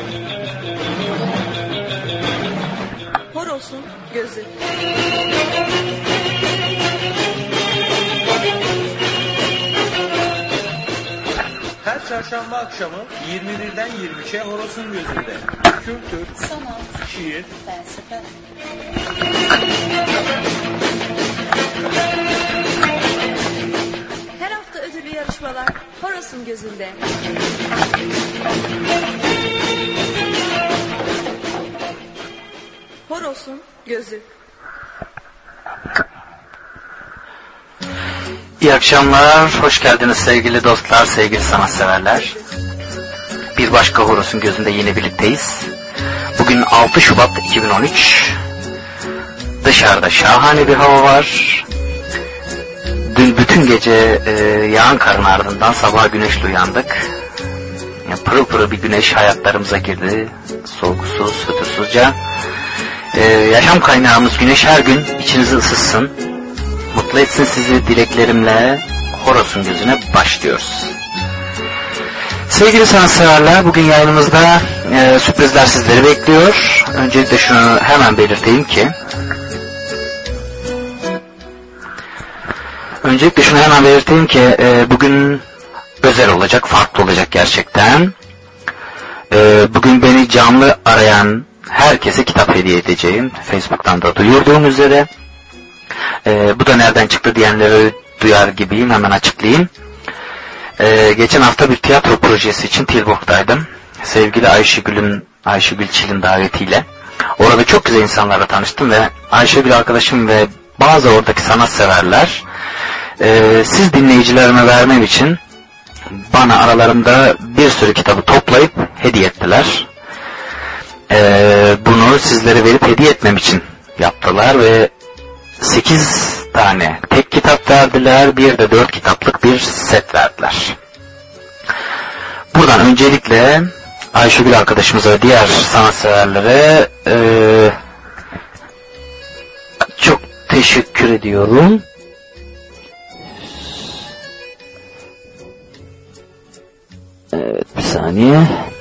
Horoz'un gözü. Her çarşamba akşamı 21'den 23'e Horoz'un gözünde. Kültür, sanat, şiir, felsefe. Her hafta ödüllü yarışmalar Horoz'un gözünde. Horoz'un gözü. İyi akşamlar, hoş geldiniz sevgili dostlar, sevgili sanatseverler. Bir başka Horoz'un gözünde yine birlikteyiz. Bugün 6 Şubat 2013. Dışarıda şahane bir hava var. Dün bütün gece yağan karın ardından sabaha güneşle uyandık. Pırıl pırıl bir güneş hayatlarımıza girdi. Sorgusuz, fütursuzca. Yaşam kaynağımız güneş her gün içinizi ısıtsın. Mutlu etsin sizi dileklerimle Horoz'un gözüne başlıyoruz. Sevgili sanatseverler, bugün yayınımızda sürprizler sizleri bekliyor. Öncelikle şunu hemen belirteyim ki bugün özel olacak, farklı olacak gerçekten. Bugün beni canlı arayan herkese kitap hediye edeceğim. Facebook'tan da duyurduğum üzere. Bu da nereden çıktı diyenleri duyar gibiyim, hemen açıklayayım. Geçen hafta bir tiyatro projesi için Tilburg'daydım. Sevgili Ayşegül Çil'in davetiyle. Orada çok güzel insanlarla tanıştım ve Ayşegül arkadaşım ve bazı oradaki sanatseverler siz dinleyicilerime vermem için bana aralarında bir sürü kitabı toplayıp hediye ettiler. Bunu sizlere verip hediye etmem için yaptılar ve 8 tane tek kitap verdiler, bir de 4 kitaplık bir set verdiler. Buradan öncelikle Ayşegül arkadaşımıza ve diğer sanatseverlere çok teşekkür ediyorum. Evet, bir saniye.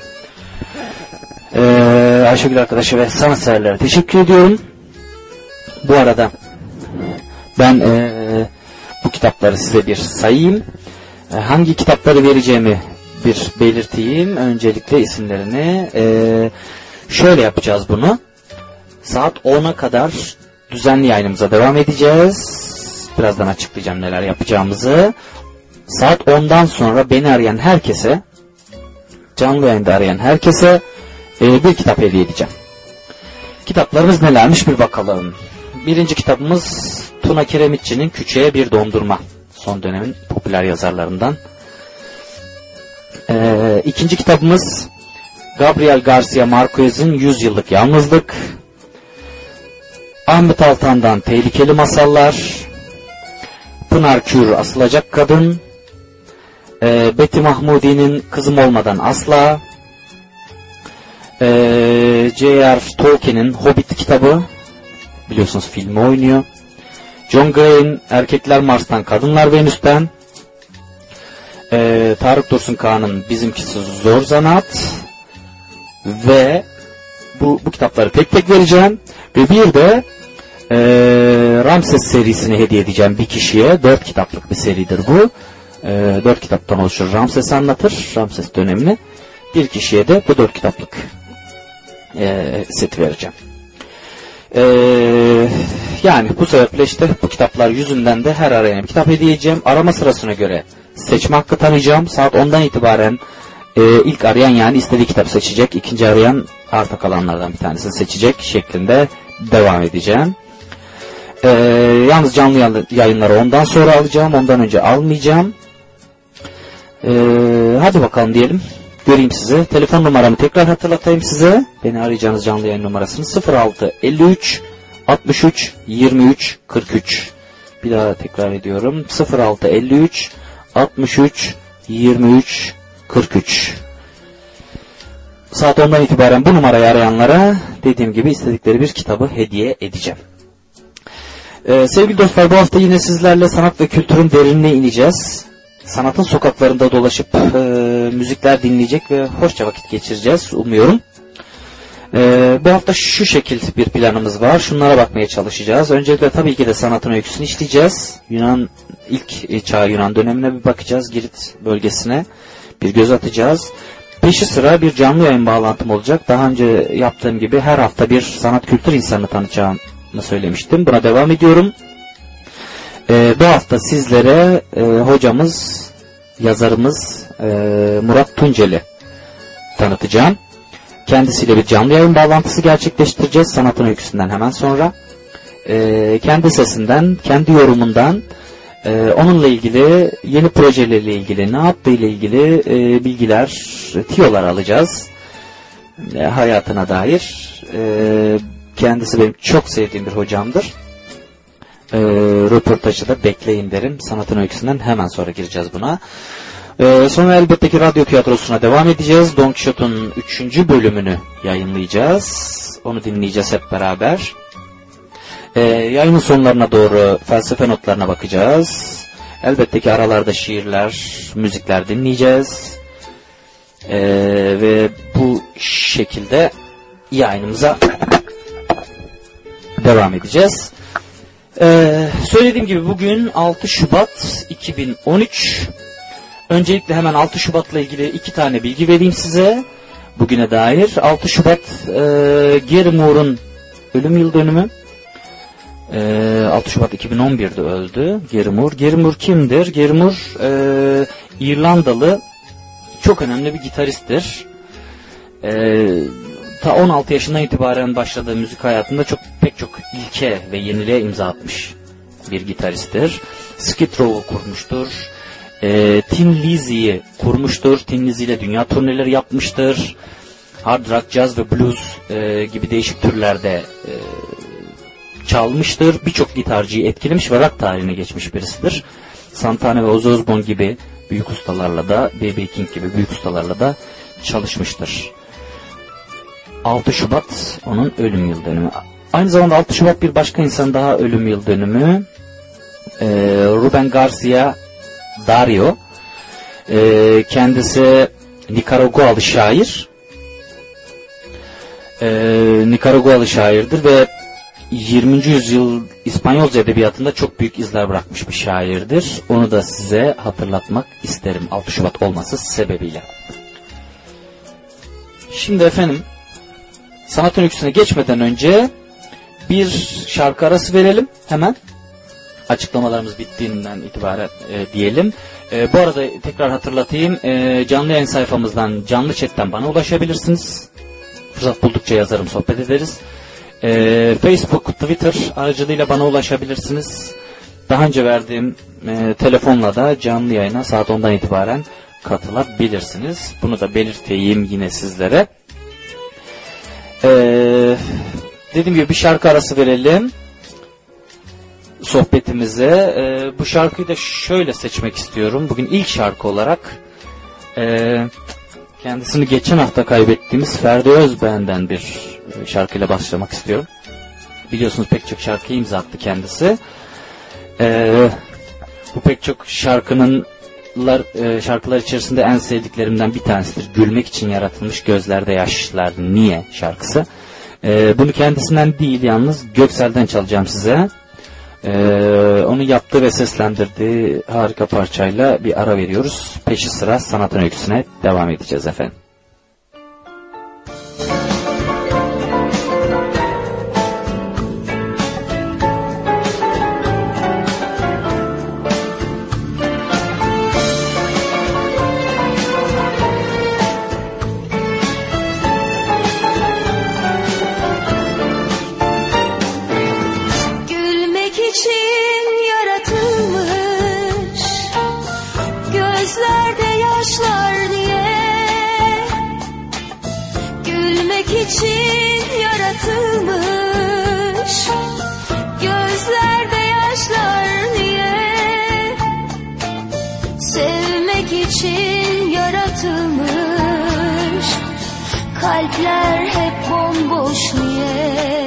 Ayşegül arkadaşı ve sanatseverlere teşekkür ediyorum. Bu arada ben bu kitapları size bir sayayım. Hangi kitapları vereceğimi bir belirteyim. Öncelikle isimlerini. Şöyle yapacağız bunu. Saat 10'a kadar düzenli yayınımıza devam edeceğiz. Birazdan açıklayacağım neler yapacağımızı. Saat 10'dan sonra beni arayan herkese, canlı yayında arayan herkese bir kitap hediye edeceğim. Kitaplarımız nelermiş bir bakalım. Birinci kitabımız Tuna Kiremitçi'nin Küçüğe Bir Dondurma. Son dönemin popüler yazarlarından. İkinci kitabımız Gabriel Garcia Marquez'in 100 Yıllık Yalnızlık. Ahmet Altan'dan Tehlikeli Masallar. Pınar Kür Asılacak Kadın. Betty Mahmudi'nin Kızım Olmadan Asla. J.R. Tolkien'in Hobbit kitabı. Biliyorsunuz filmi oynuyor. John Gray'in Erkekler Mars'tan Kadınlar Venüs'ten. Tarık Dursun Kağan'ın Bizimkisi Zor Zanaat. Ve bu kitapları tek tek vereceğim. Ve bir de Ramses serisini hediye edeceğim bir kişiye. 4 kitaplık bir seridir bu. 4 kitaptan oluşur. Ramses anlatır. Ramses dönemini. Bir kişiye de bu 4 kitaplık set vereceğim. Yani bu sebeple işte bu kitaplar yüzünden de her arayana kitap hediye edeceğim. Arama sırasına göre seçme hakkı tanıyacağım. Saat 10'dan itibaren ilk arayan yani istediği kitap seçecek. İkinci arayan arta kalanlardan bir tanesini seçecek şeklinde devam edeceğim. Yalnız canlı yayınları ondan sonra alacağım. Ondan önce almayacağım. Hadi bakalım diyelim. Göreyim sizi. Telefon numaramı tekrar hatırlatayım size. Beni arayacağınız canlı yayın numarasını 06 53 63 23 43. Bir daha tekrar ediyorum. 06 53 63 23 43. Saat 10'dan itibaren bu numarayı arayanlara dediğim gibi istedikleri bir kitabı hediye edeceğim. Sevgili dostlar, bu hafta yine sizlerle sanat ve kültürün derinliğine ineceğiz. sanatın sokaklarında dolaşıp müzikler dinleyecek ve hoşça vakit geçireceğiz umuyorum. Bu hafta şu şekil bir planımız var. Şunlara bakmaya çalışacağız. Öncelikle tabii ki de sanatın öyküsünü işleyeceğiz. İlk çağ Yunan dönemine bir bakacağız. Girit bölgesine bir göz atacağız. Peşi sıra bir canlı yayın bağlantım olacak. Daha önce yaptığım gibi her hafta bir sanat kültür insanı tanıtacağımı söylemiştim. Buna devam ediyorum. Bu hafta sizlere hocamız, yazarımız Murat Tuncel'i tanıtacağım. Kendisiyle bir canlı yayın bağlantısı gerçekleştireceğiz sanatın öyküsünden hemen sonra. Kendi sesinden, kendi yorumundan, onunla ilgili, yeni projeleriyle ilgili, ne yaptığı ile ilgili bilgiler, tiyolar alacağız. Hayatına dair. Kendisi benim çok sevdiğim bir hocamdır. Röportajı da bekleyin derim. Sanatın öyküsünden hemen sonra gireceğiz buna. Sonra elbette ki radyo tiyatrosuna devam edeceğiz. Don Quixote'un 3. bölümünü yayınlayacağız. Onu dinleyeceğiz hep beraber. Yayının sonlarına doğru felsefe notlarına bakacağız. Elbette ki aralarda şiirler, müzikler dinleyeceğiz. Ve bu şekilde yayınımıza devam edeceğiz. Söylediğim gibi bugün 6 Şubat 2013. Öncelikle hemen 6 Şubat'la ilgili 2 tane bilgi vereyim size. Bugüne dair. 6 Şubat Gary Moore'un ölüm yıl dönümü. 6 Şubat 2011'de öldü Gary Moore. Gary Moore kimdir? Gary Moore İrlandalı çok önemli bir gitaristtir. Ta 16 yaşından itibaren başladığı müzik hayatında pek çok ilke ve yeniliğe imza atmış bir gitaristtir. Skid Row'u kurmuştur. Tin Lizzy'yi kurmuştur. Tin Lizzy ile dünya turneleri yapmıştır. Hard rock, jazz ve blues gibi değişik türlerde çalmıştır. Birçok gitarcıyı etkilemiş ve rock tarihine geçmiş birisidir. Santana ve Ozzy Osbourne gibi büyük ustalarla da, B.B. King gibi büyük ustalarla da çalışmıştır. 6 Şubat onun ölüm yıl dönümü. Aynı zamanda 6 Şubat bir başka insan daha ölüm yıl dönümü. Rubén García Dario. Kendisi Nikaragualı şair. Nikaragualı şairdir ve 20. yüzyıl İspanyolca edebiyatında çok büyük izler bırakmış bir şairdir. Onu da size hatırlatmak isterim 6 Şubat olması sebebiyle. Şimdi efendim sanatın öyküsüne geçmeden önce bir şarkı arası verelim hemen. Açıklamalarımız bittiğinden itibaren diyelim. Bu arada tekrar hatırlatayım. Canlı yayın sayfamızdan, canlı chatten bana ulaşabilirsiniz. Fırsat buldukça yazarım, sohbet ederiz. Facebook, Twitter aracılığıyla bana ulaşabilirsiniz. Daha önce verdiğim telefonla da canlı yayına saat 10'dan itibaren katılabilirsiniz. Bunu da belirteyim yine sizlere. Dediğim gibi bir şarkı arası verelim sohbetimize. Bu şarkıyı da şöyle seçmek istiyorum. Bugün ilk şarkı olarak kendisini geçen hafta kaybettiğimiz Ferdi Özbeğen'den bir şarkıyla başlamak istiyorum. Biliyorsunuz pek çok şarkıyı imza attı kendisi. Bu pek çok şarkılar içerisinde en sevdiklerimden bir tanesidir. Gülmek için yaratılmış gözlerde yaşlar niye şarkısı. Bunu kendisinden değil yalnız Göksel'den çalacağım size. Onu yaptığı ve seslendirdiği harika parçayla bir ara veriyoruz. Peşi sıra sanatın öyküsüne devam edeceğiz efendim. Kalpler hep bomboş niye?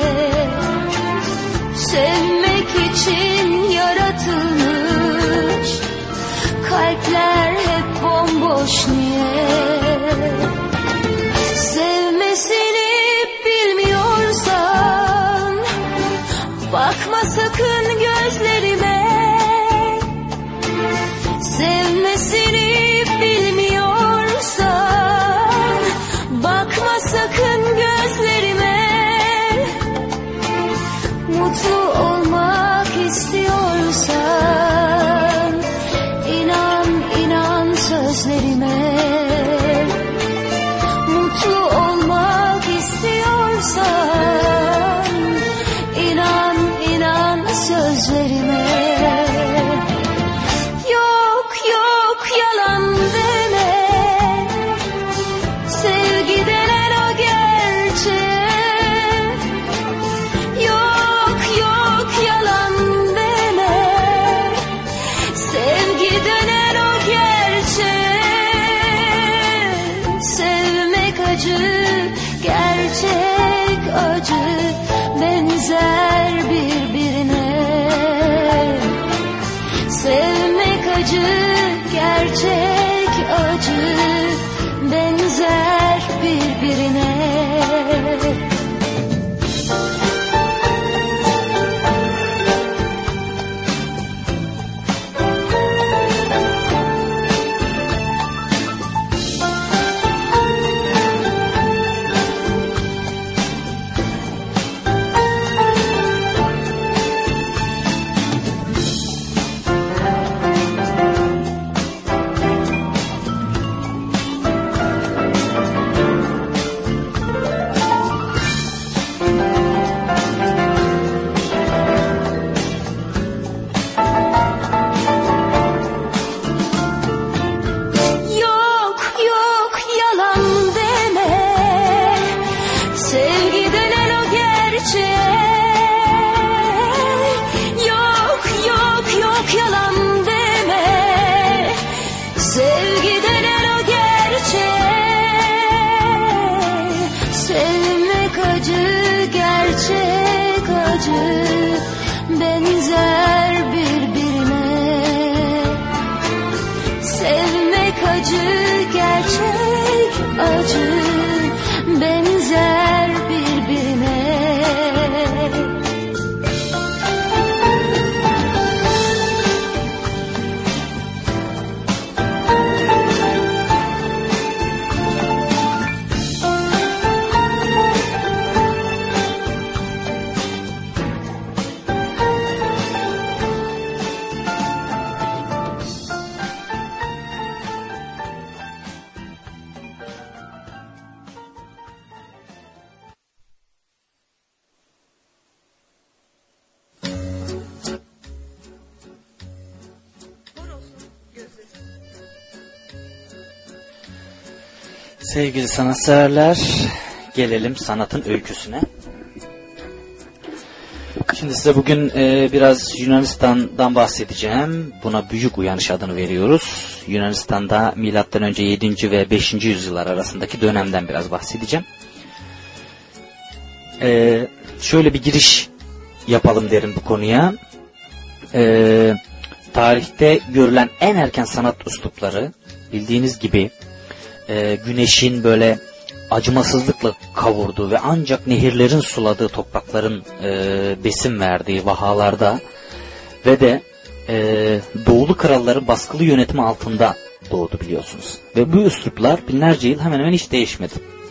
Sevmek için yaratılmış. kalpler hep bomboş niye? Sevmesini bilmiyorsan bakma sakın gözlerime. Sevmesini bilmiyorsan bakma sakın gözlerime. Mutlu olmak istiyorsan inan inan sözlerime. Mutlu olmak istiyorsan inan inan sözlerime. Yok yok yalan deme, sevgi denen o gerçek. Yok yok yalan deme, sevgi denen o gerçek. Sevmek acı, gerçek acı, benzer birbirine. Sevmek acı, gerçek acı, benzer birbirine. Yok yok yalan deme, sevgi denen o gerçek. Yok yok yok yalan deme, sevgi denen o gerçek. Sevmek acı, gerçek acı, benzer birbirine. Sevmek acı, gerçek acı, benzer birbirine. Sevgili sanatseverler, gelelim sanatın öyküsüne. Şimdi size bugün biraz Yunanistan'dan bahsedeceğim. Buna Büyük Uyanış adını veriyoruz. Yunanistan'da M.Ö. 7. ve 5. yüzyıllar arasındaki dönemden biraz bahsedeceğim. Şöyle bir giriş yapalım derim bu konuya. Tarihte görülen en erken sanat üslupları, bildiğiniz gibi güneşin böyle acımasızlıkla kavurduğu ve ancak nehirlerin suladığı toprakların besin verdiği vahalarda ve de doğulu kralların baskılı yönetimi altında doğdu biliyorsunuz. Ve bu üsluplar binlerce yıl hemen hemen hiç değişmedi.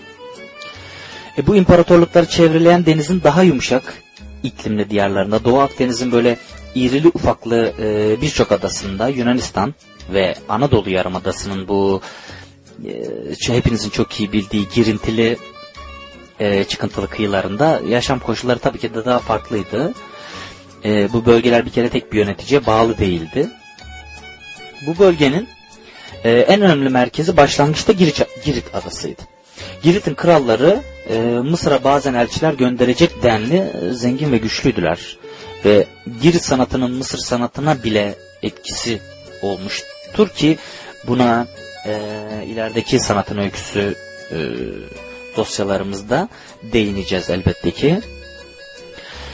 Bu imparatorlukları çevreleyen denizin daha yumuşak iklimli diyarlarında, Doğu Akdeniz'in böyle irili ufaklı birçok adasında, Yunanistan ve Anadolu Yarımadası'nın bu hepinizin çok iyi bildiği girintili, çıkıntılı kıyılarında yaşam koşulları tabii ki de daha farklıydı. Bu bölgeler bir kere tek bir yöneticiye bağlı değildi. Bu bölgenin en önemli merkezi başlangıçta Girit adasıydı. Girit'in kralları Mısır'a bazen elçiler gönderecek denli zengin ve güçlüydüler. Ve Girit sanatının Mısır sanatına bile etkisi olmuştur ki buna ilerideki sanatın öyküsü dosyalarımızda değineceğiz elbette ki.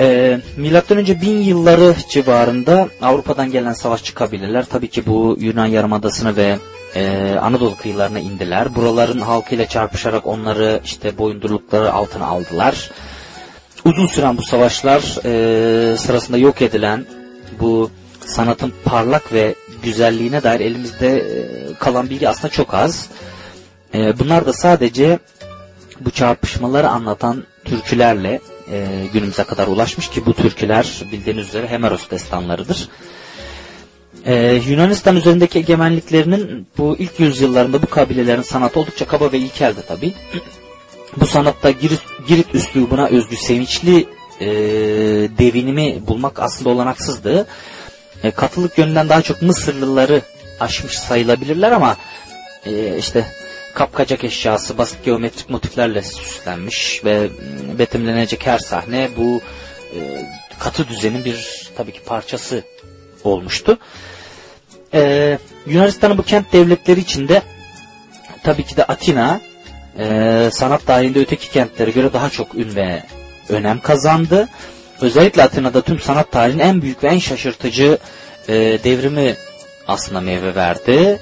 Milattan önce 1000 yılları civarında Avrupa'dan gelen savaşçı kabileler tabii ki bu Yunan Yarımadası'na ve Anadolu kıyılarına indiler. Buraların halkıyla çarpışarak onları işte boyundurulukları altına aldılar. Uzun süren bu savaşlar sırasında yok edilen bu sanatın parlak ve güzelliğine dair elimizde kalan bilgi aslında çok az. Bunlar da sadece bu çarpışmaları anlatan türkülerle günümüze kadar ulaşmış ki bu türküler bildiğiniz üzere Homeros destanlarıdır. Yunanistan üzerindeki egemenliklerinin bu ilk yüzyıllarında bu kabilelerin sanatı oldukça kaba ve ilkeldi tabi. Bu sanatta Girit üslubuna özgü sevinçli devinimi bulmak aslında olanaksızdı. Katılık yönünden daha çok Mısırlıları aşmış sayılabilirler ama işte kapkacak eşyası, basit geometrik motiflerle süslenmiş ve betimlenecek her sahne bu katı düzenin bir tabii ki parçası olmuştu. Yunanistan'ın bu kent devletleri içinde tabii ki de Atina sanat dahilinde öteki kentlere göre daha çok ün ve önem kazandı. Özellikle Atina'da tüm sanat tarihinin en büyük ve en şaşırtıcı devrimi aslında meyve verdi.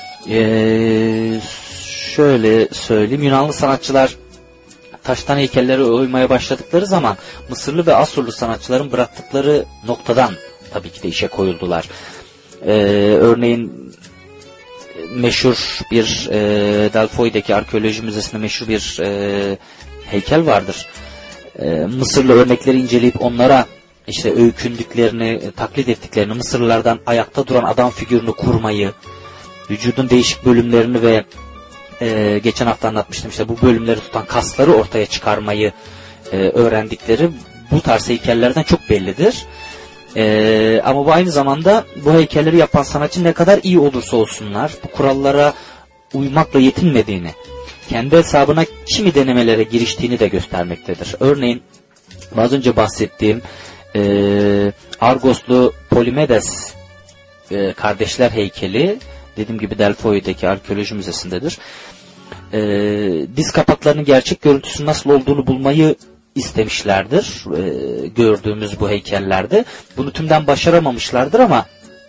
Şöyle söyleyeyim, Yunanlı sanatçılar taştan heykelleri oymaya başladıkları zaman Mısırlı ve Asurlu sanatçıların bıraktıkları noktadan tabii ki de işe koyuldular. Örneğin meşhur bir Delphoi'deki arkeoloji müzesinde meşhur bir heykel vardır. Mısırlı örnekleri inceleyip onlara işte öykündüklerini, taklit ettiklerini, Mısırlılardan ayakta duran adam figürünü kurmayı, vücudun değişik bölümlerini ve geçen hafta anlatmıştım işte bu bölümleri tutan kasları ortaya çıkarmayı öğrendikleri bu tarz heykellerden çok bellidir. Ama bu aynı zamanda bu heykelleri yapan sanatçı ne kadar iyi olursa olsunlar bu kurallara uymakla yetinmediğini, kendi hesabına kimi denemelere giriştiğini de göstermektedir. Örneğin az önce bahsettiğim Argoslu Polimedes kardeşler heykeli dediğim gibi Delphoi'deki arkeoloji müzesindedir. Diz kapaklarının gerçek görüntüsünün nasıl olduğunu bulmayı istemişlerdir. Gördüğümüz bu heykellerde. Bunu tümden başaramamışlardır ama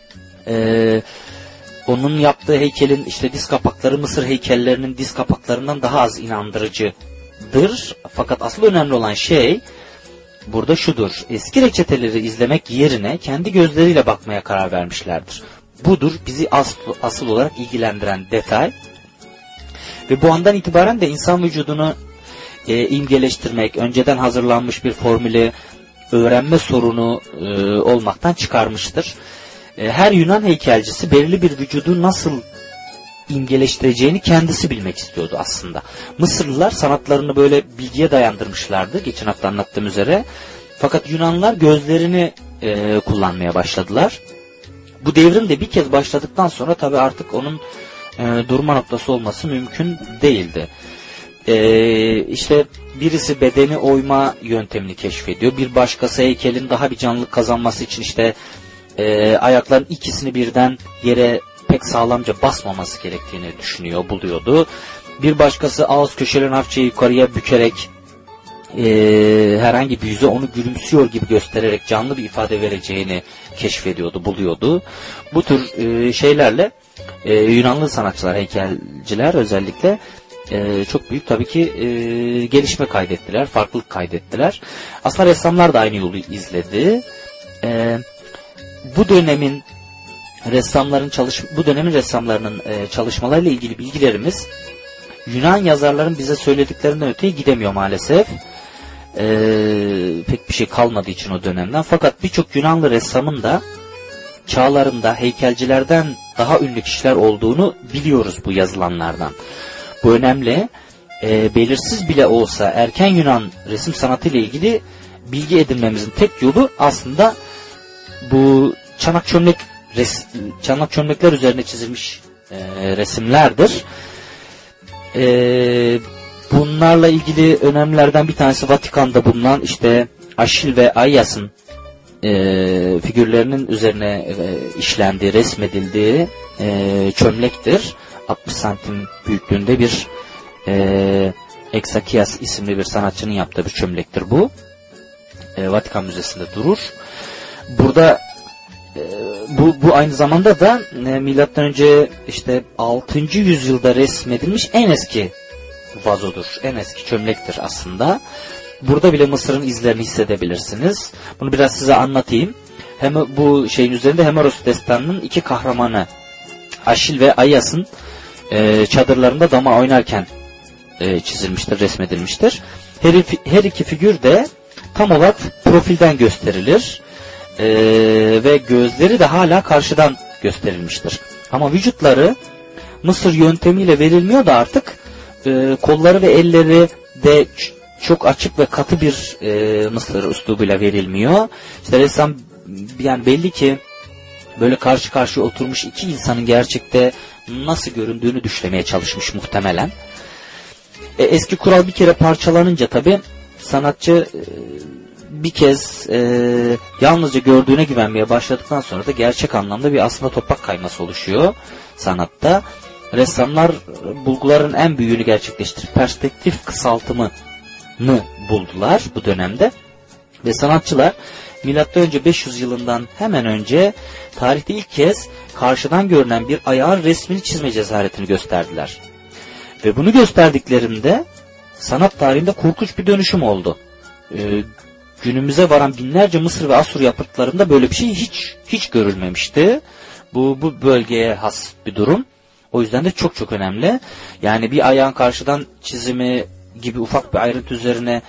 onun yaptığı heykelin işte diz kapakları Mısır heykellerinin diz kapaklarından daha az inandırıcıdır. Fakat asıl önemli olan şey burada şudur. Eski reçeteleri izlemek yerine kendi gözleriyle bakmaya karar vermişlerdir. Budur bizi asıl olarak ilgilendiren detay. Ve bu andan itibaren de insan vücudunu imgeleştirmek, önceden hazırlanmış bir formülü öğrenme sorunu olmaktan çıkarmıştır. Her Yunan heykelcisi belirli bir vücudu nasıl imgeleştireceğini kendisi bilmek istiyordu aslında. Mısırlılar sanatlarını böyle bilgiye dayandırmışlardı geçen hafta anlattığım üzere. Fakat Yunanlılar gözlerini kullanmaya başladılar. Bu devrim de bir kez başladıktan sonra tabii artık onun durma noktası olması mümkün değildi. İşte birisi bedeni oyma yöntemini keşfediyor. Bir başkası heykelin daha bir canlılık kazanması için işte ayakların ikisini birden yere pek sağlamca basmaması gerektiğini düşünüyor, buluyordu. Bir başkası ağız köşelerini hafifçe yukarıya bükerek herhangi bir yüze onu gülümsüyor gibi göstererek canlı bir ifade vereceğini keşfediyordu, buluyordu. Bu tür şeylerle Yunanlı sanatçılar, heykelciler özellikle çok büyük tabii ki gelişme kaydettiler, farklılık kaydettiler. Aslında ressamlar da aynı yolu izledi. Bu dönemin ressamlarının çalışmalarıyla ilgili bilgilerimiz Yunan yazarların bize söylediklerinden öteye gidemiyor maalesef. Pek bir şey kalmadığı için o dönemden. Fakat birçok Yunanlı ressamın da çağlarında heykelcilerden daha ünlü kişiler olduğunu biliyoruz bu yazılanlardan. Bu önemli. Belirsiz bile olsa erken Yunan resim sanatı ile ilgili bilgi edinmemizin tek yolu aslında bu çanak çömlekler üzerine çizilmiş resimlerdir. Bunlarla ilgili önemlilerden bir tanesi Vatikan'da bulunan işte Aşil ve Aias'ın figürlerinin üzerine işlendiği, resmedildiği çömlektir. 60 santim büyüklüğünde bir Exakias isimli bir sanatçının yaptığı bir çömlektir bu. Vatikan Müzesi'nde durur. Burada bu aynı zamanda da milattan önce işte 6. yüzyılda resmedilmiş en eski vazodur. En eski çömlektir aslında. Burada bile Mısır'ın izlerini hissedebilirsiniz. Bunu biraz size anlatayım. Hem bu şeyin üzerinde Homeros destanının iki kahramanı Aşil ve Aias'ın çadırlarında dama oynarken çizilmiştir, resmedilmiştir. Her iki figür de tam olarak profilden gösterilir. Ve gözleri de hala karşıdan gösterilmiştir. Ama vücutları Mısır yöntemiyle verilmiyor da artık kolları ve elleri de çok açık ve katı bir Mısır üslubuyla verilmiyor. İşte ressam yani belli ki böyle karşı karşıya oturmuş iki insanın gerçekte nasıl göründüğünü düşlemeye çalışmış muhtemelen. Eski kural bir kere parçalanınca tabi sanatçı bir kez yalnızca gördüğüne güvenmeye başladıktan sonra da gerçek anlamda bir aslında toprak kayması oluşuyor sanatta. Ressamlar bulguların en büyüğünü gerçekleştirip perspektif kısaltımını buldular bu dönemde. Ve sanatçılar M.Ö. 500 yılından hemen önce tarihte ilk kez karşıdan görünen bir ayağın resmini çizme cesaretini gösterdiler. Ve bunu gösterdiklerinde sanat tarihinde korkunç bir dönüşüm oldu. Günümüze varan binlerce Mısır ve Asur yapıtlarında böyle bir şey hiç görülmemişti. Bu bölgeye has bir durum. O yüzden de çok çok önemli. Yani bir ayağın karşıdan çizimi gibi ufak bir ayrıntı üzerine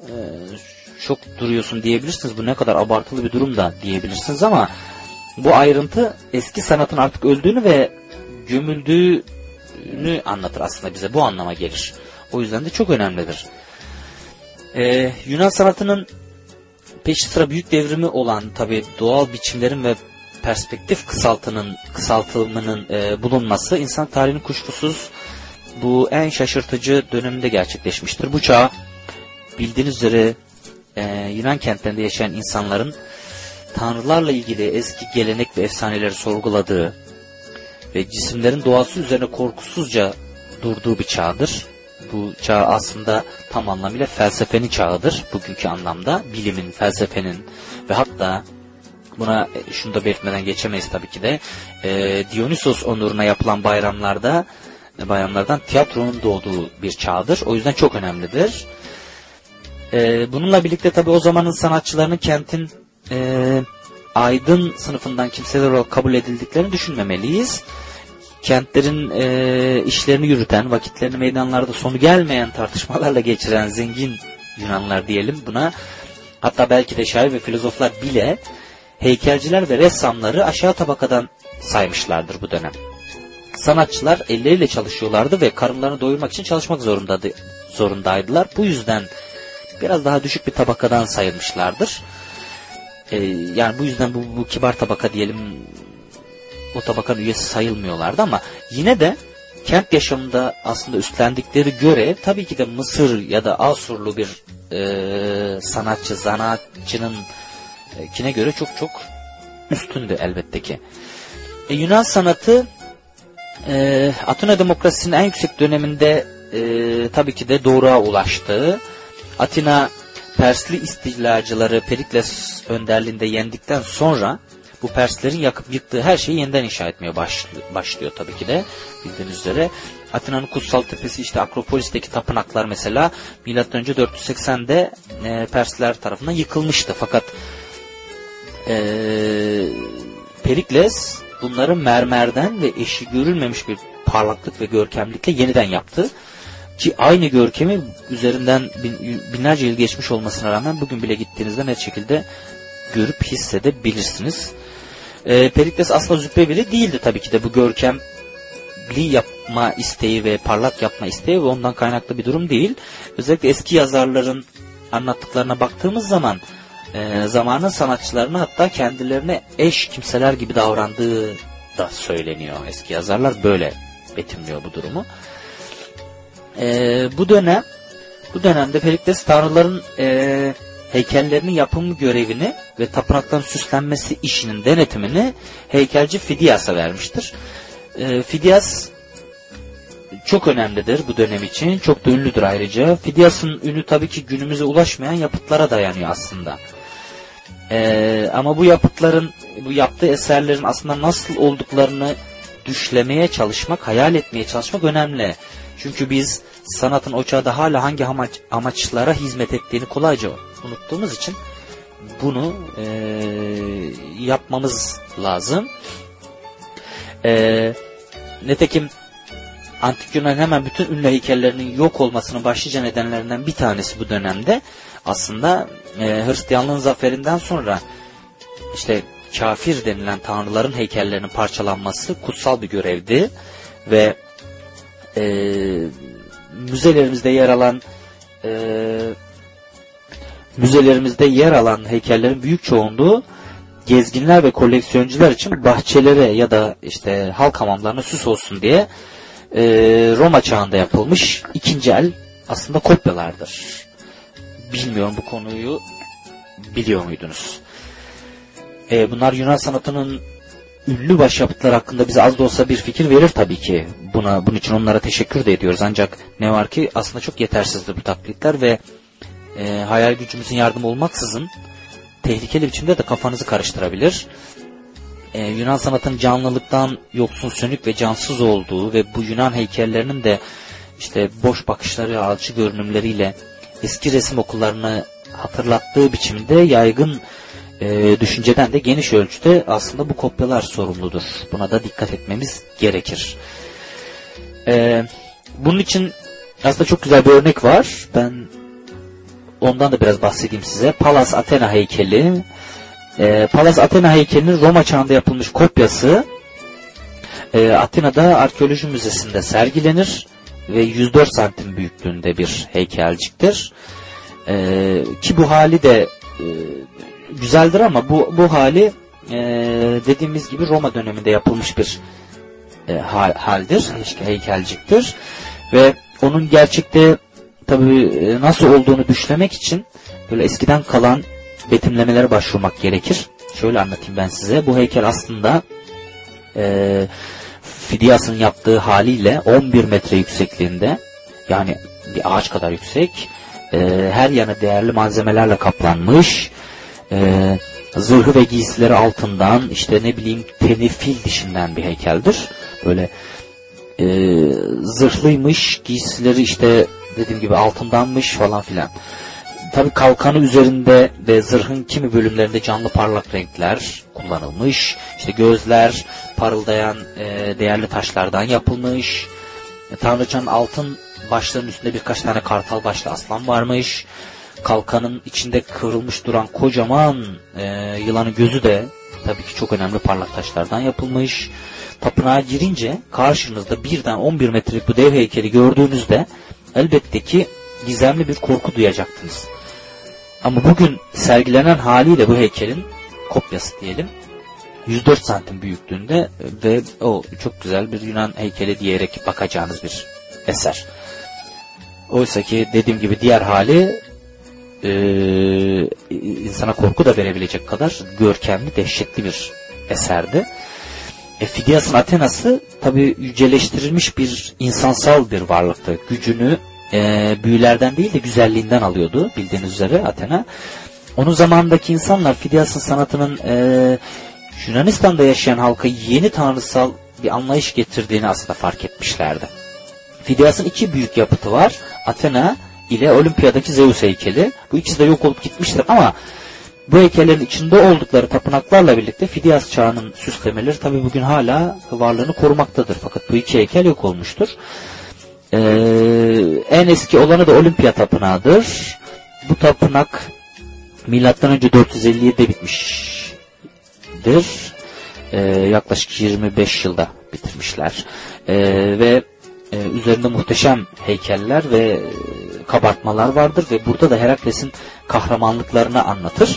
çok duruyorsun diyebilirsiniz. Bu ne kadar abartılı bir durum da diyebilirsiniz ama bu ayrıntı eski sanatın artık öldüğünü ve gömüldüğünü anlatır aslında bize. Bu anlama gelir. O yüzden de çok önemlidir. Yunan sanatının peşi sıra büyük devrimi olan tabii doğal biçimlerin ve perspektif kısaltımının bulunması insan tarihinin kuşkusuz bu en şaşırtıcı döneminde gerçekleşmiştir. Bu çağ bildiğiniz üzere Yunan kentlerinde yaşayan insanların tanrılarla ilgili eski gelenek ve efsaneleri sorguladığı ve cisimlerin doğası üzerine korkusuzca durduğu bir çağdır. Bu çağ aslında tam anlamıyla felsefenin çağıdır. Bugünkü anlamda bilimin, felsefenin ve hatta buna şunu da belirtmeden geçemeyiz tabii ki de Dionysos onuruna yapılan bayramlardan tiyatronun doğduğu bir çağdır. O yüzden çok önemlidir. Bununla birlikte tabii o zamanın sanatçılarının kentin aydın sınıfından kimseler olarak kabul edildiklerini düşünmemeliyiz. Kentlerin işlerini yürüten, vakitlerini meydanlarda sonu gelmeyen tartışmalarla geçiren zengin Yunanlılar diyelim buna. Hatta belki de şair ve filozoflar bile heykelciler ve ressamları aşağı tabakadan saymışlardır bu dönem. Sanatçılar elleriyle çalışıyorlardı ve karınlarını doyurmak için çalışmak zorundaydılar. Bu yüzden biraz daha düşük bir tabakadan sayılmışlardır. Yani bu yüzden bu kibar tabaka diyelim o tabakanın üyesi sayılmıyorlardı ama yine de kent yaşamında aslında üstlendikleri görev tabii ki de Mısır ya da Asurlu bir zanaatçının kine göre çok çok üstündü elbette ki. Yunan sanatı Atina demokrasisinin en yüksek döneminde tabii ki de doğruğa ulaştı. Atina Persli istilacıları Perikles önderliğinde yendikten sonra bu Perslerin yakıp yıktığı her şeyi yeniden inşa etmeye başlıyor tabii ki de bildiğiniz üzere. Atina'nın kutsal tepesi işte Akropolis'teki tapınaklar mesela M.Ö. 480'de Persler tarafından yıkılmıştı. Fakat Perikles bunları mermerden ve eşi görülmemiş bir parlaklık ve görkemlikle yeniden yaptı. Ki aynı görkemi üzerinden binlerce yıl geçmiş olmasına rağmen bugün bile gittiğinizde net şekilde görüp hissedebilirsiniz. Perikles asla züppeveli değildi tabii ki de bu görkemli yapma isteği ve parlak yapma isteği ve ondan kaynaklı bir durum değil. Özellikle eski yazarların anlattıklarına baktığımız zaman zamanın sanatçılarına hatta kendilerine eş kimseler gibi davrandığı da söyleniyor. Eski yazarlar böyle betimliyor bu durumu. Bu dönemde Perikles tanrıların heykellerinin yapım görevini ve tapınakların süslenmesi işinin denetimini heykelci Fidias'a vermiştir. Fidias çok önemlidir bu dönem için. Çok da ünlüdür ayrıca. Fidias'ın ünü tabii ki günümüze ulaşmayan yapıtlara dayanıyor aslında. Ama bu yapıtların, bu yaptığı eserlerin aslında nasıl olduklarını düşlemeye çalışmak, hayal etmeye çalışmak önemli. Çünkü biz sanatın o çağda hala hangi amaçlara hizmet ettiğini kolayca unuttuğumuz için bunu yapmamız lazım. Nitekim Antik Yunan hemen bütün ünlü heykellerinin yok olmasının başlıca nedenlerinden bir tanesi bu dönemde aslında Hristiyanlığın zaferinden sonra işte kafir denilen tanrıların heykellerinin parçalanması kutsal bir görevdi ve müzelerimizde yer alan heykellerin büyük çoğunluğu gezginler ve koleksiyoncular için bahçelere ya da işte halk hamamlarına süs olsun diye Roma çağında yapılmış ikinci el aslında kopyalardır. Bilmiyorum, bu konuyu biliyor muydunuz? Bunlar Yunan sanatının ünlü başyapıtlar hakkında bize az da olsa bir fikir verir tabii ki. Bunun için onlara teşekkür de ediyoruz. Ancak ne var ki aslında çok yetersizdir bu taklitler ve hayal gücümüzün yardımı olmaksızın tehlikeli biçimde de kafanızı karıştırabilir. Yunan sanatının canlılıktan yoksun, sönük ve cansız olduğu ve bu Yunan heykellerinin de işte boş bakışları, alçı görünümleriyle eski resim okullarını hatırlattığı biçimde yaygın düşünceden de geniş ölçüde aslında bu kopyalar sorumludur. Buna da dikkat etmemiz gerekir. Bunun için aslında çok güzel bir örnek var. Ben ondan da biraz bahsedeyim size. Pallas Athena heykeli. Pallas Athena heykelinin Roma çağında yapılmış kopyası Atina'da Arkeoloji Müzesi'nde sergilenir ve 104 santim büyüklüğünde bir heykelciktir. Ki bu hali de güzeldir ama bu hali dediğimiz gibi Roma döneminde yapılmış bir haldir, heykelciktir ve onun gerçekte tabii nasıl olduğunu düşlemek için böyle eskiden kalan betimlemelere başvurmak gerekir. Şöyle anlatayım ben size. Bu heykel aslında Fidias'ın yaptığı haliyle 11 metre yüksekliğinde, yani bir ağaç kadar yüksek, her yanı değerli malzemelerle kaplanmış, zırhı ve giysileri altından, işte ne bileyim teni fil dişinden bir heykeldir. Böyle zırhlıymış, giysileri işte dediğim gibi altındanmış falan filan. Tabii kalkanı üzerinde ve zırhın kimi bölümlerinde canlı parlak renkler kullanılmış. İşte gözler parıldayan değerli taşlardan yapılmış. Tanrıçanın altın başlarının üstünde birkaç tane kartal başlı aslan varmış. Kalkanın içinde kıvrılmış duran kocaman yılanın gözü de tabii ki çok önemli parlak taşlardan yapılmış. Tapınağa girince karşınızda birden 11 metrelik bu dev heykeli gördüğünüzde elbette ki gizemli bir korku duyacaktınız. Ama bugün sergilenen haliyle bu heykelin kopyası diyelim 104 santim büyüklüğünde ve o çok güzel bir Yunan heykeli diyerek bakacağınız bir eser. Oysa ki dediğim gibi diğer hali insana korku da verebilecek kadar görkemli, dehşetli bir eserdi. Fidias'ın Athena'sı tabii yüceleştirilmiş bir insansal bir varlıktı. Gücünü büyülerden değil de güzelliğinden alıyordu bildiğiniz üzere Athena. Onun zamanındaki insanlar Fidias'ın sanatının Yunanistan'da yaşayan halka yeni tanrısal bir anlayış getirdiğini aslında fark etmişlerdi. Fidias'ın iki büyük yapıtı var. Athena ile Olimpiya'daki Zeus heykeli. Bu ikisi de yok olup gitmiştir ama bu heykellerin içinde oldukları tapınaklarla birlikte Fidias çağının süslemeleri tabii bugün hala varlığını korumaktadır. Fakat bu iki heykel yok olmuştur. En eski olanı da Olimpiya tapınağıdır. Bu tapınak milattan önce 457'de bitmiştir. Yaklaşık 25 yılda bitirmişler. Ve üzerinde muhteşem heykeller ve kabartmalar vardır ve burada da Herakles'in kahramanlıklarını anlatır.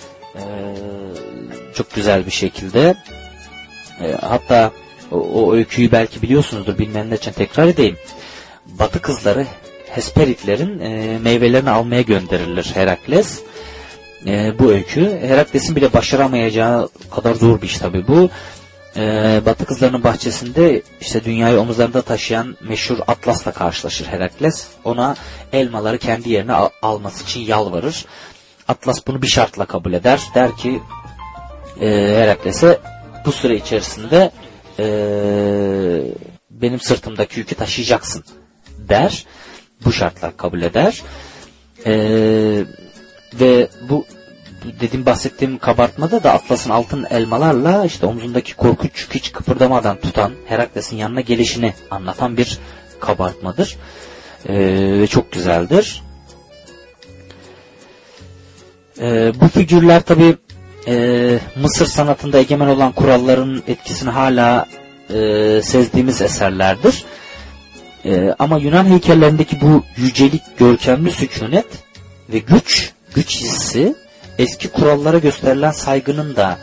Çok güzel bir şekilde. Hatta o öyküyü belki biliyorsunuzdur, bilmeyenler için tekrar edeyim. Batı kızları Hesperitlerin meyvelerini almaya gönderilir Herakles. Bu öykü Herakles'in bile başaramayacağı kadar zor bir iş tabii bu. Batı kızlarının bahçesinde işte dünyayı omuzlarında taşıyan meşhur Atlas'la karşılaşır Herakles. Ona elmaları kendi yerine alması için yalvarır. Atlas bunu bir şartla kabul eder. Der ki Herakles'e bu süre içerisinde benim sırtımdaki yükü taşıyacaksın der. Bu şartla kabul eder. Ve bu dediğim bahsettiğim kabartmada da Atlas'ın altın elmalarla işte omzundaki korkunç yükü hiç kıpırdamadan tutan Herakles'in yanına gelişini anlatan bir kabartmadır. Ve çok güzeldir. Bu figürler tabi Mısır sanatında egemen olan kuralların etkisini hala sezdiğimiz eserlerdir. Ama Yunan heykellerindeki bu yücelik, görkemli sükunet ve güç hissi eski kurallara gösterilen saygının da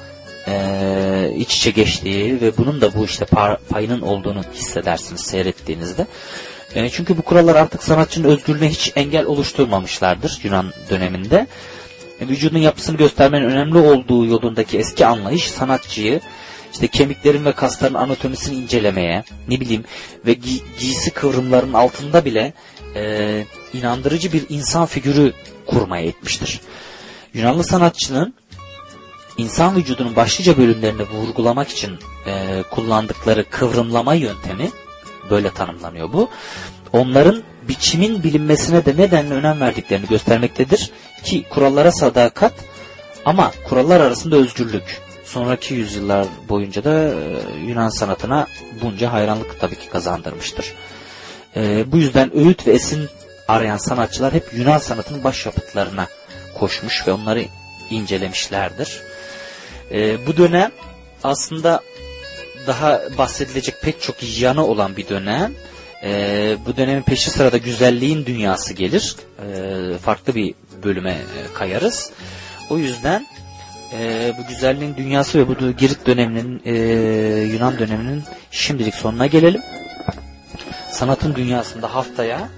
iç içe geçtiği ve bunun da bu işte payının olduğunu hissedersiniz seyrettiğinizde. Çünkü bu kurallar artık sanatçının özgürlüğüne hiç engel oluşturmamışlardır Yunan döneminde. Vücudun yapısını göstermenin önemli olduğu yolundaki eski anlayış sanatçıyı işte kemiklerin ve kasların anatomisini incelemeye, ne bileyim ve giysi kıvrımlarının altında bile inandırıcı bir insan figürü kurmaya etmiştir. Yunanlı sanatçının insan vücudunun başlıca bölümlerini vurgulamak için kullandıkları kıvrımlama yöntemi böyle tanımlanıyor bu. Onların biçimin bilinmesine de nedenle önem verdiklerini göstermektedir ki kurallara sadakat ama kurallar arasında özgürlük. Sonraki yüzyıllar boyunca da Yunan sanatına bunca hayranlık tabii ki kazandırmıştır. Bu yüzden öğüt ve esin arayan sanatçılar hep Yunan sanatının başyapıtlarına koşmuş ve onları incelemişlerdir. Bu dönem aslında daha bahsedilecek pek çok yanı olan bir dönem. Bu dönemin peşi sırada güzelliğin dünyası gelir. Farklı bir bölüme kayarız. O yüzden bu güzelliğin dünyası ve bu Girit döneminin Yunan döneminin şimdilik sonuna gelelim. Sanatın dünyasında haftaya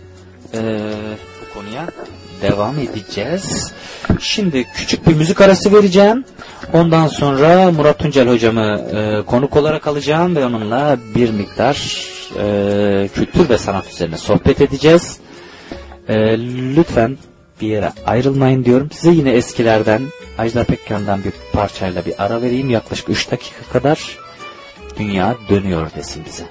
bu konuya devam edeceğiz. Şimdi küçük bir müzik arası vereceğim. Ondan sonra Murat Tuncel hocamı konuk olarak alacağım ve onunla bir miktar kültür ve sanat üzerine sohbet edeceğiz. Lütfen bir yere ayrılmayın diyorum. Size yine eskilerden Ajda Pekkan'dan bir parçayla bir ara vereyim. Yaklaşık 3 dakika kadar dünya dönüyor desin bize.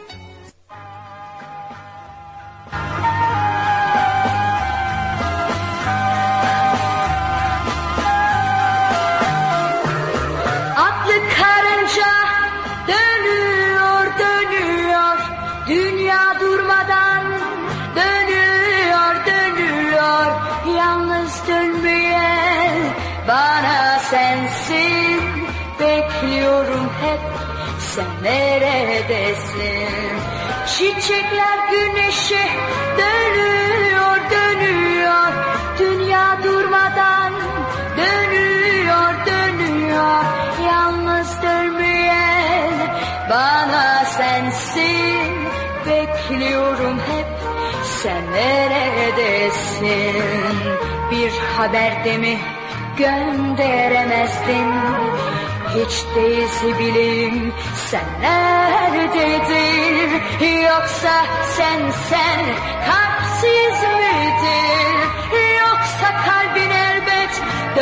Bana sensin, bekliyorum hep, sen neredesin? Çiçekler güneşe dönüyor, dönüyor, dünya durmadan dönüyor, dönüyor, yalnız dönmeyen bana sensin, bekliyorum hep, sen neredesin? Bir haberde mi gönderemezdin? Hiç değilse bileyim sen neredeydin? Yoksa sen kalpsiz miydin? Yoksa kalbin elbet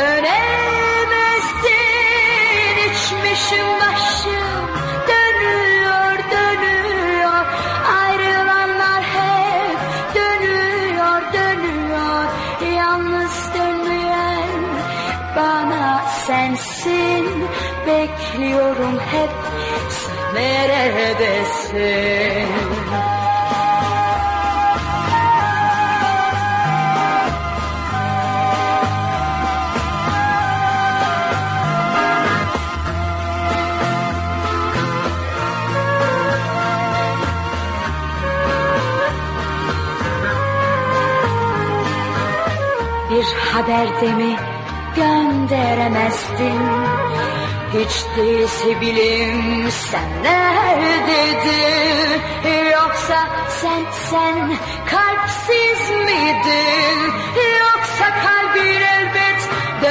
dönemezdin. İçmişim başım dönüyor, dönüyor, ayrılanlar hep dönüyor, dönüyor, yalnız dönmeyen bana sensin, bekliyorum hep, sen neredesin? Bir haberde mi gönderemezdin? Hiç değilse bileyim sen neredeydin? Yoksa sen kalpsiz miydin? Yoksa kalbin elbet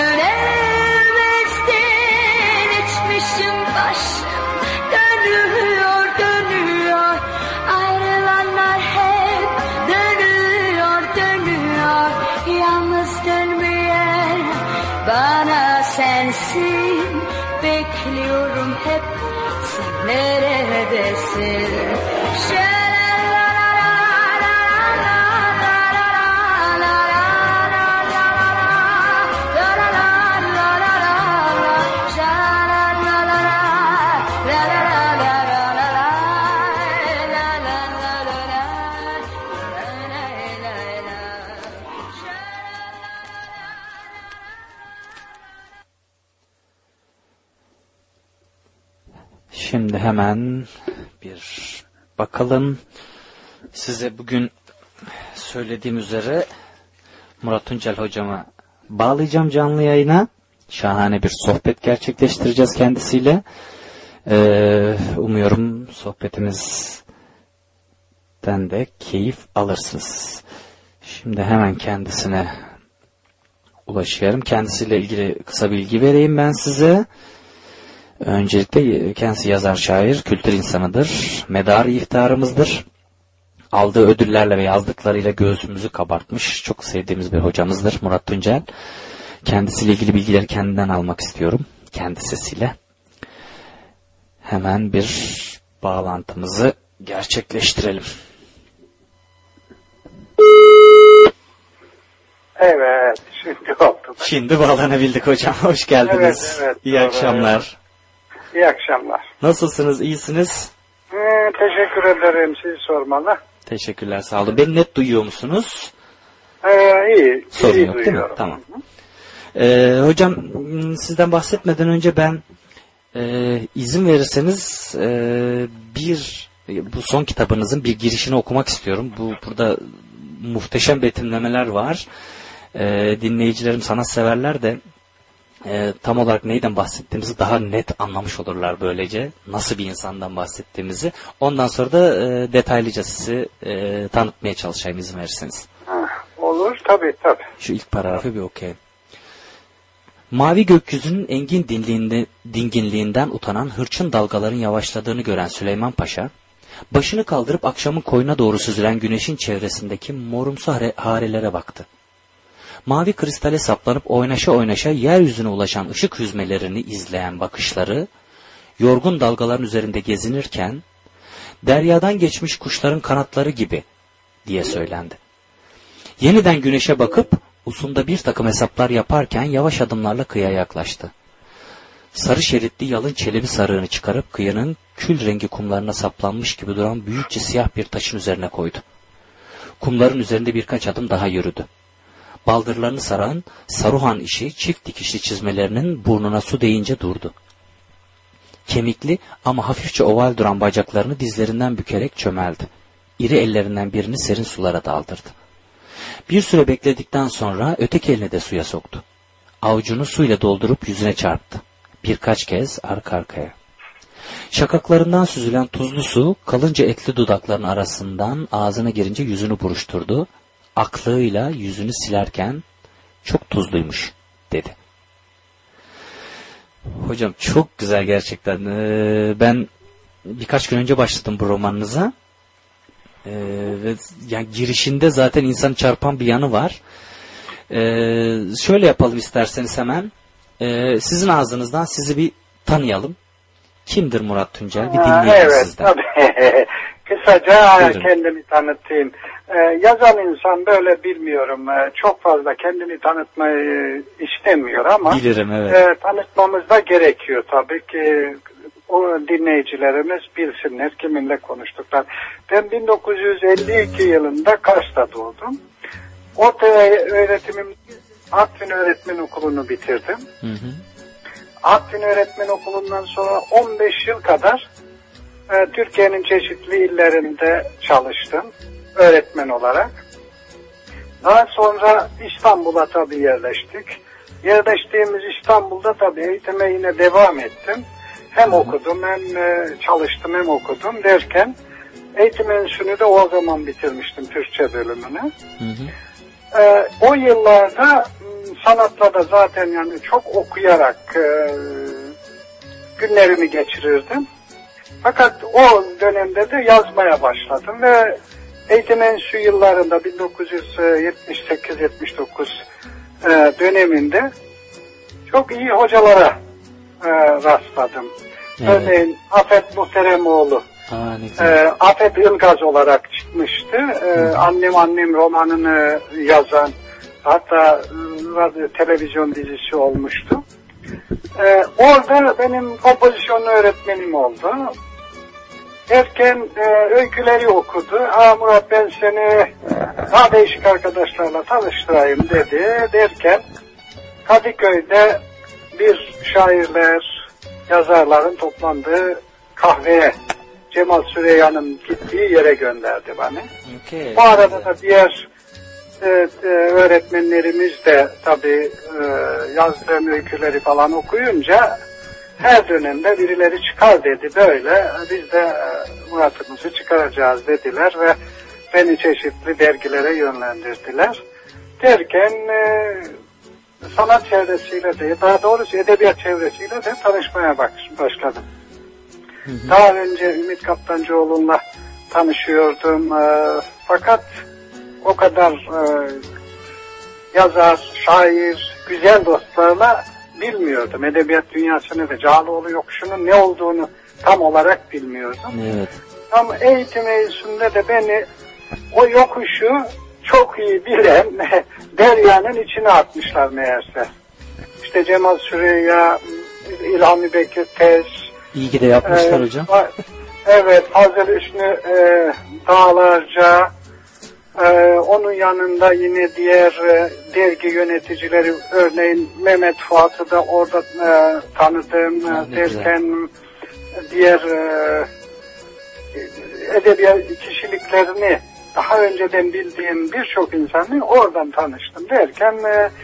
dönemezdin. İçmişim başım dönüyor, dönüyor, ayrılanlar hep dönüyor, dönüyor, yalnız dönmeyen bana sensin. Bekliyorum hep, sen neredesin? Şimdi hemen bir bakalım. Size bugün söylediğim üzere Murat Tuncel hocama bağlayacağım canlı yayına. Şahane bir sohbet gerçekleştireceğiz kendisiyle. Umuyorum sohbetimizden de keyif alırsınız. Şimdi hemen kendisine ulaşıyorum. Kendisiyle ilgili kısa bilgi vereyim ben size. Öncelikle kendisi yazar, şair, kültür insanıdır. Medar iftiharımızdır. Aldığı ödüllerle ve yazdıklarıyla göğsümüzü kabartmış. Çok sevdiğimiz bir hocamızdır Murat Tuncel. Kendisiyle ilgili bilgileri kendinden almak istiyorum. Kendi sesiyle. Hemen bir bağlantımızı gerçekleştirelim. Evet, şimdi oldu. Şimdi bağlanabildik hocam. Hoş geldiniz. Evet, İyi akşamlar. İyi akşamlar. Nasılsınız? İyisiniz? Teşekkür ederim. Sizi sormalı. Teşekkürler, sağ olun. Beni net duyuyor musunuz? İyi. Sorun iyi yok değil mi? duyuyorum. Tamam. Hocam sizden bahsetmeden önce ben izin verirseniz bu son kitabınızın bir girişini okumak istiyorum. Burada muhteşem betimlemeler var. Dinleyicilerim, sanatseverler de tam olarak neyden bahsettiğimizi daha net anlamış olurlar böylece. Nasıl bir insandan bahsettiğimizi. Ondan sonra da detaylıca sizi tanıtmaya çalışayım izin verirseniz. Olur tabii. Şu ilk paragrafı bir okuyayım. Mavi gökyüzünün engin dinginliğinden utanan hırçın dalgaların yavaşladığını gören Süleyman Paşa, başını kaldırıp akşamın koyuna doğru süzülen güneşin çevresindeki morumsu harelere baktı. Mavi kristale saplanıp oynaşa oynaşa yeryüzüne ulaşan ışık hüzmelerini izleyen bakışları, yorgun dalgaların üzerinde gezinirken, deryadan geçmiş kuşların kanatları gibi diye söylendi. Yeniden güneşe bakıp, usunda bir takım hesaplar yaparken yavaş adımlarla kıyıya yaklaştı. Sarı şeritli yalın çelebi sarığını çıkarıp kıyının kül rengi kumlarına saplanmış gibi duran büyükçe siyah bir taşın üzerine koydu. Kumların üzerinde birkaç adım daha yürüdü. Baldırlarını saran Saruhan işi çift dikişli çizmelerinin burnuna su değince durdu. Kemikli ama hafifçe oval duran bacaklarını dizlerinden bükerek çömeldi. İri ellerinden birini serin sulara daldırdı. Bir süre bekledikten sonra öteki elini de suya soktu. Avucunu suyla doldurup yüzüne çarptı. Birkaç kez arka arkaya. Şakaklarından süzülen tuzlu su kalınca etli dudakların arasından ağzına girince yüzünü buruşturdu. Aklıyla yüzünü silerken çok tuzluymuş dedi. Hocam çok güzel gerçekten. Ben birkaç gün önce başladım bu romanınıza. Ve yani girişinde zaten insanı çarpan bir yanı var. Şöyle yapalım isterseniz hemen. Sizin ağzınızdan sizi bir tanıyalım. Kimdir Murat Tuncel? Bir dinleyelim sizden. Evet tabii. Kısaca Buyurun. kendimi tanıtayım. Yazan insan böyle bilmiyorum. Çok fazla kendini tanıtmayı istemiyor ama Bilirim, evet. tanıtmamız da gerekiyor tabii ki. O dinleyicilerimiz bilsinler kiminle konuştuklar. Ben 1952 yılında Kars'ta doğdum. Orta öğretimim Artvin Öğretmen Okulu'nu bitirdim. Hı hı. Artvin Öğretmen Okulu'ndan sonra 15 yıl kadar Türkiye'nin çeşitli illerinde çalıştım öğretmen olarak. Daha sonra İstanbul'a tabii yerleştik. Yerleştiğimiz İstanbul'da tabii eğitime yine devam ettim. Hem okudum hem çalıştım hem okudum derken eğitim enstitüsünü de o zaman bitirmiştim Türkçe bölümünü. Hı hı. O yıllarda sanatla da zaten yani çok okuyarak günlerimi geçirirdim. Fakat o dönemde de yazmaya başladım ve eğitim enstitüsü yıllarında 1978-79 döneminde çok iyi hocalara rastladım. Evet. Örneğin Afet Muhteremoğlu. Ne güzel. Afet Ilgaz olarak çıkmıştı. Annem romanını yazan, hatta televizyon dizisi olmuştu. Orada benim kompozisyon öğretmenim oldu. Erken öyküleri okudu. Murat, ben seni daha değişik arkadaşlarla tanıştırayım dedi. Derken Kadıköy'de bir şairler, yazarların toplandığı kahveye Cemal Süreyya'nın gittiği yere gönderdi beni. Okay. Bu arada da diğer öğretmenlerimiz de tabii yazdığım öyküleri falan okuyunca her dönemde birileri çıkar dedi böyle. Biz de Murat'ımızı çıkaracağız dediler ve beni çeşitli dergilere yönlendirdiler. Derken sanat çevresiyle de, daha doğrusu edebiyat çevresiyle de tanışmaya başladım. Daha önce Ümit Kaptancıoğlu'nla tanışıyordum. Fakat o kadar yazar, şair, güzel dostlarla bilmiyordum. Edebiyat dünyasını ve Cağaloğlu yokuşunun ne olduğunu tam olarak bilmiyordum. Evet. Tam eğitim eğitiminde de beni o yokuşu çok iyi bilen deryanın içine atmışlar meğerse. İşte Cemal Süreyya, İlhami Bekir Tez. İyi ki de yapmışlar hocam. Evet, Fazıl Üstünü dağlarca. Onun yanında yine diğer dergi yöneticileri, örneğin Mehmet Fuat'ı da orada tanıdım derken diğer edebiyat kişiliklerini daha önceden bildiğim birçok insanla oradan tanıştım derken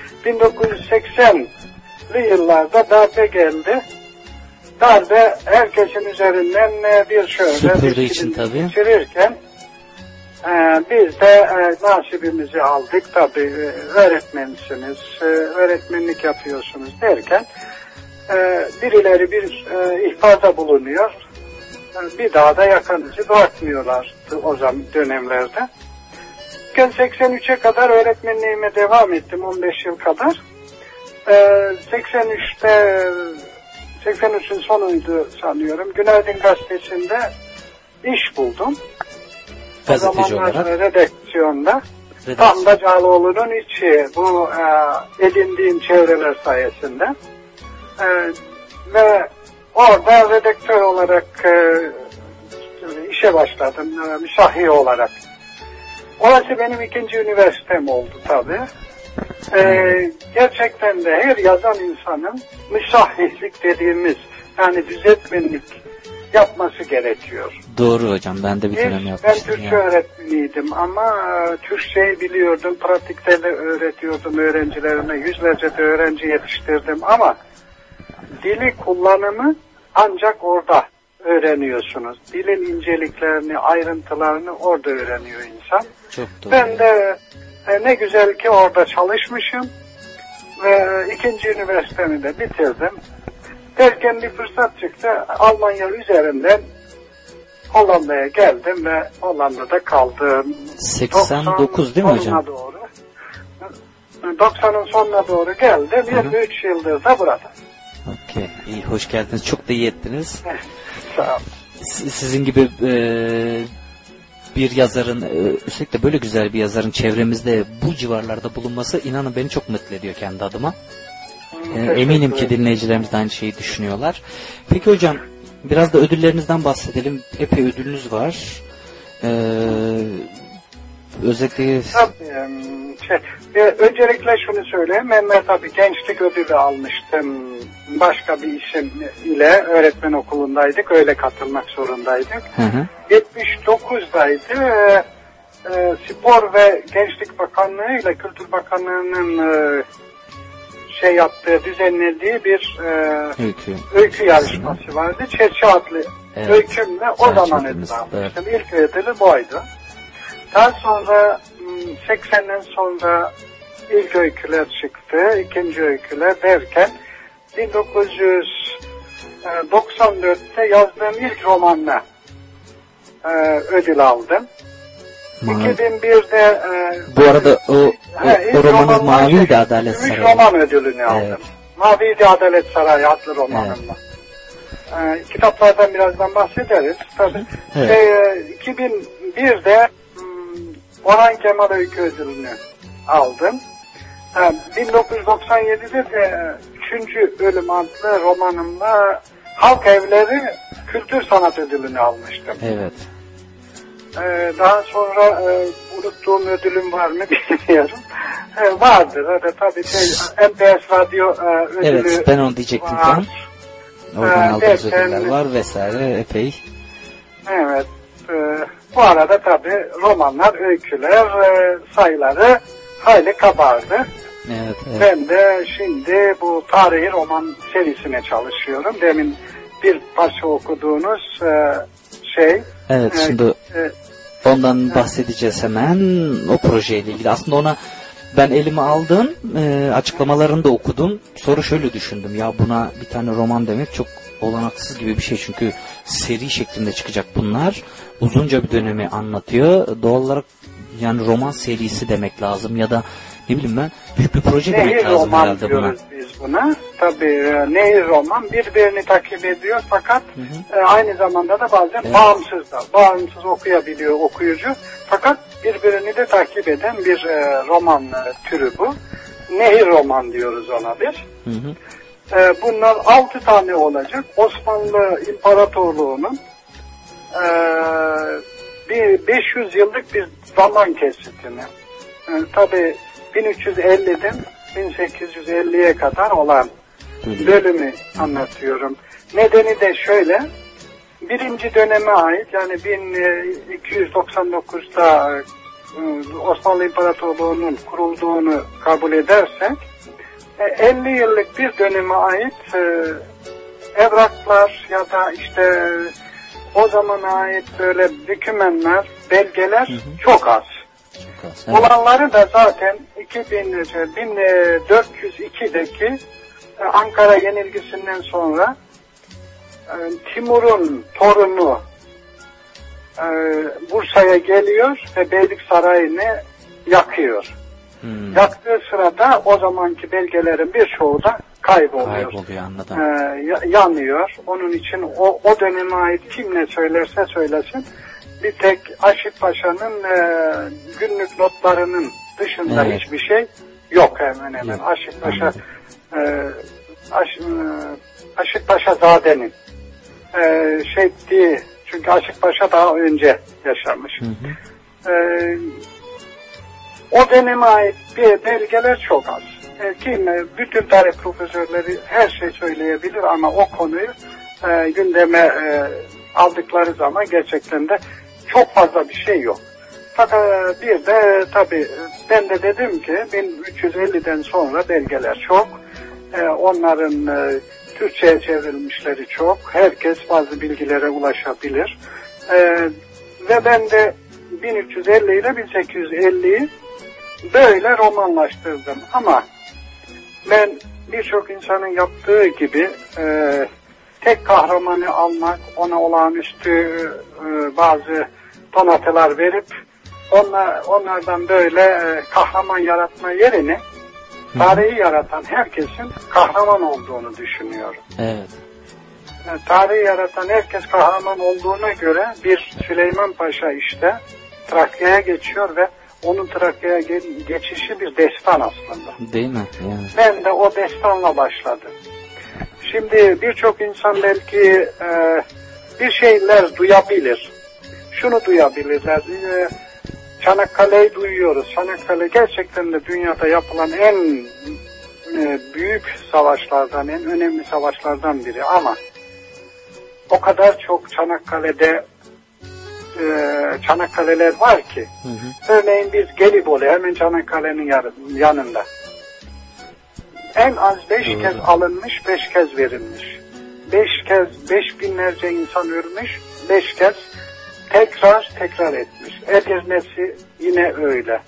1980'li yıllarda darbe geldi. Darbe herkesin üzerinden bir süpürdüğü için tabii. Geçirirken biz de nasibimizi aldık. Tabii öğretmensiniz, öğretmenlik yapıyorsunuz derken birileri bir ihbarda bulunuyor. Bir daha da yakanızı bırakmıyorlardı o zaman dönemlerde. 83'e kadar öğretmenliğime devam ettim, 15 yıl kadar. 83'ün sonuydu sanıyorum. Günaydın Gazetesi'nde iş buldum. Gazeteci olarak. Redaksiyonda. Tam da Cağaloğlu'nun içi. Bu edindiğim çevreler sayesinde. Ve orada redaktör olarak işe başladım. Müsahhi olarak. Orası benim ikinci üniversitem oldu tabii. Gerçekten de her yazan insanın müsahhihlik dediğimiz, yani düzeltmenlik yapması gerekiyor. Doğru hocam, ben de bir dönem yapmıştım. Ben Türkçe öğretmeniydim ama Türkçeyi biliyordum, pratikte de öğretiyordum öğrencilerime, yüzlerce de öğrenci yetiştirdim ama dili kullanımı ancak orada öğreniyorsunuz. Dilin inceliklerini, ayrıntılarını orada öğreniyor insan. Çok doğru. Ben de ne güzel ki orada çalışmışım ve ikinci üniversitemi de bitirdim. Derken bir fırsat çıktı. Almanya üzerinden Hollanda'ya geldim ve Hollanda'da kaldım. 89 değil mi hocam? Doğru. 90'ın sonuna doğru geldim. 23 yıldır da burada. Okey. İyi, hoş geldiniz. Çok da iyi ettiniz. Sağ olun. Sizin gibi bir yazarın, özellikle böyle güzel bir yazarın çevremizde bu civarlarda bulunması, inanın beni çok mutlu ediyor kendi adıma. Eminim ki dinleyicilerimiz de aynı şeyi düşünüyorlar. Peki hocam, biraz da ödüllerinizden bahsedelim. Epey ödülünüz var. Özellikle... öncelikle şunu söyleyeyim. Ben tabii gençlik ödülü almıştım. Başka bir isim ile öğretmen okulundaydık. Öyle katılmak zorundaydık. 79'daydı. Spor ve Gençlik Bakanlığı ile Kültür Bakanlığı'nın yaptığı, düzenlediği bir öykü yarışması vardı. Çerçe adlı öykümle o zaman ödül almıştım. İlk ödülü buydu. Daha sonra 80'den sonra ilk öyküler çıktı, ikinci öyküler derken 1994'te yazdığım ilk romanla ödül aldım. 2001'de bu arada o romanın Mavi'ydi, Adalet Sarayı. Roman ödülünü aldım. Maviydi Adalet Sarayı adlı romanımla. Kitaplardan birazdan bahsederiz. Tabii. Evet. 2001'de Orhan Kemal Öykü Ödülünü aldım. 1997'de de 3. Ölüm adlı romanımla Halk Evleri Kültür Sanat Ödülünü almıştım. Evet. Daha sonra unuttuğum ödülüm var mı bilmiyorum. Vardır. Tabii MPS Radyo ödülü. Evet, ben onu diyecektim var. tam. Oradan aldığımız ödüller var vesaire epey. Evet. Bu arada tabii romanlar, öyküler sayıları hayli kabardı. Evet, evet. Ben de şimdi bu tarihi roman serisine çalışıyorum. Demin bir parça okuduğunuz şey. Evet, şimdi ondan bahsedeceğiz hemen, o projeyle ilgili. Aslında ona ben elime aldım, açıklamalarını da okudum. Sonra şöyle düşündüm, ya buna bir tane roman demek çok olanaksız gibi bir şey. Çünkü seri şeklinde çıkacak bunlar. Uzunca bir dönemi anlatıyor. Doğal olarak yani roman serisi demek lazım ya da ne bileyim ben, büyük bir proje demek lazım herhalde buna. Nehir roman diyoruz biz buna. Tabii nehir roman birbirini takip ediyor fakat aynı zamanda da bazen bağımsız da. Bağımsız okuyabiliyor okuyucu. Fakat birbirini de takip eden bir roman türü bu. Nehir roman diyoruz ona biz. Bunlar 6 tane olacak. Osmanlı İmparatorluğu'nun bir 500 yıllık bir zaman kesitini. Tabii 1350'den 1850'ye kadar olan bölümü anlatıyorum. Nedeni de şöyle, birinci döneme ait, yani 1299'da Osmanlı İmparatorluğu'nun kurulduğunu kabul edersek 50 yıllık bir döneme ait evraklar ya da işte o zamana ait böyle dokümanlar, belgeler çok az. Evet. Olanları da zaten 1402'deki Ankara yenilgisinden sonra Timur'un torunu Bursa'ya geliyor ve Beylik Sarayı'nı yakıyor. Yaktığı sırada o zamanki belgelerin birçoğu da kayboluyor. Anladım. Yanıyor. Onun için o döneme ait kim ne söylerse söylesin, bir tek Aşık Paşa'nın günlük notlarının dışında hiçbir şey yok hemen hemen. Yok. Aşık Paşa Aşık Paşa Zade'nin çünkü Aşık Paşa daha önce yaşamış. O döneme ait belgeler çok az. Bütün tarih profesörleri her şey söyleyebilir ama o konuyu gündeme aldıkları zaman gerçekten de çok fazla bir şey yok. Fakat bir de tabii ben de dedim ki 1350'den sonra belgeler çok. Onların Türkçe'ye çevrilmişleri çok. Herkes bazı bilgilere ulaşabilir. Ve ben de 1350 ile 1850'yi böyle romanlaştırdım. Ama ben birçok insanın yaptığı gibi tek kahramanı almak, ona olağanüstü bazı donatılar verip onlardan böyle kahraman yaratma yerine tarihi yaratan herkesin kahraman olduğunu düşünüyorum. Evet. Tarihi yaratan herkes kahraman olduğuna göre bir Süleyman Paşa işte Trakya'ya geçiyor ve onun Trakya'ya geçişi bir destan aslında. Değil mi? Yani. Ben de o destanla başladım. Şimdi birçok insan belki bir şeyler duyabilir. Şunu duyabilirler. Çanakkale'yi duyuyoruz. Çanakkale gerçekten de dünyada yapılan en büyük savaşlardan, en önemli savaşlardan biri ama o kadar çok Çanakkale'ler var ki. Örneğin biz Gelibolu hemen Çanakkale'nin yanında. En az 5 kez alınmış, 5 kez verilmiş. 5 kez 5000'lerce insan ölmüş, 5 kez tekrar etmiş. Edirne'si yine öyle.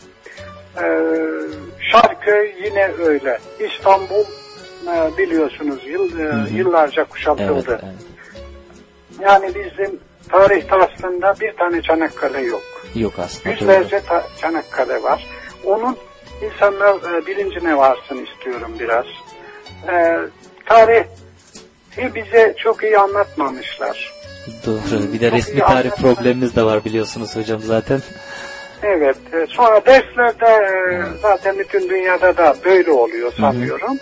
Şarköy yine öyle. İstanbul biliyorsunuz yıllarca kuşatıldı. Evet. Yani bizim tarihte aslında bir tane Çanakkale yok. Yok aslında. Yüzlerce Çanakkale var. Onun insanlar bilincine varsın istiyorum biraz. Tarihi bize çok iyi anlatmamışlar. Doğru. Bir de Çok resmi iyi tarih anlatmamışlar. problemimiz de var biliyorsunuz hocam zaten. Evet. Sonra derslerde zaten bütün dünyada da böyle oluyor sanıyorum.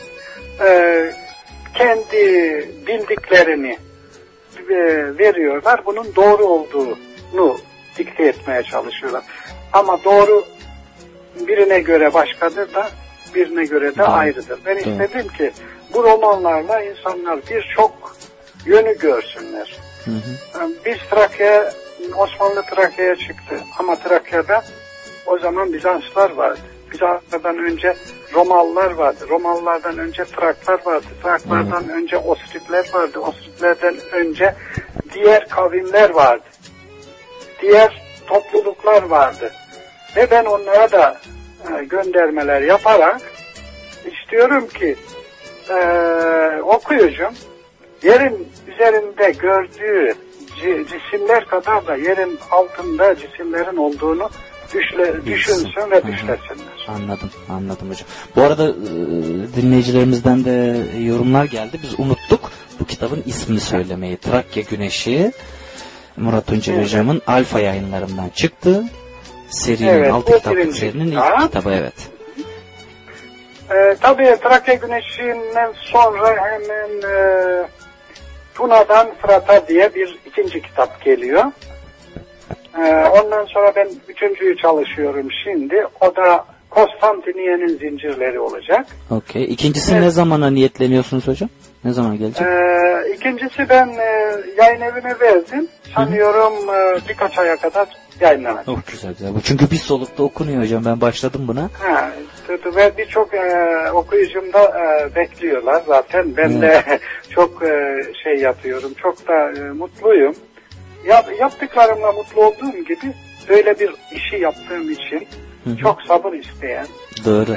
Kendi bildiklerini veriyorlar. Bunun doğru olduğunu dikte etmeye çalışıyorlar. Ama doğru birine göre başkadır da birine göre de ayrıdır. Ben istedim ki bu romanlarla insanlar birçok yönü görsünler. Biz Trakya, Osmanlı Trakya'ya çıktı. Ama Trakya'da o zaman Bizanslar vardı. Bizanslardan önce Romalılar vardı. Romalılardan önce Traklar vardı. Traklardan önce Osritler vardı. Osritlerden önce diğer kavimler vardı. Diğer topluluklar vardı. Ve ben onlara da göndermeler yaparak istiyorum ki okuyucum yerin üzerinde gördüğü cisimler kadar da yerin altında cisimlerin olduğunu düşünsün ve düşlesinler. Anladım hocam. Bu arada dinleyicilerimizden de yorumlar geldi. Biz unuttuk bu kitabın ismini söylemeyi. Trakya Güneşi, Murat Tuncel hocamın Alfa yayınlarından çıktı. Serinin 6 kitaplık serinin ilk kitabı, evet. Tabii Trakya Güneşi'nden sonra hemen Tuna'dan Fırat'a diye bir ikinci kitap geliyor. Ondan sonra ben üçüncüyü çalışıyorum şimdi. O da Konstantiniye'nin zincirleri olacak. Okey. İkincisi ne zamana niyetleniyorsunuz hocam? Ne zaman gelecek? İkincisi ben yayın evine verdim. Sanıyorum birkaç aya kadar yayınlanacak. Oh, güzel. Bu çünkü bir solukta okunuyor hocam. Ben başladım buna. Ve birçok okuyucum da bekliyorlar zaten. Ben de çok şey yapıyorum. Çok da mutluyum. Yaptıklarımla mutlu olduğum gibi böyle bir işi yaptığım için çok sabır isteyen, doğru.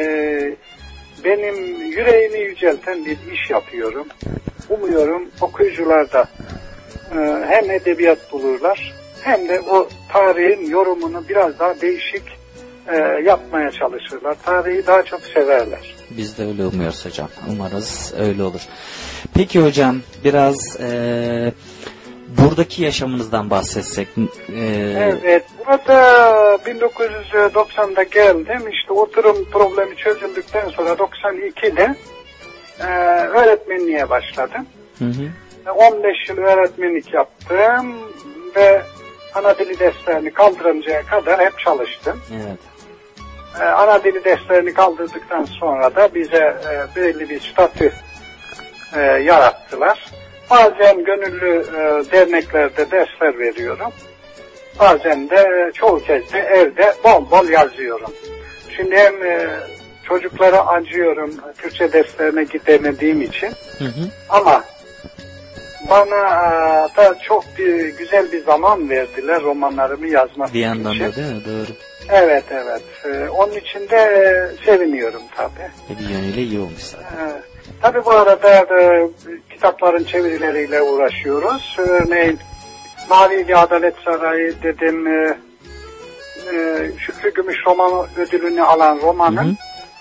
Benim yüreğimi yücelten bir iş yapıyorum. Umuyorum okuyucular da hem edebiyat bulurlar hem de o tarihin yorumunu biraz daha değişik yapmaya çalışırlar. Tarihi daha çok severler. Biz de öyle umuyoruz hocam. Umarız öyle olur. Peki hocam biraz buradaki yaşamınızdan bahsetsek. Evet, burada 1990'da geldim. İşte oturum problemi çözüldükten sonra 92'de öğretmenliğe başladım. 15 yıl öğretmenlik yaptım ve ana dili derslerini kaldırıncaya kadar hep çalıştım. Evet. Ana dili derslerini kaldırdıktan sonra da bize belli bir statü yarattılar. Bazen gönüllü derneklerde dersler veriyorum. Bazen de çoğu kez de evde bol bol yazıyorum. Şimdi hem çocuklara acıyorum Türkçe derslerine gidemediğim için. Ama bana da çok güzel bir zaman verdiler romanlarımı yazmak için. Bir yandan da değil mi? Doğru. Evet. Onun için de seviniyorum tabii. Bir yönüyle iyi olmuş zaten. Tabii bu arada kitapların çevirileriyle uğraşıyoruz. Örneğin Mavi bir Adalet Sarayı dedim. Şükrü Gümüş roman ödülünü alan romanın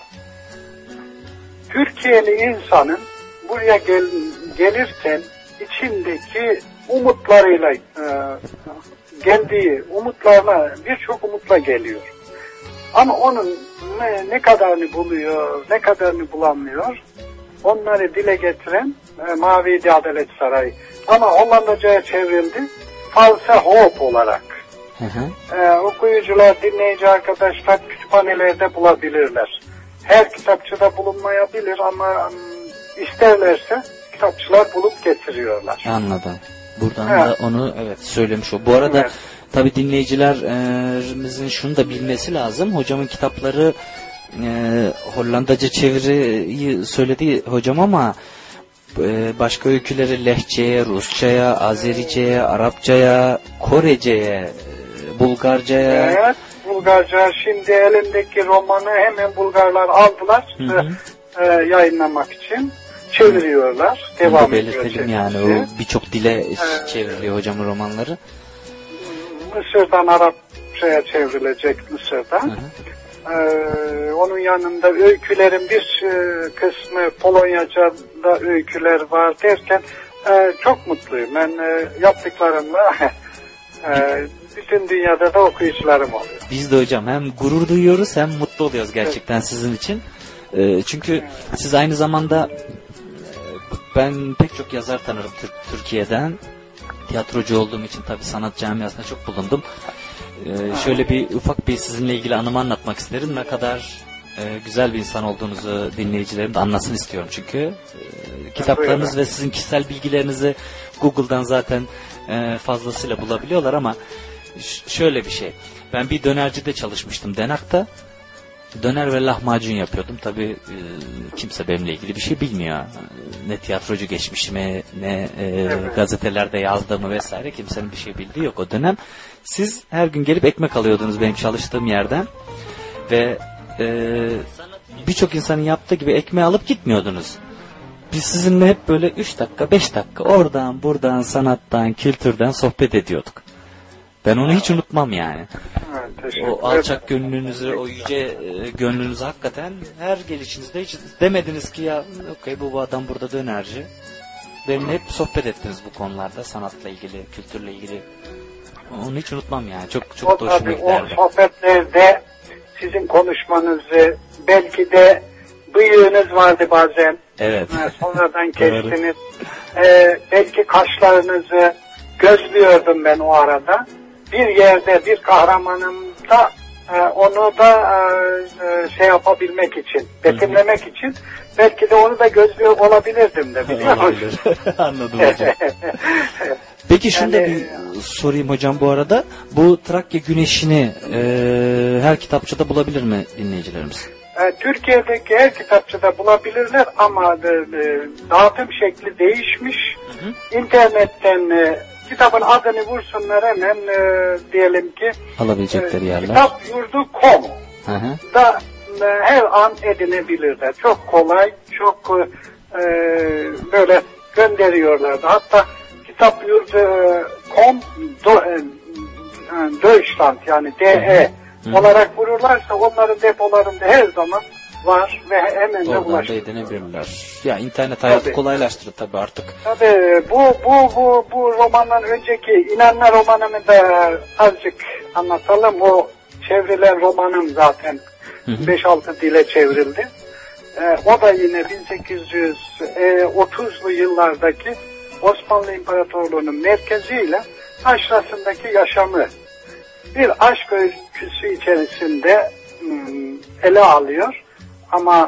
Türkiye'li insanın buraya gelirken içindeki umutlarıyla geldiği umutlarla birçok umutla geliyor. Ama onun ne kadarını buluyor, ne kadarını bulamıyor, onları dile getiren Mavi Adalet Sarayı. Ama Hollandaca'ya çevrildi. False Hope olarak. Okuyucular, dinleyici arkadaşlar kütüphanelerde bulabilirler. Her kitapçıda bulunmayabilir ama isterlerse kitapçılar bulup getiriyorlar. Anladım. Buradan da onu söylemiş o. Bu arada tabii dinleyicilerimizin şunu da bilmesi lazım. Hocamın kitapları Hollandaca çeviriyi söyledi hocam ama başka öyküleri Lehçe'ye, Rusça'ya, Azerice'ye, Arapça'ya, Korece'ye, Bulgarca'ya. Evet, Bulgarca. Şimdi elimdeki romanı hemen Bulgarlar aldılar yayınlamak için. Çeviriyorlar. Devam ediyor. Yani o birçok dile çevriliyor hocamın romanları. Mısır'dan Arapça'ya çevrilecek Mısır'dan. Onun yanında öykülerin bir kısmı Polonyaca'da öyküler var derken çok mutluyum. Ben yaptıklarımla bütün dünyada da okuyucularım oluyor. Biz de hocam hem gurur duyuyoruz hem mutlu oluyoruz gerçekten sizin için. Çünkü siz aynı zamanda ben pek çok yazar tanırım Türkiye'den. Tiyatrocu olduğum için tabii sanat camiasında çok bulundum. Şöyle bir ufak bir sizinle ilgili anımı anlatmak isterim. Ne kadar güzel bir insan olduğunuzu dinleyicilerim de anlasın istiyorum. Çünkü kitaplarınız ve sizin kişisel bilgilerinizi Google'dan zaten fazlasıyla bulabiliyorlar ama şöyle bir şey. Ben bir dönercide çalışmıştım Denak'ta. Döner ve lahmacun yapıyordum. Tabii kimse benimle ilgili bir şey bilmiyor. Ne tiyatrocu geçmişimi, ne gazetelerde yazdığımı vesaire kimsenin bir şey bildiği yok o dönem. Siz her gün gelip ekmek alıyordunuz benim çalıştığım yerden ve birçok insanın yaptığı gibi ekmeği alıp gitmiyordunuz. Biz sizinle hep böyle 3 dakika, 5 dakika oradan, buradan, sanattan, kültürden sohbet ediyorduk. Ben onu hiç unutmam yani. O alçak gönlünüzü, o yüce gönlünüzü hakikaten her gelişinizde hiç demediniz ki ya okey bu adam burada dönerci. Benimle hep sohbet ettiniz bu konularda, sanatla ilgili, kültürle ilgili. Onu hiç unutmam yani. Çok da hoşuma giderdi. O sohbetlerde sizin konuşmanızı, belki de bıyığınız vardı bazen. Evet. Sonradan kestiniz. Belki kaşlarınızı gözlüyordum ben o arada. Bir yerde bir kahramanımda onu da şey yapabilmek için, betimlemek için belki de onu da gözlüyor olabilirdim de, biliyor musun? Anladım hocam. Peki şunu da bir sorayım hocam bu arada. Bu Trakya Güneşi'ni her kitapçıda bulabilir mi dinleyicilerimiz? Türkiye'deki her kitapçıda bulabilirler ama dağıtım şekli değişmiş. İnternetten kitabın adını vursunlar hemen diyelim ki alabilecekleri yerler. Kitapyurdu.com da her an edinebilirler. Çok kolay, çok böyle gönderiyorlardı. Hatta Kitapyurdu.com Deutschland yani DE olarak vururlarsa onların depolarında her zaman var ve hemen de ulaşır. Oradan da edinebilirler. Ya internet hayatı kolaylaştırır tabii artık. Tabii bu romandan önceki İnanma romanını da azıcık anlatalım. O çevrilen romanım zaten 5-6 dile çevrildi. O da yine 1830'lu yıllardaki Osmanlı İmparatorluğu'nun merkeziyle taşrasındaki yaşamı bir aşk öyküsü içerisinde ele alıyor. Ama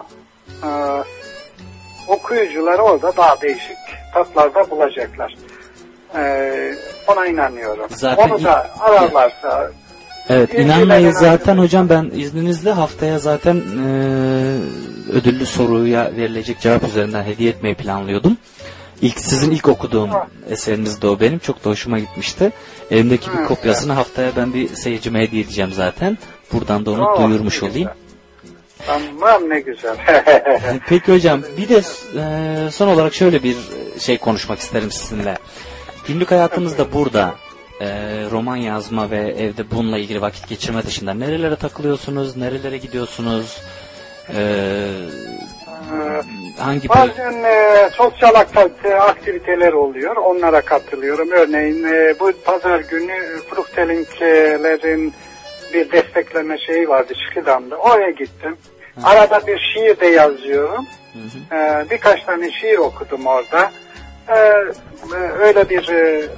okuyucuları orada daha değişik tatlarda bulacaklar. Ona inanıyorum. Zaten onu da ararlarsa. Evet, inanmayın zaten hocam, ben izninizle haftaya zaten ödüllü soruya verilecek cevap üzerinden hediye etmeyi planlıyordum. Sizin ilk okuduğum eseriniz de o benim. Çok da hoşuma gitmişti. Elimdeki bir kopyasını haftaya ben bir seyircime hediye edeceğim zaten. Buradan da onu duyurmuş olayım. Tamam, ne güzel. Peki hocam, bir de son olarak şöyle bir şey konuşmak isterim sizinle. Günlük hayatınızda burada roman yazma ve evde bununla ilgili vakit geçirme dışında nerelere takılıyorsunuz, nerelere gidiyorsunuz? Bazen sosyal aktiviteler oluyor, onlara katılıyorum. Örneğin bu pazar günü Fruchtelinglerin bir destekleme şeyi vardı Şıkıdam'da, oraya gittim. Arada bir şiir de yazıyorum. Birkaç tane şiir okudum orada. Öyle bir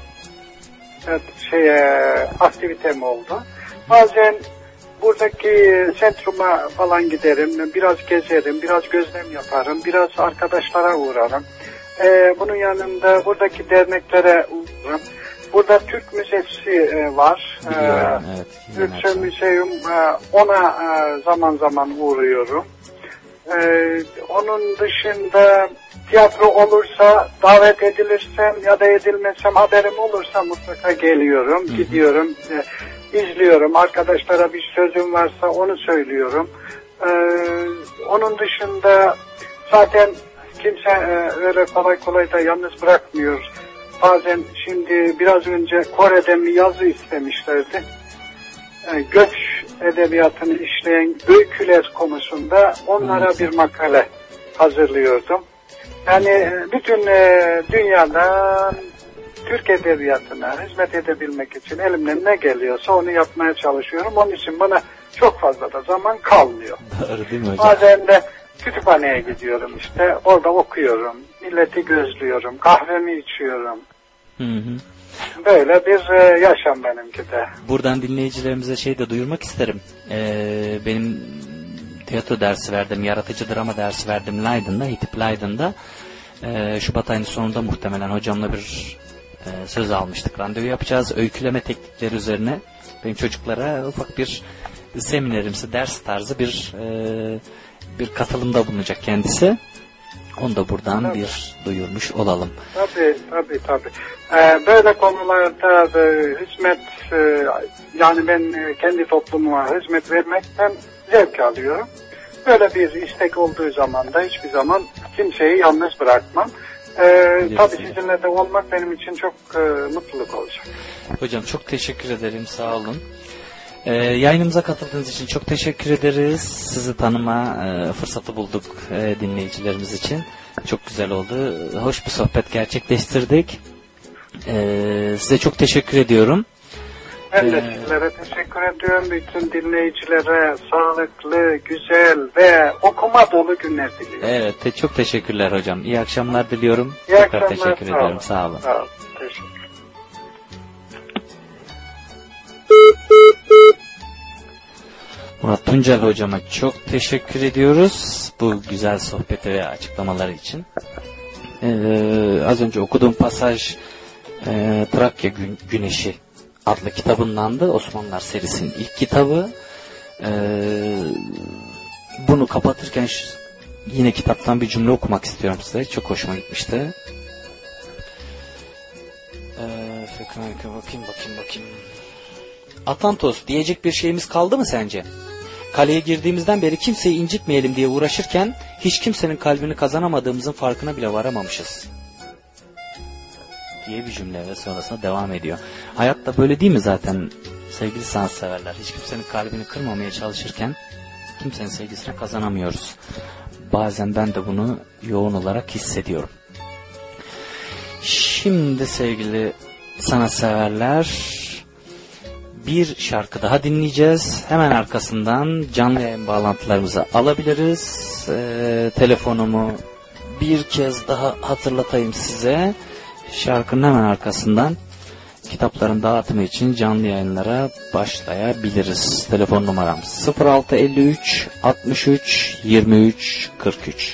aktivitem oldu. Bazen buradaki sentruma falan giderim, biraz gezerim, biraz gözlem yaparım, biraz arkadaşlara uğrarım. Bunun yanında buradaki derneklere uğrarım. Burada Türk Müzesi var. Türk Müzeyum, ona zaman zaman uğruyorum. Onun dışında tiyatro olursa, davet edilirsem ya da edilmezsem haberim olursa mutlaka geliyorum, gidiyorum, izliyorum. Arkadaşlara bir sözüm varsa onu söylüyorum. Onun dışında zaten kimse öyle kolay kolay da yalnız bırakmıyor. Bazen şimdi biraz önce Kore'den bir yazı istemişlerdi. Göç edebiyatını işleyen öyküler konusunda onlara bir makale hazırlıyordum. Yani bütün dünyadan Türk edebiyatına hizmet edebilmek için elimden ne geliyorsa onu yapmaya çalışıyorum. Onun için bana çok fazla da zaman kalmıyor. Doğru değil mi hocam? Bazen de kütüphaneye gidiyorum işte. Orada okuyorum. Milleti gözlüyorum. Kahvemi içiyorum. Hı hı. Böyle bir yaşam benimki de. Buradan dinleyicilerimize şey de duyurmak isterim. Benim tiyatro dersi verdim, yaratıcı drama dersi verdim Leiden'da, HİTİP Leiden'da. Şubat ayının sonunda muhtemelen hocamla bir söz almıştık. Randevu yapacağız. Öyküleme teknikleri üzerine benim çocuklara ufak bir seminerimsi, ders tarzı bir katılımda bulunacak kendisi. Onu da buradan tabii bir duyurmuş olalım. Tabii. Böyle konularda hizmet, yani ben kendi toplumuma hizmet vermekten zevk alıyorum. Böyle bir istek olduğu zaman da hiçbir zaman kimseyi yalnız bırakmam. Tabii sizinle de olmak benim için çok mutluluk olacak. Hocam çok teşekkür ederim, sağ olun. Yayınımıza katıldığınız için çok teşekkür ederiz. Sizi tanıma fırsatı bulduk dinleyicilerimiz için. Çok güzel oldu. Hoş bir sohbet gerçekleştirdik. Size çok teşekkür ediyorum. Ben de sizlere teşekkür ediyorum. Bütün dinleyicilere sağlıklı, güzel ve okuma dolu günler diliyorum. Evet, çok teşekkürler hocam. İyi akşamlar diliyorum. İyi akşamlar. Teşekkür ediyorum. Sağ olun. Sağ olun. Teşekkür. Murat Tuncel hocama çok teşekkür ediyoruz bu güzel sohbeti ve açıklamaları için. Az önce okuduğum pasaj Trakya Güneşi adlı kitabındandı. Osmanlılar serisinin ilk kitabı. Bunu kapatırken yine kitaptan bir cümle okumak istiyorum size. Çok hoşuma gitmişti. Bakayım. Atantos, diyecek bir şeyimiz kaldı mı sence? Kaleye girdiğimizden beri kimseyi incitmeyelim diye uğraşırken hiç kimsenin kalbini kazanamadığımızın farkına bile varamamışız. Diye bir cümle ve sonrasında devam ediyor. Hayatta böyle değil mi zaten sevgili sanatseverler? Hiç kimsenin kalbini kırmamaya çalışırken kimsenin sevgisini kazanamıyoruz. Bazen ben de bunu yoğun olarak hissediyorum. Şimdi sevgili sanatseverler, bir şarkı daha dinleyeceğiz. Hemen arkasından canlı yayın bağlantılarımızı alabiliriz. Telefonumu bir kez daha hatırlatayım size. Şarkının hemen arkasından kitapların dağıtımı için canlı yayınlara başlayabiliriz. Telefon numaram 0653 63 23 43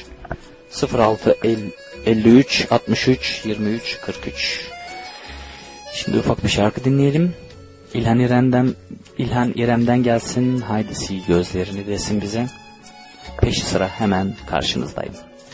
0653 63 23 43. Şimdi ufak bir şarkı dinleyelim. İlhan İrem'den gelsin, haydi sil gözlerini desin bize. Peşi sıra hemen karşınızdayım.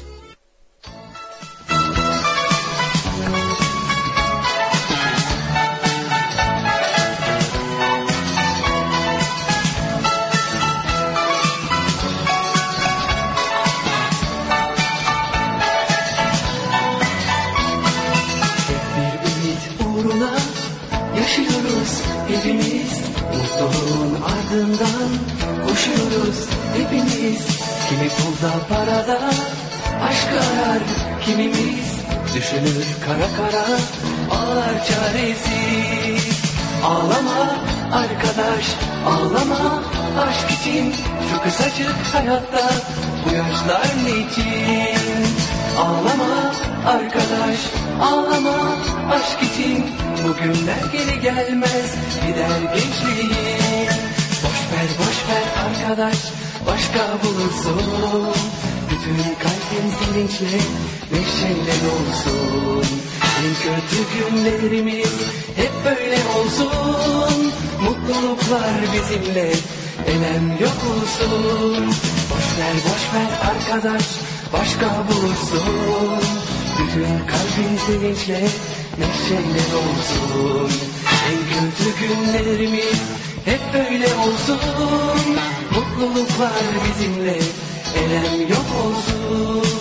Hepimiz mutluluğun ardından koşuyoruz hepimiz. Kimi pulda parada aşk arar, kimimiz düşünür kara kara ağlar çaresiz. Ağlama arkadaş, ağlama aşk için, şu kısacık hayatta bu yaşlar niçin? Ağlama arkadaş, ağlama aşk için, bugünler geri gelmez, gider gençliğin. Boş ver arkadaş, başka bulursun. Bütün kalbin sevinçle, neşeyle dolsun. En kötü günlerimiz hep böyle olsun. Mutluluklar bizimle, elem yok olsun. Boş ver arkadaş, başka bulursun. Bütün kalbin sevinçle, neşeyle dolsun. En kötü günlerimiz hep böyle olsun. Mutluluklar bizimle, elem yok olsun.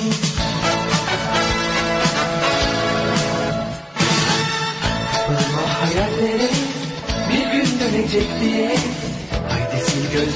Bakma hayallere bir gün dönecek diye, haydi sil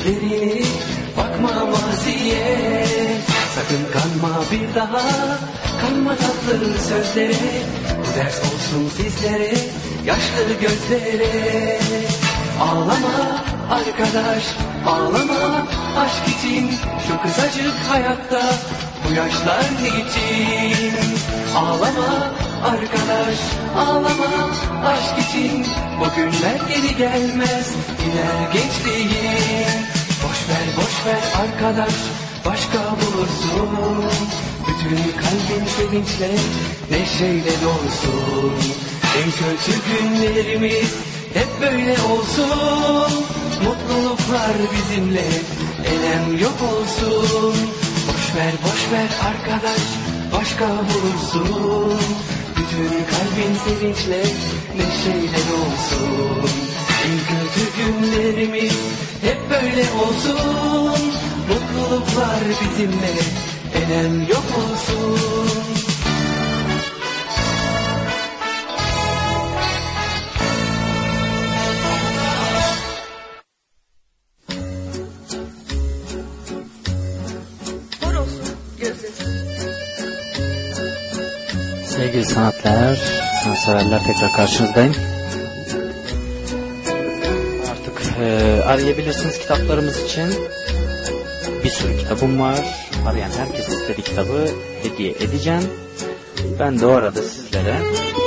bir daha kanma tatlı sözlere. Bu ders olsun sizlere, yaşlı gözlere. Ağlama arkadaş, ağlama aşk için, şu kısacık hayatta bu yaşlar için. Ağlama arkadaş, ağlama aşk için, bu günler geri gelmez, iner gençliğin. Boş ver arkadaş, başka bulursun. Bütün kalbin sevinçle, neşeyle dolsun. En kötü günlerimiz hep böyle olsun. Mutluluklar bizimle, elem yok olsun. Boş ver arkadaş, başka bulursun. Bütün kalbin sevinçle, neşeyle dolsun. En kötü günlerimiz hep böyle olsun. Mutluluklar bizimle, elem yok olsun. Hor olsun gözü. Sevgili sanatseverler, tekrar karşınızdayım. Artık arayabilirsiniz kitaplarımız için. Bir sürü kitabım var. Arayan herkes istediği kitabı hediye edeceğim. Ben de o arada sizlere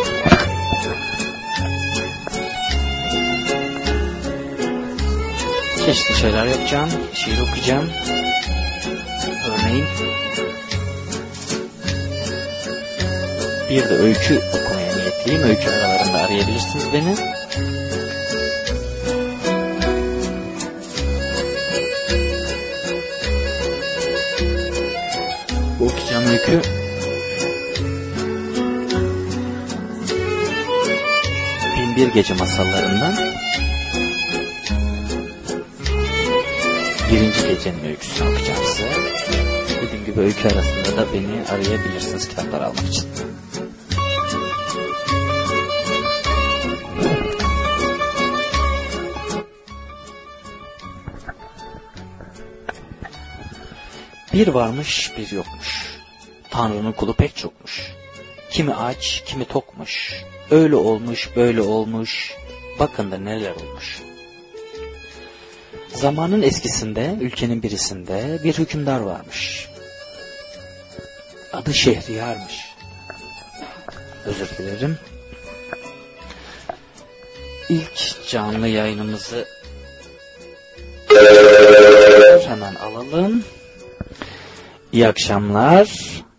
çeşitli şeyler yapacağım. Şiir okuyacağım. Örneğin bir de öykü okumaya niyetliyim. Öykü aralarında arayabilirsiniz beni. Bu okuyacağım öykü Binbir Gece masallarından birinci gecenin öyküsünü okuyacağım size. Dediğim gibi öykü arasında da beni arayabilirsiniz kitaplar almak için. Bir varmış bir yokmuş. Tanrı'nın kulu pek çokmuş. Kimi aç, kimi tokmuş. Öyle olmuş, böyle olmuş. Bakın da neler olmuş. Zamanın eskisinde, ülkenin birisinde bir hükümdar varmış. Adı Şehriyar'mış. Özür dilerim. İlk canlı yayınımızı hemen alalım. İyi akşamlar.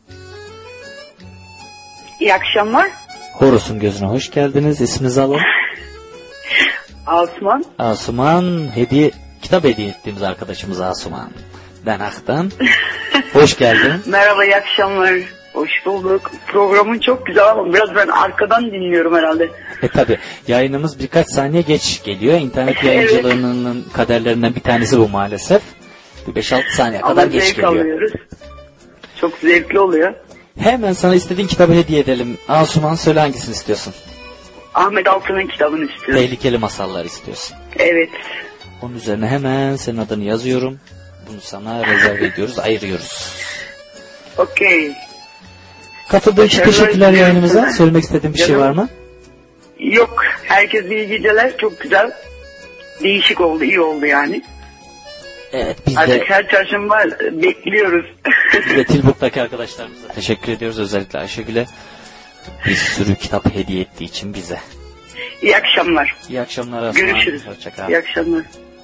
İyi akşamlar. Horus'un gözüne hoş geldiniz. İsminizi alın. Asuman. Asuman, kitap hediye ettiğimiz arkadaşımız Asuman. Ben Ak'tan. Hoş geldin. Merhaba, iyi akşamlar. Hoş bulduk. Programın çok güzel ama biraz ben arkadan dinliyorum herhalde. Tabi yayınımız birkaç saniye geç geliyor. İnternet yayıncılığının kaderlerinden bir tanesi bu maalesef. 5-6 saniye kadar geç geliyor. Alıyoruz. Çok zevkli oluyor. Hemen sana istediğin kitabı hediye edelim. Asuman, söyle hangisini istiyorsun? Ahmet Altan'ın kitabını istiyorum. Tehlikeli masallar istiyorsun. Evet. Onun üzerine hemen senin adını yazıyorum. Bunu sana rezerve ediyoruz, ayırıyoruz. Okey. Katıldığın için teşekkürler yayınımıza. Söylemek istediğin bir şey var mı? Yok. Herkese iyi geceler. Çok güzel. Değişik oldu, iyi oldu yani. Evet, biz artık de her çarşamba bekliyoruz. biz de Tilburg'daki arkadaşlarımıza teşekkür ediyoruz. Özellikle Ayşegül'e bir sürü kitap hediye ettiği için bize. İyi akşamlar. İyi akşamlar. Görüşürüz. Hoşça kal. İyi akşamlar.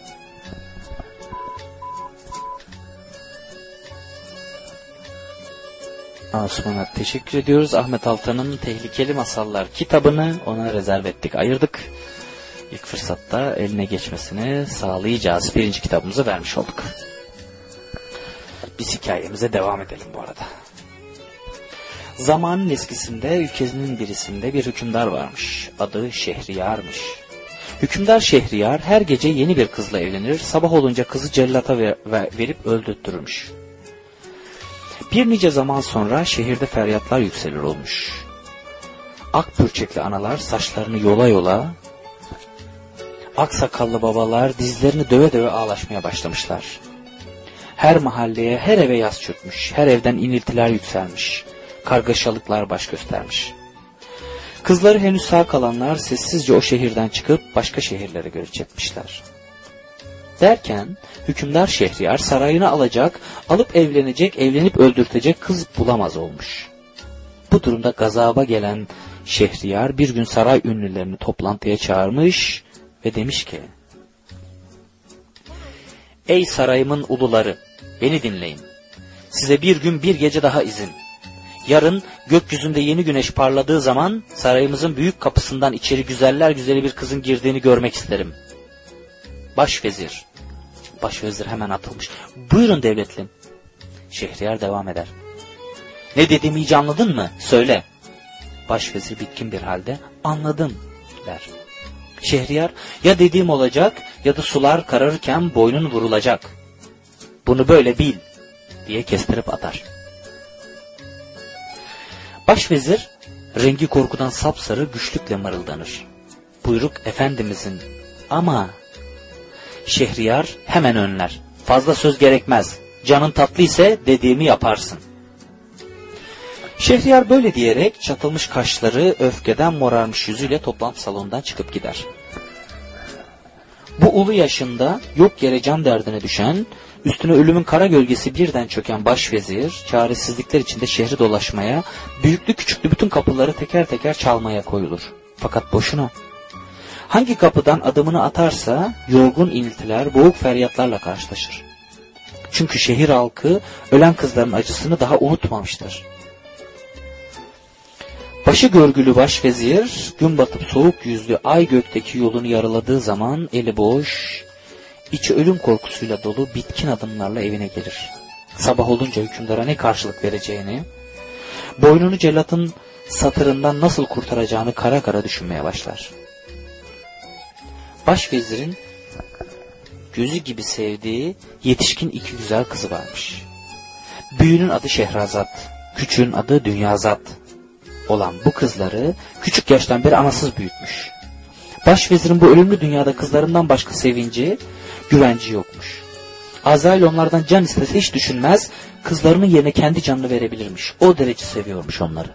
Asuman'a teşekkür ediyoruz. Ahmet Altan'ın Tehlikeli Masallar kitabını ona rezerve ettik, ayırdık. İlk fırsatta eline geçmesini sağlayacağız. Birinci kitabımızı vermiş olduk. Biz hikayemize devam edelim bu arada. Zamanın eskisinde ülkenin birisinde bir hükümdar varmış. Adı Şehriyar'mış. Hükümdar Şehriyar her gece yeni bir kızla evlenir. Sabah olunca kızı cellata verip öldürtürmüş. Bir nice zaman sonra şehirde feryatlar yükselir olmuş. Ak pürçekli analar saçlarını yola yola, ak sakallı babalar dizlerini döve döve ağlaşmaya başlamışlar. Her mahalleye, her eve yas çökmüş. Her evden iniltiler yükselmiş. Kargaşalıklar baş göstermiş. Kızları henüz sağ kalanlar sessizce o şehirden çıkıp başka şehirlere göç etmişler. Derken hükümdar Şehriyar sarayını alacak, alıp evlenecek, evlenip öldürtecek kız bulamaz olmuş. Bu durumda gazaba gelen Şehriyar bir gün saray ünlülerini toplantıya çağırmış ve demiş ki: "Ey sarayımın uluları, beni dinleyin. Size bir gün bir gece daha izin. Yarın gökyüzünde yeni güneş parladığı zaman sarayımızın büyük kapısından içeri güzeller güzeli bir kızın girdiğini görmek isterim." Başvezir. Başvezir hemen atılmış. "Buyurun devletlim." Şehriyar devam eder. "Ne dediğimi iyice anladın mı? Söyle." Başvezir bitkin bir halde "Anladım" der. Şehriyar, "Ya dediğim olacak ya da sular kararırken boynun vurulacak. Bunu böyle bil" diye kestirip atar. Başvezir rengi korkudan sapsarı güçlükle mırıldanır. "Buyruk efendimizin ama..." Şehriyar hemen önler. "Fazla söz gerekmez. Canın tatlı ise dediğimi yaparsın." Şehriyar böyle diyerek çatılmış kaşları, öfkeden morarmış yüzüyle toplantı salonundan çıkıp gider. Bu ulu yaşında yok yere can derdine düşen, üstüne ölümün kara gölgesi birden çöken başvezir, çaresizlikler içinde şehri dolaşmaya, büyüklü küçüklü bütün kapıları teker teker çalmaya koyulur. Fakat boşuna. Hangi kapıdan adımını atarsa yorgun iniltiler, boğuk feryatlarla karşılaşır. Çünkü şehir halkı ölen kızların acısını daha unutmamıştır. Başı görgülü başvezir, gün batıp soğuk yüzlü ay gökteki yolunu yarıladığı zaman eli boş, içi ölüm korkusuyla dolu bitkin adımlarla evine gelir. Sabah olunca hükümdara ne karşılık vereceğini, boynunu cellatın satırından nasıl kurtaracağını kara kara düşünmeye başlar. Başvezirin gözü gibi sevdiği yetişkin iki güzel kızı varmış. Büyüğünün adı Şehrazat, küçüğün adı Dünyazat olan bu kızları küçük yaştan beri anasız büyütmüş. Başvezirin bu ölümlü dünyada kızlarından başka sevinci, güvenci yokmuş. Azrail onlardan can istese hiç düşünmez, kızlarının yerine kendi canını verebilirmiş. O derece seviyormuş onları.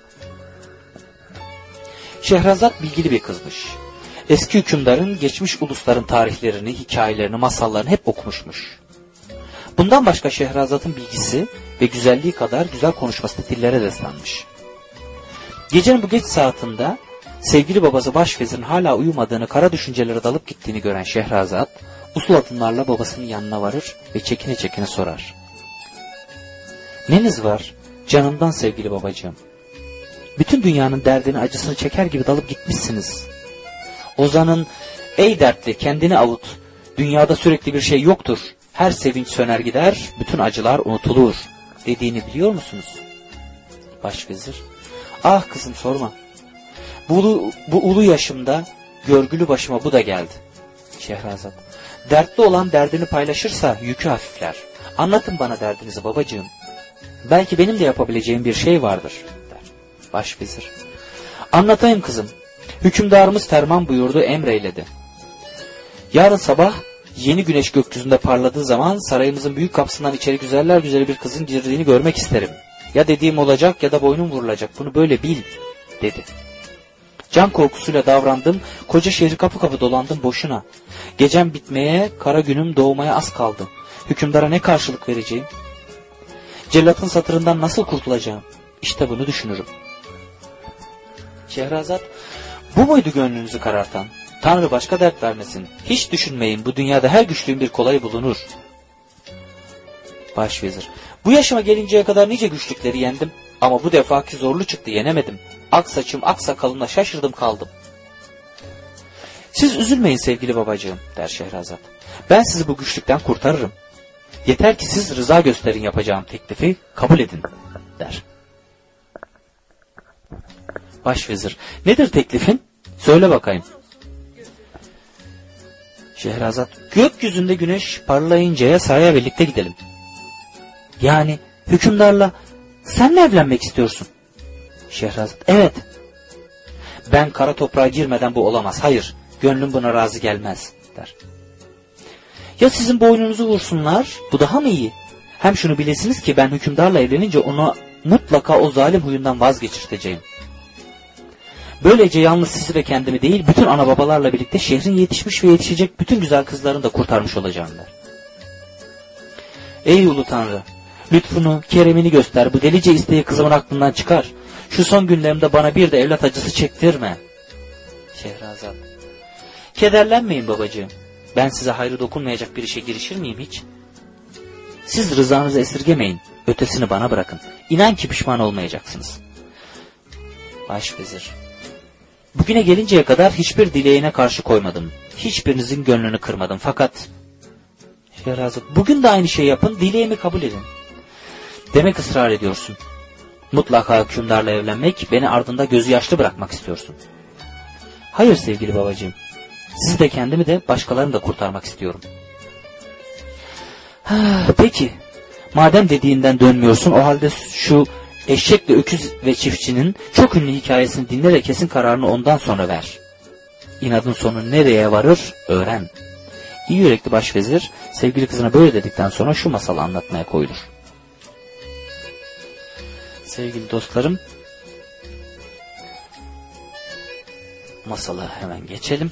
Şehrazat bilgili bir kızmış. Eski hükümdarın, geçmiş ulusların tarihlerini, hikayelerini, masallarını hep okumuşmuş. Bundan başka Şehrazat'ın bilgisi ve güzelliği kadar güzel konuşması da dillere deslanmış. Gecenin bu geç saatinde sevgili babası başvezirin hala uyumadığını, kara düşüncelere dalıp gittiğini gören Şehrazat, usul adımlarla babasının yanına varır ve çekine çekine sorar. "Neniz var canımdan sevgili babacığım? Bütün dünyanın derdini, acısını çeker gibi dalıp gitmişsiniz. Ozan'ın 'Ey dertli kendini avut, dünyada sürekli bir şey yoktur, her sevinç söner gider, bütün acılar unutulur' dediğini biliyor musunuz?" Başvezir, "Ah kızım sorma. Bu ulu yaşımda görgülü başıma bu da geldi." Şehrazat, "Dertli olan derdini paylaşırsa yükü hafifler. Anlatın bana derdinizi babacığım. Belki benim de yapabileceğim bir şey vardır" der. Başvezir, "Anlatayım kızım. Hükümdarımız ferman buyurdu, emreyledi. Yarın sabah yeni güneş gökyüzünde parladığı zaman sarayımızın büyük kapısından içeri güzeller güzeli bir kızın girdiğini görmek isterim. Ya dediğim olacak ya da boynum vurulacak, bunu böyle bil" dedi. "Can korkusuyla davrandım, koca şehri kapı kapı dolandım boşuna. Gecem bitmeye, kara günüm doğmaya az kaldı. Hükümdara ne karşılık vereceğim? Cellatın satırından nasıl kurtulacağım? İşte bunu düşünürüm." Şehrazat, "Bu muydu gönlünüzü karartan? Tanrı başka dert vermesin. Hiç düşünmeyin, bu dünyada her güçlüğün bir kolayı bulunur." Başvezir, "Bu yaşıma gelinceye kadar nice güçlükleri yendim. Ama bu defaki zorlu çıktı, yenemedim. Ak saçım ak sakalımla şaşırdım kaldım." "Siz üzülmeyin sevgili babacığım" der Şehrazat. "Ben sizi bu güçlükten kurtarırım. Yeter ki siz rıza gösterin, yapacağım teklifi kabul edin" der. Başvezir, "Nedir teklifin? Söyle bakayım." Şehrazat, "Gökyüzünde güneş parlayıncaya saraya birlikte gidelim." "Yani hükümdarla sen mi evlenmek istiyorsun?" Şehrazat, "Evet." "Ben kara toprağa girmeden bu olamaz. Hayır, gönlüm buna razı gelmez" der. "Ya sizin boynunuzu vursunlar, bu daha mı iyi? Hem şunu bilesiniz ki ben hükümdarla evlenince onu mutlaka o zalim huyundan vazgeçirteceğim. Böylece yalnız sizi ve kendimi değil, bütün ana babalarla birlikte şehrin yetişmiş ve yetişecek bütün güzel kızlarını da kurtarmış olacağım der. Ey ulu Tanrı, lütfunu, keremini göster, bu delice isteği kızımın aklından çıkar. Şu son günlerimde bana bir de evlat acısı çektirme. Şehrazat: Kederlenmeyin babacığım. Ben size hayrı dokunmayacak bir işe girişir miyim hiç? Siz rızanızı esirgemeyin. Ötesini bana bırakın. İnan ki pişman olmayacaksınız. Başvezir: Bugüne gelinceye kadar hiçbir dileğine karşı koymadım. Hiçbirinizin gönlünü kırmadım. Fakat Şehrazat: Bugün de aynı şey yapın. Dileğimi kabul edin. Demek ısrar ediyorsun. Mutlaka hükümdarla evlenmek, beni ardında gözü yaşlı bırakmak istiyorsun. Hayır sevgili babacığım. Sizi de kendimi de başkalarını da kurtarmak istiyorum. Peki. Madem dediğinden dönmüyorsun, o halde şu eşekle öküz ve çiftçinin çok ünlü hikayesini dinle de kesin kararını ondan sonra ver. İnadın sonu nereye varır öğren. İyi yürekli başvezir sevgili kızına böyle dedikten sonra şu masalı anlatmaya koyulur. Sevgili dostlarım, masala hemen geçelim.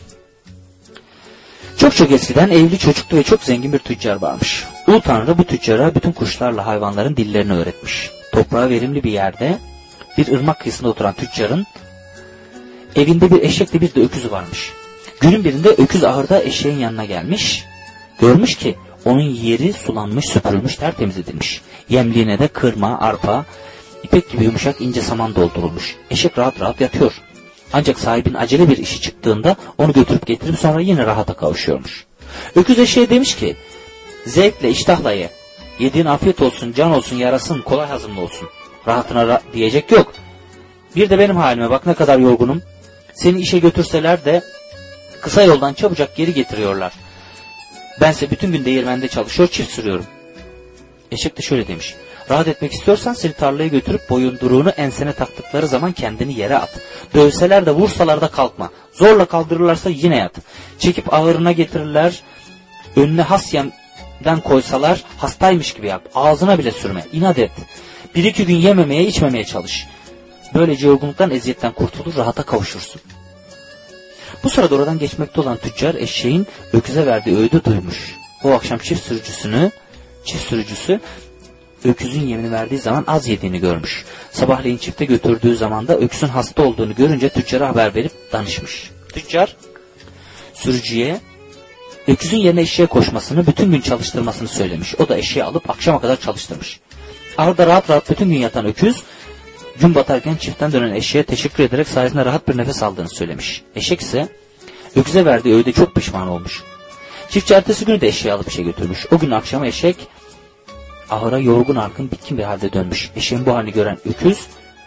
Çok eskiden evli, çocuklu ve çok zengin bir tüccar varmış. Ulu Tanrı bu tüccara bütün kuşlarla hayvanların dillerini öğretmiş. Toprağı verimli bir yerde bir ırmak kıyısında oturan tüccarın evinde bir eşekle bir de öküzü varmış. Günün birinde öküz ahırda eşeğin yanına gelmiş. Görmüş ki onun yeri sulanmış, süpürülmüş, tertemiz edilmiş. Yemliğine de kırma, arpa, ipek gibi yumuşak ince saman doldurulmuş. Eşek rahat rahat yatıyor. Ancak sahibin acele bir işi çıktığında onu götürüp getirip sonra yine rahata kavuşuyormuş. Öküz eşeğe demiş ki, zevkle, iştahla ye. Yediğin afiyet olsun, can olsun, yarasın, kolay hazımlı olsun. Rahatına diyecek yok. Bir de benim halime bak, ne kadar yorgunum. Seni işe götürseler de kısa yoldan çabucak geri getiriyorlar. Bense bütün gün değirmende çalışıyor, çift sürüyorum. Eşek de şöyle demiş. Rahat etmek istiyorsan seni tarlaya götürüp boyunduruğunu ensene taktıkları zaman kendini yere at. Dövseler de vursalar da kalkma. Zorla kaldırırlarsa yine yat. Çekip ağırına getirirler. Önüne has yemden koysalar hastaymış gibi yap. Ağzına bile sürme. İnat et. 1-2 gün yememeye içmemeye çalış. Böylece yorgunluktan, eziyetten kurtulur, rahata kavuşursun. Bu sırada oradan geçmekte olan tüccar eşeğin öküze verdiği öğüdü duymuş. O akşam çift sürücüsü öküzün yemini verdiği zaman az yediğini görmüş. Sabahleyin çifte götürdüğü zaman da öküzün hasta olduğunu görünce tüccara haber verip danışmış. Tüccar sürücüye öküzün yerine eşeğe koşmasını, bütün gün çalıştırmasını söylemiş. O da eşeği alıp akşama kadar çalıştırmış. Arada rahat rahat bütün gün yatan öküz, gün batarken çiftten dönen eşeğe teşekkür ederek sayesinde rahat bir nefes aldığını söylemiş. Eşek ise öküze verdiği öğüde çok pişman olmuş. Çiftçi ertesi günü de eşeği alıp işe götürmüş. O gün akşam eşek ahıra yorgun argın, bitkin bir halde dönmüş. Eşeğin bu halini gören öküz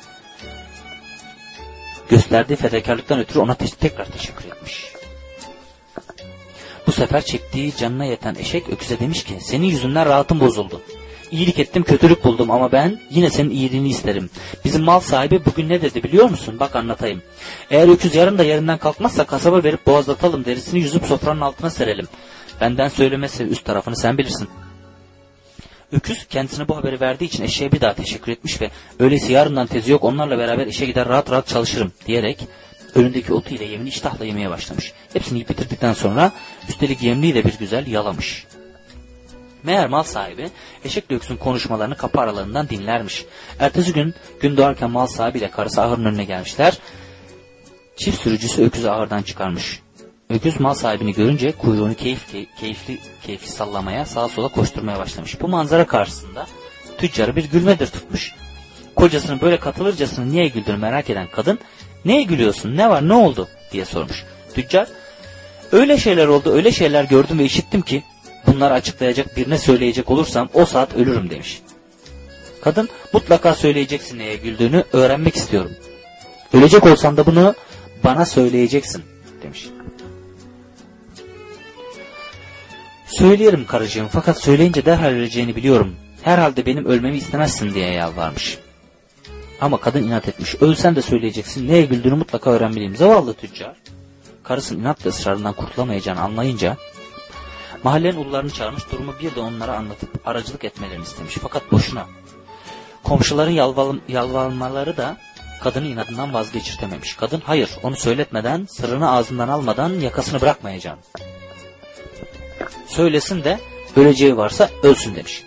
gösterdiği fedakarlıktan ötürü ona tekrar teşekkür etmiş. Bu sefer çektiği canına yeten eşek öküze demiş ki, senin yüzünden rahatım bozuldu. İyilik ettim, kötülük buldum ama ben yine senin iyiliğini isterim. Bizim mal sahibi bugün ne dedi biliyor musun? Bak anlatayım. Eğer öküz yarın da yerinden kalkmazsa kasaba verip boğazlatalım, derisini yüzüp sofranın altına serelim. Benden söylemesi, üst tarafını sen bilirsin. Öküz kendisine bu haberi verdiği için eşeğe bir daha teşekkür etmiş ve öyleyse yarından tezi yok, onlarla beraber işe gider rahat rahat çalışırım diyerek önündeki otu ile yemini iştahla yemeye başlamış. Hepsini yiyip bitirdikten sonra üstelik yemliği de bir güzel yalamış. Meğer mal sahibi eşekle öküzün konuşmalarını kapı aralarından dinlermiş. Ertesi gün doğarken mal sahibi ile karısı ahırın önüne gelmişler. Çift sürücüsü öküzü ahırdan çıkarmış. Öküz mal sahibini görünce kuyruğunu keyifli sallamaya, sağa sola koşturmaya başlamış. Bu manzara karşısında tüccarı bir gülmedir tutmuş. Kocasının böyle katılırcasına niye güldüğünü merak eden kadın, neye gülüyorsun, ne var, ne oldu diye sormuş. Tüccar, öyle şeyler oldu, öyle şeyler gördüm ve işittim ki bunları açıklayacak, birine söyleyecek olursam o saat ölürüm demiş. Kadın, mutlaka söyleyeceksin neye güldüğünü, öğrenmek istiyorum. Ölecek olsam da bunu bana söyleyeceksin demiş. Söyleyelim karıcığım, fakat söyleyince derhal öleceğini biliyorum. Herhalde benim ölmemi istemezsin diye yalvarmış. Ama kadın inat etmiş. Ölsen de söyleyeceksin, neye güldüğünü mutlaka öğrenmeliyim. Zavallı tüccar, karısının inat ve ısrarından kurtulamayacağını anlayınca Mahallenin ulularını çağırmış, durumu bir de onlara anlatıp aracılık etmelerini istemiş. Fakat boşuna. Komşuların yalvarmaları da kadını inadından vazgeçirtememiş. Kadın hayır, onu söyletmeden, sırrını ağzından almadan yakasını bırakmayacağım. Söylesin de öleceği varsa ölsün demiş.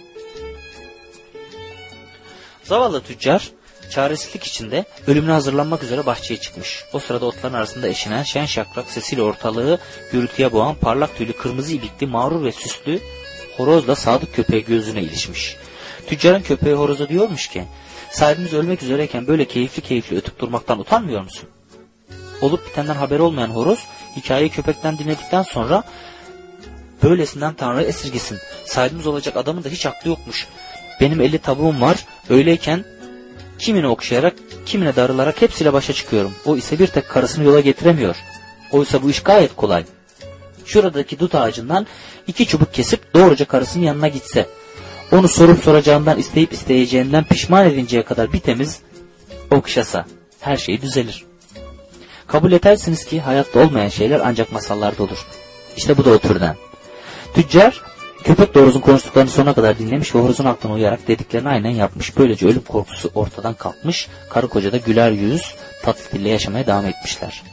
Zavallı tüccar çaresizlik içinde ölümüne hazırlanmak üzere bahçeye çıkmış. O sırada otların arasında eşinen şen şakrak sesiyle ortalığı gürültüye boğan parlak tüylü kırmızı ilikli mağrur ve süslü horozla sadık köpeği gözüne ilişmiş. Tüccarın köpeği horoza diyormuş ki, sahibimiz ölmek üzereyken böyle keyifli ötüp durmaktan utanmıyor musun? Olup bitenden haberi olmayan horoz hikayeyi köpekten dinledikten sonra böylesinden Tanrı esirgesin. Sahibimiz olacak adamın da hiç aklı yokmuş. Benim 50 tavuğum var. Öyleyken kimine okşayarak, kimine darılarak hepsiyle başa çıkıyorum. O ise bir tek karısını yola getiremiyor. Oysa bu iş gayet kolay. Şuradaki dut ağacından 2 çubuk kesip doğruca karısının yanına gitse, onu sorup soracağından, isteyip isteyeceğinden pişman edinceye kadar bir temiz okşasa her şey düzelir. Kabul edersiniz ki hayatta olmayan şeyler ancak masallarda olur. İşte bu da o türden. Tüccar köpek horozun konuştuklarını sonuna kadar dinlemiş ve horozun aklına uyarak dediklerini aynen yapmış. Böylece ölüm korkusu ortadan kalkmış, karı koca da güler yüz, tatlı dille yaşamaya devam etmişler.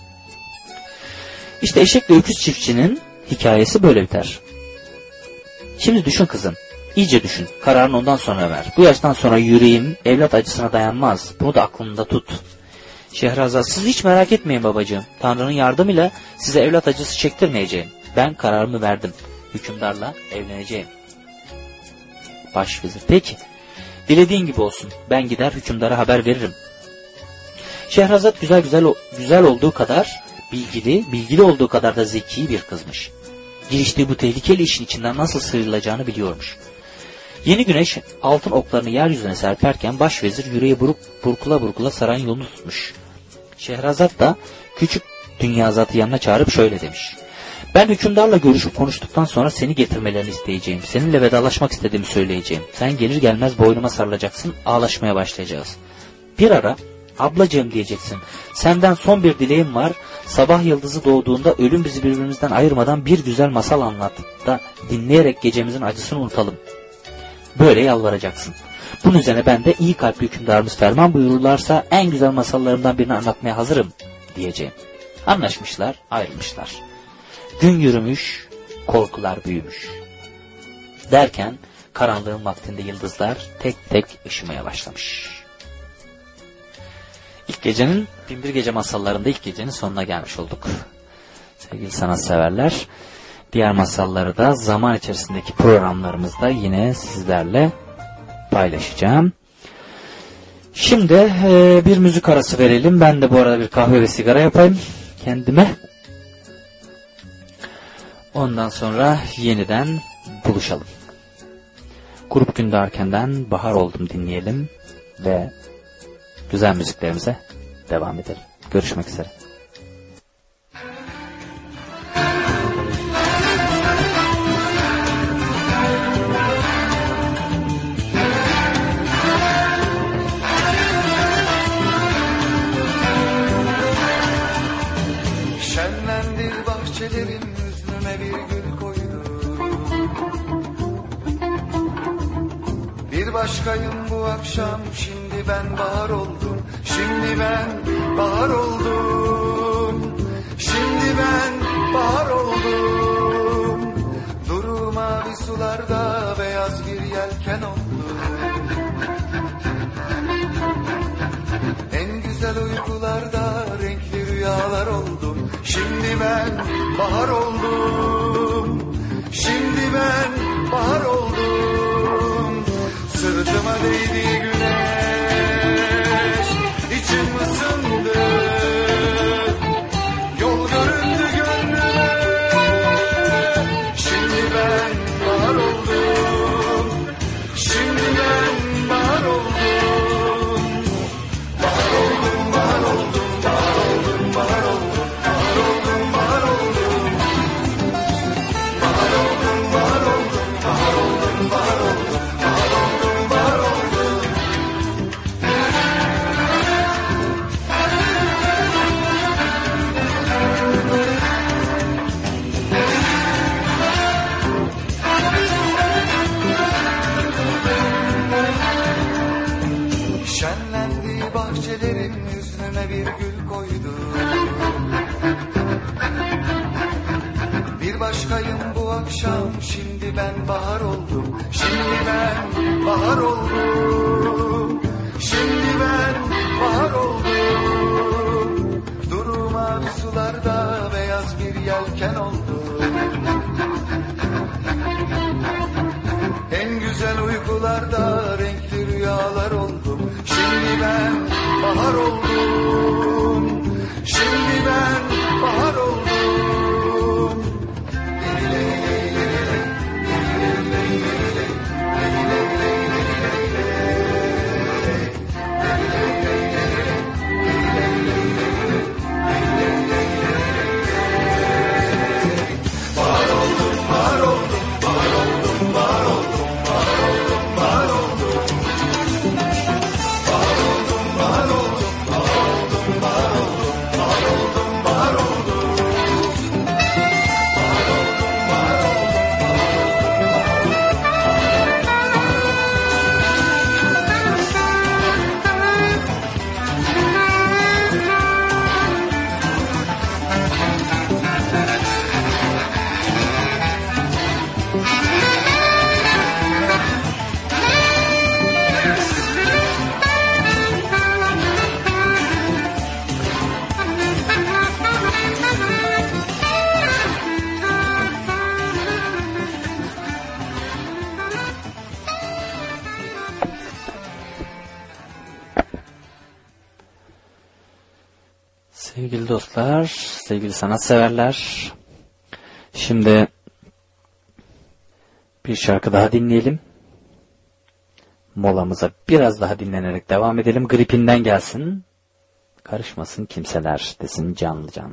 İşte eşekle öküz çiftçinin hikayesi böyle biter. Şimdi düşün kızım, iyice düşün, kararını ondan sonra ver. Bu yaştan sonra yüreğim evlat acısına dayanmaz, bunu da aklında tut. Şehrazat, siz hiç merak etmeyin babacığım, Tanrı'nın yardımıyla size evlat acısı çektirmeyeceğim. Ben kararımı verdim. Hükümdarla evleneceğim. Başvezir, peki. Dilediğin gibi olsun. Ben gider hükümdara haber veririm. Şehrazat güzel olduğu kadar bilgili olduğu kadar da zeki bir kızmış. Giriştiği bu tehlikeli işin içinden nasıl sıyrılacağını biliyormuş. Yeni güneş altın oklarını yeryüzüne serperken başvezir yüreği burkula sarayın yolunu tutmuş. Şehrazat da küçük dünyazatı yanına çağırıp şöyle demiş. Ben hükümdarla görüşüp konuştuktan sonra seni getirmelerini isteyeceğim. Seninle vedalaşmak istediğimi söyleyeceğim. Sen gelir gelmez boynuma sarılacaksın, ağlaşmaya başlayacağız. Bir ara ablacığım diyeceksin. Senden son bir dileğim var. Sabah yıldızı doğduğunda ölüm bizi birbirimizden ayırmadan bir güzel masal anlat da dinleyerek gecemizin acısını unutalım. Böyle yalvaracaksın. Bunun üzerine ben de iyi kalpli hükümdarımız ferman buyururlarsa en güzel masallarımdan birini anlatmaya hazırım diyeceğim. Anlaşmışlar, ayrılmışlar. Gün yürümüş, korkular büyümüş. Derken karanlığın vaktinde yıldızlar tek tek ışımaya başlamış. İlk gecenin, Binbir Gece masallarında ilk gecenin sonuna gelmiş olduk. Sevgili sanatseverler, diğer masalları da zaman içerisindeki programlarımızda yine sizlerle paylaşacağım. Şimdi bir müzik arası verelim. Ben de bu arada bir kahve ve sigara yapayım kendime. Ondan sonra yeniden buluşalım. Grup Günde Erken'den Bahar Oldum dinleyelim ve güzel müziklerimize devam edelim. Görüşmek üzere. Şenlendir bahçelerin üstüne bir gül koydu. Bir başkayım bu akşam, şimdi ben bahar oldum. Şimdi ben bahar oldum. Şimdi ben bahar oldum. Duru mavi sularda beyaz bir yelken oldum. En güzel uykularda renkli rüyalar oldum. Şimdi ben bahar oldum. Şimdi ben bahar oldum. Sırtıma değdi güneş, içim ısındı. Yol göründü gönlüme. Şimdi ben bahar oldum. Şimdi ben bahar oldum. Bahar oldum, bahar oldum, bahar oldum, bahar oldum. Bahar oldum, bahar oldum. Bahar oldum, bahar oldum, bahar oldum, bahar oldum. Bahar oldum, bahar oldum. bahçelerin üstüne bir gül koydu. Bir başkayım bu akşam, şimdi ben bahar oldum. Şimdi ben bahar oldum. Şimdi ben bahar oldum. Durmaz sularda beyaz bir yelken oldum. En güzel uykularda renkli rüyalar oldum. Şimdi ben bahar oldum. Şimdi ben bahar oldum. Sevgili dostlar, sevgili sanatseverler, şimdi bir şarkı daha dinleyelim. Molamıza biraz daha dinlenerek devam edelim. Gripinden gelsin, karışmasın kimseler desin canlı canlı.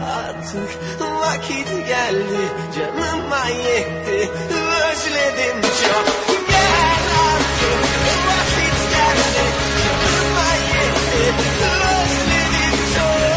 artık vakit geldi, canıma yetti, özledim çok. Gel artık vakit geldi, canıma yetti, özledim çok.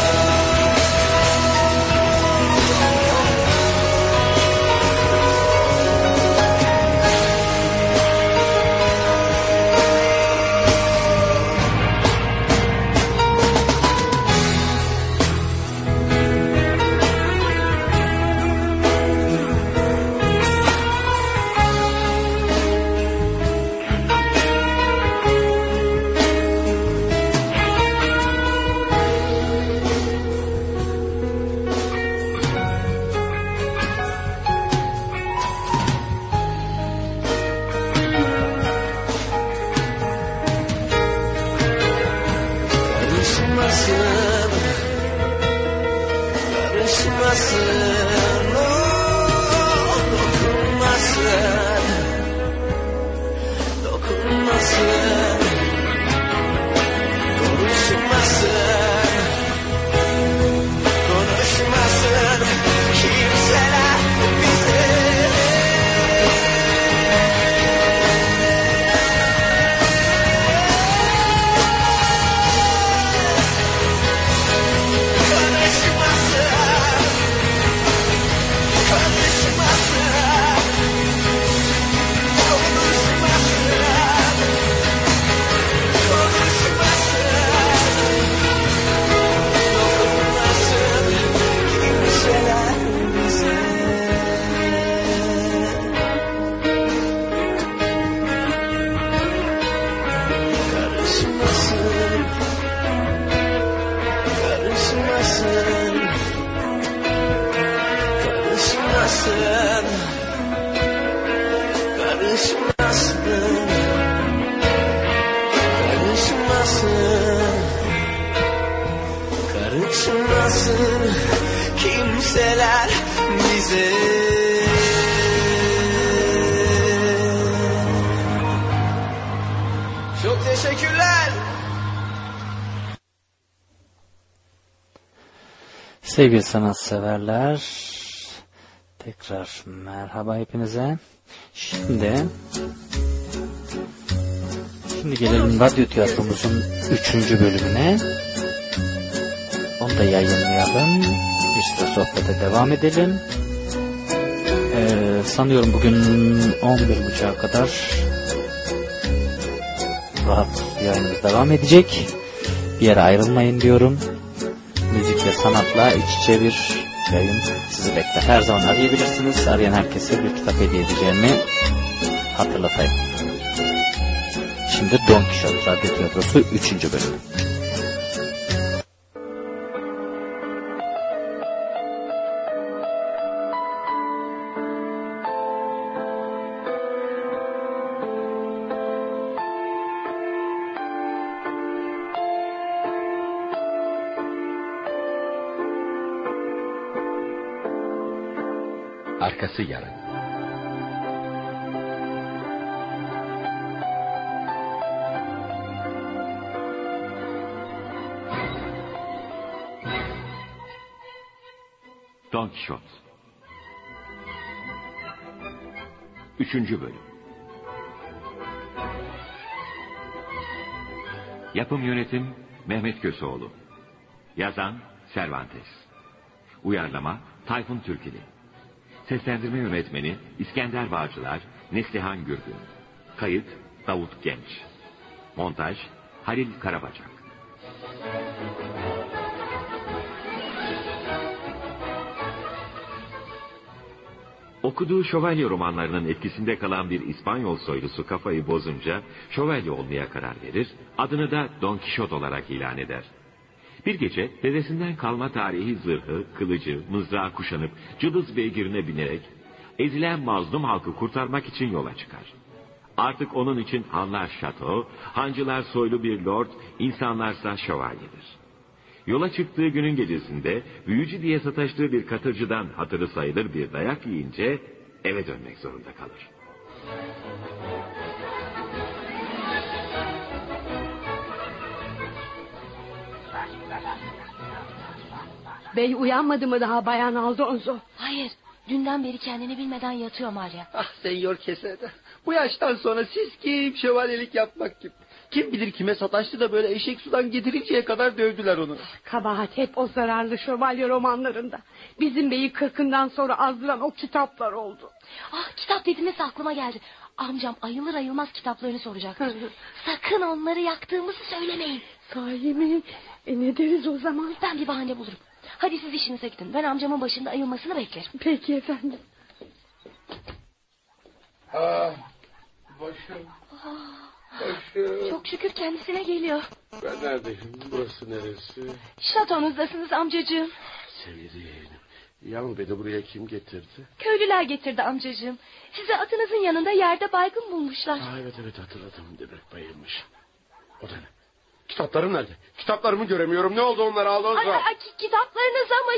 Karışmasın kimseler bize. Çok teşekkürler. Sevgili sanatseverler, tekrar merhaba hepinize. Şimdi gelelim radyo tiyatromuzun 3. bölümüne. Onu da yayınlayalım. İşte sohbete devam edelim. Sanıyorum bugün 11.30'a kadar rahat yayınımız devam edecek. Bir yere ayrılmayın diyorum. Müzik ve sanatla iç içe bir yayın sizi bekler. Her zaman arayabilirsiniz. Arayan herkese bir kitap hediye edeceğimi hatırlatayım. Şimdi Don Quixote Radyo Tiyatrosu 3. bölüm. Arkası yarın. Don Quixote 3. bölüm. Yapım yönetim Mehmet Köseoğlu. Yazan Cervantes. Uyarlama Tayfun Türkili. Seslendirme yönetmeni İskender Bağcılar, Neslihan Gürgün. Kayıt Davut Genç. Montaj Halil Karabacak. Okuduğu şövalye romanlarının etkisinde kalan bir İspanyol soylusu kafayı bozunca şövalye olmaya karar verir, adını da Don Quixote olarak ilan eder. Bir gece dedesinden kalma tarihi zırhı, kılıcı, mızrağı kuşanıp cılız beygirine binerek ezilen mazlum halkı kurtarmak için yola çıkar. Artık onun için hanlar şato, hancılar soylu bir lord, insanlarsa şövalyedir. Yola çıktığı günün gecesinde büyücü diye sataştığı bir katırcıdan hatırı sayılır bir dayak yiyince eve dönmek zorunda kalır. Bey uyanmadı mı daha Bayan Aldonzo? Hayır. Dünden beri kendini bilmeden yatıyor Maria. Ah Senyor Quesada. Bu yaştan sonra siz kim şövalyelik yapmak kim? Kim bilir kime sataştı da böyle eşek sudan getirinceye kadar dövdüler onu. Kabahat hep o zararlı şövalye romanlarında. Bizim beyi 40'ından sonra azdıran o kitaplar oldu. Ah, kitap dediniz aklıma geldi. Amcam ayılır ayılmaz kitaplarını soracak. Sakın onları yaktığımızı söylemeyin. Sahi mi? Ne deriz o zaman? Ben bir bahane bulurum. Hadi siz işinize gidin. Ben amcamın başında ayılmasını beklerim. Peki efendim. Başım. Çok şükür kendisine geliyor. Ben neredeyim? Burası neresi? Şatonuzdasınız amcacığım. Sevdiğim. Yalnız beni buraya kim getirdi? Köylüler getirdi amcacığım. Sizi atınızın yanında yerde baygın bulmuşlar. Evet hatırladım. Demek bayılmış. O da ne? Kitaplarım nerede? Kitaplarımı göremiyorum. Ne oldu onlara Aldonzo? Kitaplarınız ama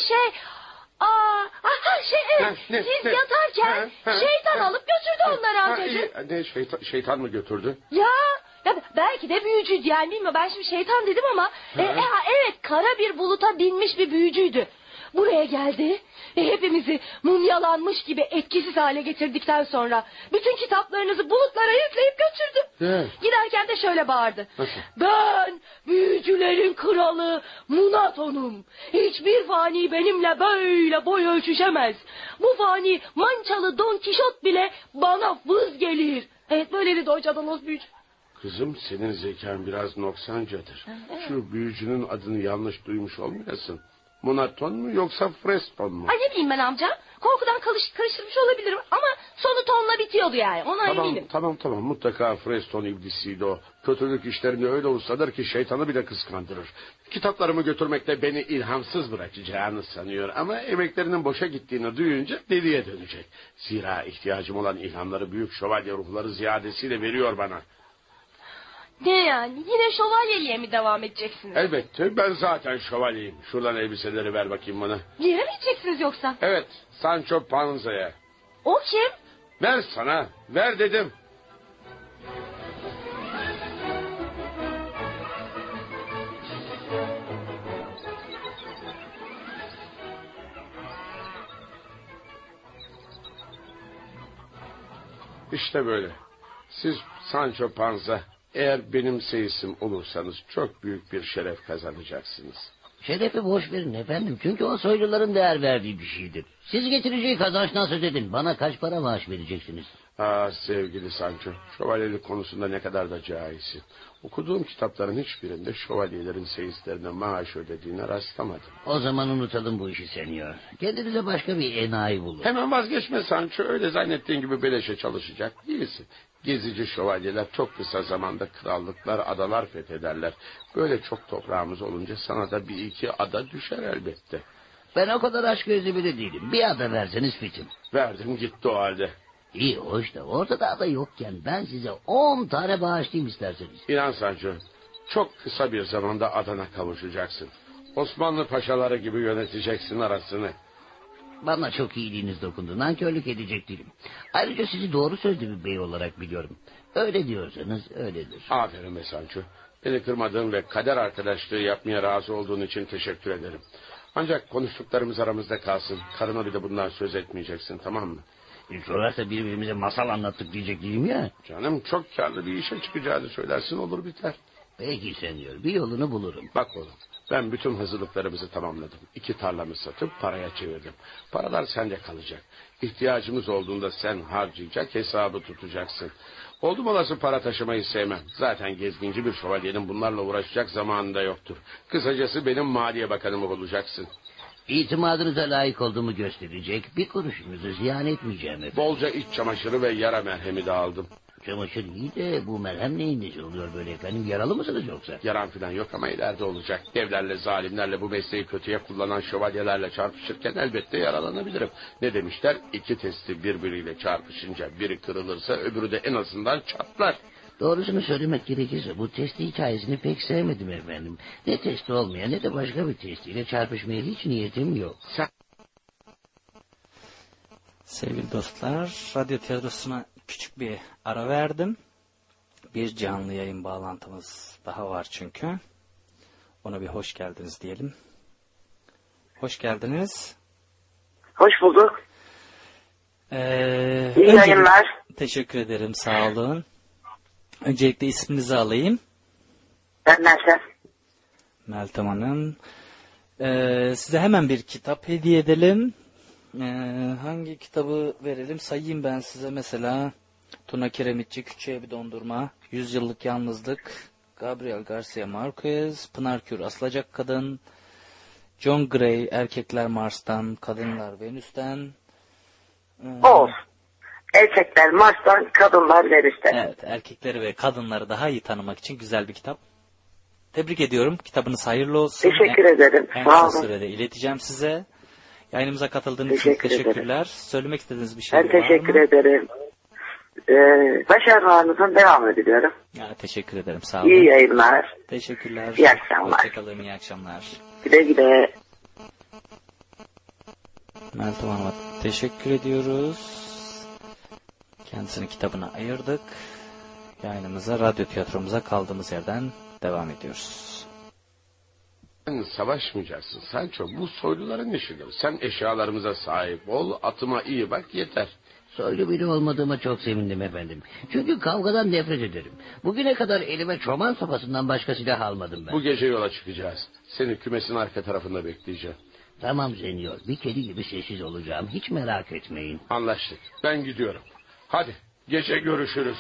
siz yatarken şeytan alıp götürdü onları amcacığım. Ne şeytan mı götürdü? Ya belki de büyücüydü yani bilmiyorum. Ben şimdi şeytan dedim ama evet, kara bir buluta binmiş bir büyücüydü. Buraya geldi. Hepimizi mumyalanmış gibi etkisiz hale getirdikten sonra bütün kitaplarınızı bulutlara yükleyip götürdü. Giderken de şöyle bağırdı. Nasıl? Ben büyücülerin kralı Munaton'um. Hiçbir fani benimle böyle boy ölçüşemez. Bu fani mançalı Don Kişot bile bana vız gelir. Evet, böyle dedi o Cadalos büyücü. Kızım, senin zekan biraz noksancadır. Şu büyücünün adını yanlış duymuş olmayasın. Munaton mu yoksa Freston mu? Ay ne bileyim ben amca. Korkudan karıştırmış olabilirim ama sonu tonla bitiyordu yani. Ona eminim. Tamam. Mutlaka Freston iblisiydi o. Kötülük işlerinde öyle ustadır ki şeytanı bile kıskandırır. Kitaplarımı götürmekte beni ilhamsız bırakacağını sanıyor. Ama emeklerinin boşa gittiğini duyunca deliye dönecek. Zira ihtiyacım olan ilhamları büyük şövalye ruhları ziyadesiyle veriyor bana. Ne yani? Yine şövalyeliğe mi devam edeceksiniz? Elbette, ben zaten şövalyeyim. Şuradan elbiseleri ver bakayım bana. Yere mi gideceksiniz yoksa? Evet, Sancho Panza'ya. O kim? Ver sana, ver dedim. İşte böyle. Siz Sancho Panza, eğer benim seyisim olursanız çok büyük bir şeref kazanacaksınız. Şerefi boş verin efendim. Çünkü o soyluların değer verdiği bir şeydir. Siz getireceği kazançtan söz edin. Bana kaç para maaş vereceksiniz? Sevgili Sancho, şövalyelik konusunda ne kadar da cahilsin. Okuduğum kitapların hiçbirinde şövalyelerin seyislerine maaş ödediğine rastlamadım. O zaman unutalım bu işi senyor. Kendinize başka bir enayi bulun. Hemen vazgeçme Sancho, öyle zannettiğin gibi beleşe çalışacak değilsin. Gezici şövalyeler çok kısa zamanda krallıklar, adalar fethederler. Böyle çok toprağımız olunca sana da bir iki ada düşer elbette. Ben o kadar açgözlü biri değilim. Bir ada verseniz fitim. Verdim gitti o halde. İyi hoş da ortada ada yokken ben size 10 tane bağışlayayım isterseniz. İnan Sancho, çok kısa bir zamanda adana kavuşacaksın. Osmanlı paşaları gibi yöneteceksin arasını. Bana çok iyiliğiniz dokundu. Nankörlük edecek değilim. Ayrıca sizi doğru sözlü bir bey olarak biliyorum. Öyle diyorsanız öyledir. Aferin be Sancho. Beni kırmadığın ve kader arkadaşlığı yapmaya razı olduğun için teşekkür ederim. Ancak konuştuklarımız aramızda kalsın. Karına bir de bundan söz etmeyeceksin, tamam mı? Sorarsa birbirimize masal anlattık diyecek değilim ya. Canım, çok karlı bir işe çıkacağını söylersin, olur biter. Peki senyor, bir yolunu bulurum. Bak oğlum, ben bütün hazırlıklarımızı tamamladım. 2 tarlamı satıp paraya çevirdim. Paralar sende kalacak. İhtiyacımız olduğunda sen harcayacak, hesabı tutacaksın. Oldum olası para taşımayı sevmem. Zaten gezginci bir şövalyenin bunlarla uğraşacak zamanı da yoktur. Kısacası benim Maliye Bakanım olacaksın. İtimadınıza layık olduğumu gösterecek bir kuruşunuzu ziyan etmeyeceğim efendim. Bolca iç çamaşırı ve yara merhemi de aldım. Çamaşır iyi de bu merhem neyin nesi oluyor böyle efendim? Yaralı mısınız yoksa? Yaran falan yok ama ileride olacak. Devlerle, zalimlerle, bu mesleği kötüye kullanan şövalyelerle çarpışırken elbette yaralanabilirim. Ne demişler? 2 testi birbiriyle çarpışınca biri kırılırsa öbürü de en azından çatlar. Doğrusunu söylemek gerekirse bu testi hikayesini pek sevmedim efendim. Ne testi olmayan ne de başka bir testiyle çarpışmaya hiç niyetim yok. Sevgili dostlar, radyo tiyatrosuna küçük bir ara verdim. Bir canlı yayın bağlantımız daha var çünkü. Ona bir hoş geldiniz diyelim. Hoş geldiniz. Hoş bulduk. İyi yayınlar. Teşekkür ederim, sağ olun. Öncelikle isminizi alayım. Ben Meltem. Meltem Hanım. Size hemen bir kitap hediye edelim. Hangi kitabı verelim? Sayayım ben size mesela. Tuna Kiremitçi, Küçüğe bir Dondurma, 100 Yıllık Yalnızlık, Gabriel Garcia Marquez, Pınar Kür, Asılacak Kadın, John Gray, Erkekler Mars'tan, Kadınlar Venüs'ten. Olsun. Erkekler Mars'tan, Kadınlar Venüs'ten. Evet, erkekleri ve kadınları daha iyi tanımak için güzel bir kitap. Tebrik ediyorum. Kitabınız hayırlı olsun. Teşekkür ederim. En Sağ kısa olun. sürede ileteceğim size. Yayınımıza katıldığınız için teşekkürler. Söylemek istediğiniz bir şey Ben var mı? teşekkür ederim. Başarılarınızın devamını diliyorum. Ya, teşekkür ederim. Sağ olun. İyi yayınlar. Teşekkürler. İyi akşamlar. Hoşçakalın. İyi akşamlar. Güle güle. Meltem Hanım'a teşekkür ediyoruz. Kendisinin kitabını ayırdık. Yayınımıza, radyo tiyatromuza kaldığımız yerden devam ediyoruz. Sen savaşmayacaksın Sancho. Bu soyluların işidir. Sen eşyalarımıza sahip ol, atıma iyi bak yeter. Soylu biri olmadığıma çok sevindim efendim. Çünkü kavgadan nefret ederim. Bugüne kadar elime çoban sopasından başka silah almadım ben. Bu gece yola çıkacağız. Seni kümesin arka tarafında bekleyeceğim. Tamam senyor. Bir kedi gibi sessiz olacağım. Hiç merak etmeyin. Anlaştık. Ben gidiyorum. Hadi gece görüşürüz.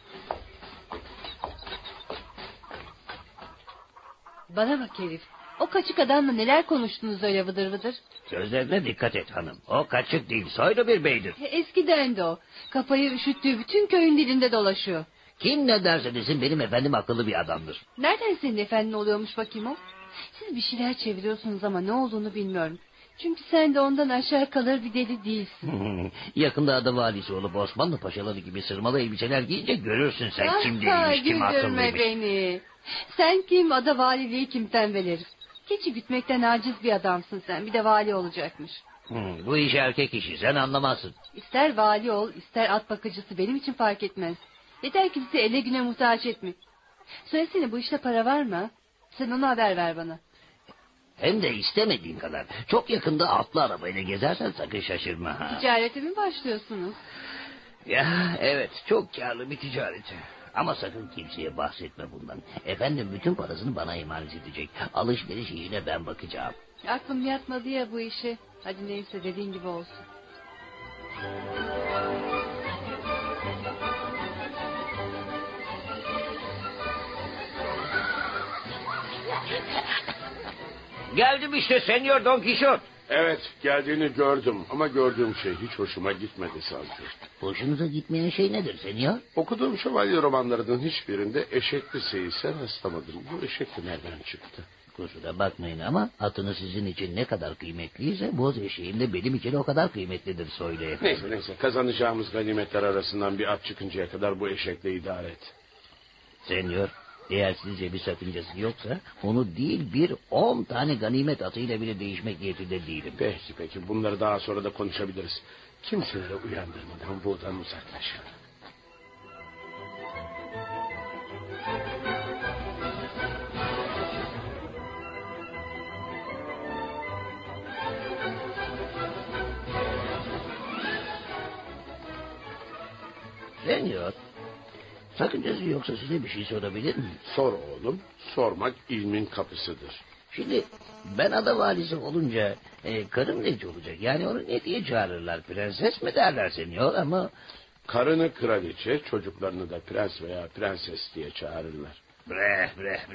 Bana bak herif. O kaçık adamla neler konuştunuz öyle vıdır vıdır? Sözlerine dikkat et hanım. O kaçık değil, soylu bir beydir. Eskiden de o. Kafayı üşüttüğü bütün köyün dilinde dolaşıyor. Kim ne derse desin benim efendim akıllı bir adamdır. Nereden senin efendin oluyormuş bakayım o? Siz bir şeyler çeviriyorsunuz ama ne olduğunu bilmiyorum. Çünkü sen de ondan aşağı kalır bir deli değilsin. Yakında adı valisi olup Osmanlı paşaları gibi sırmalı elbiseler giyince görürsün sen kim deliymiş, kim güldürme akıllıymış. beni. Sen kim, ada valiliği kim tembel herif. Keçi gütmekten aciz bir adamsın sen. Bir de vali olacakmış. Bu iş erkek işi, sen anlamazsın. İster vali ol, ister at bakıcısı benim için fark etmez. Yeter ki bizi ele güne muhtaç etme. Söylesene, bu işte para var mı? Sen onu haber ver bana. Hem de istemediğin kadar. Çok yakında atlı arabayla gezersen sakın şaşırma. Ha. Ticarete mi başlıyorsunuz? Ya evet, çok karlı bir ticareti. Ama sakın kimseye bahsetme bundan. Efendim bütün parasını bana emanet edecek. Alışveriş işine ben bakacağım. Aklım yatmadı ya bu işe. Hadi neyse, dediğin gibi olsun. Geldim işte Senyor Don Kişot. Evet, geldiğini gördüm ama gördüğüm şey hiç hoşuma gitmedi Sancho. Hoşunuza gitmeyen şey nedir Senyor? Okuduğum şövalye romanlarının hiçbirinde eşekli seyise rastlamadım. Bu eşek de nereden çıktı? Kusura bakmayın ama atınız sizin için ne kadar kıymetliyse boz eşeğim de benim için o kadar kıymetlidir Soylu efendim. Neyse kazanacağımız ganimetler arasından bir at çıkıncaya kadar bu eşekle idare et. Senyor, eğer sizce bir sakıncası yoksa onu değil bir 10 tane ganimet atıyla bile değişmek niyetinde değilim. Peki bunları daha sonra da konuşabiliriz. Kimseleri uyandırmadan buradan uzaklaşalım. Senyor, sakıncası yoksa size bir şey sorabilir miyim? Sor oğlum, sormak ilmin kapısıdır. Şimdi ben ada valisi olunca karım neci olacak? Yani onu ne diye çağırırlar? Prenses mi derler Senyor ama... Karını kraliçe, çocuklarını da prens veya prenses diye çağırırlar. Breh.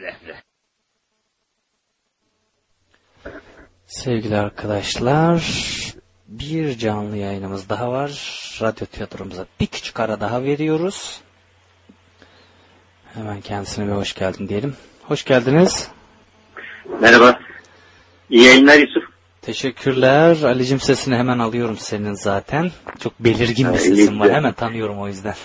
Sevgili arkadaşlar, bir canlı yayınımız daha var. Radyo tiyatromuza bir küçük ara daha veriyoruz. Hemen kendisine bir hoş geldin diyelim. Hoş geldiniz. Merhaba. İyi yayınlar Yusuf. Teşekkürler. Ali'cim, sesini hemen alıyorum senin zaten. Çok belirgin bir sesin var. Hemen tanıyorum o yüzden.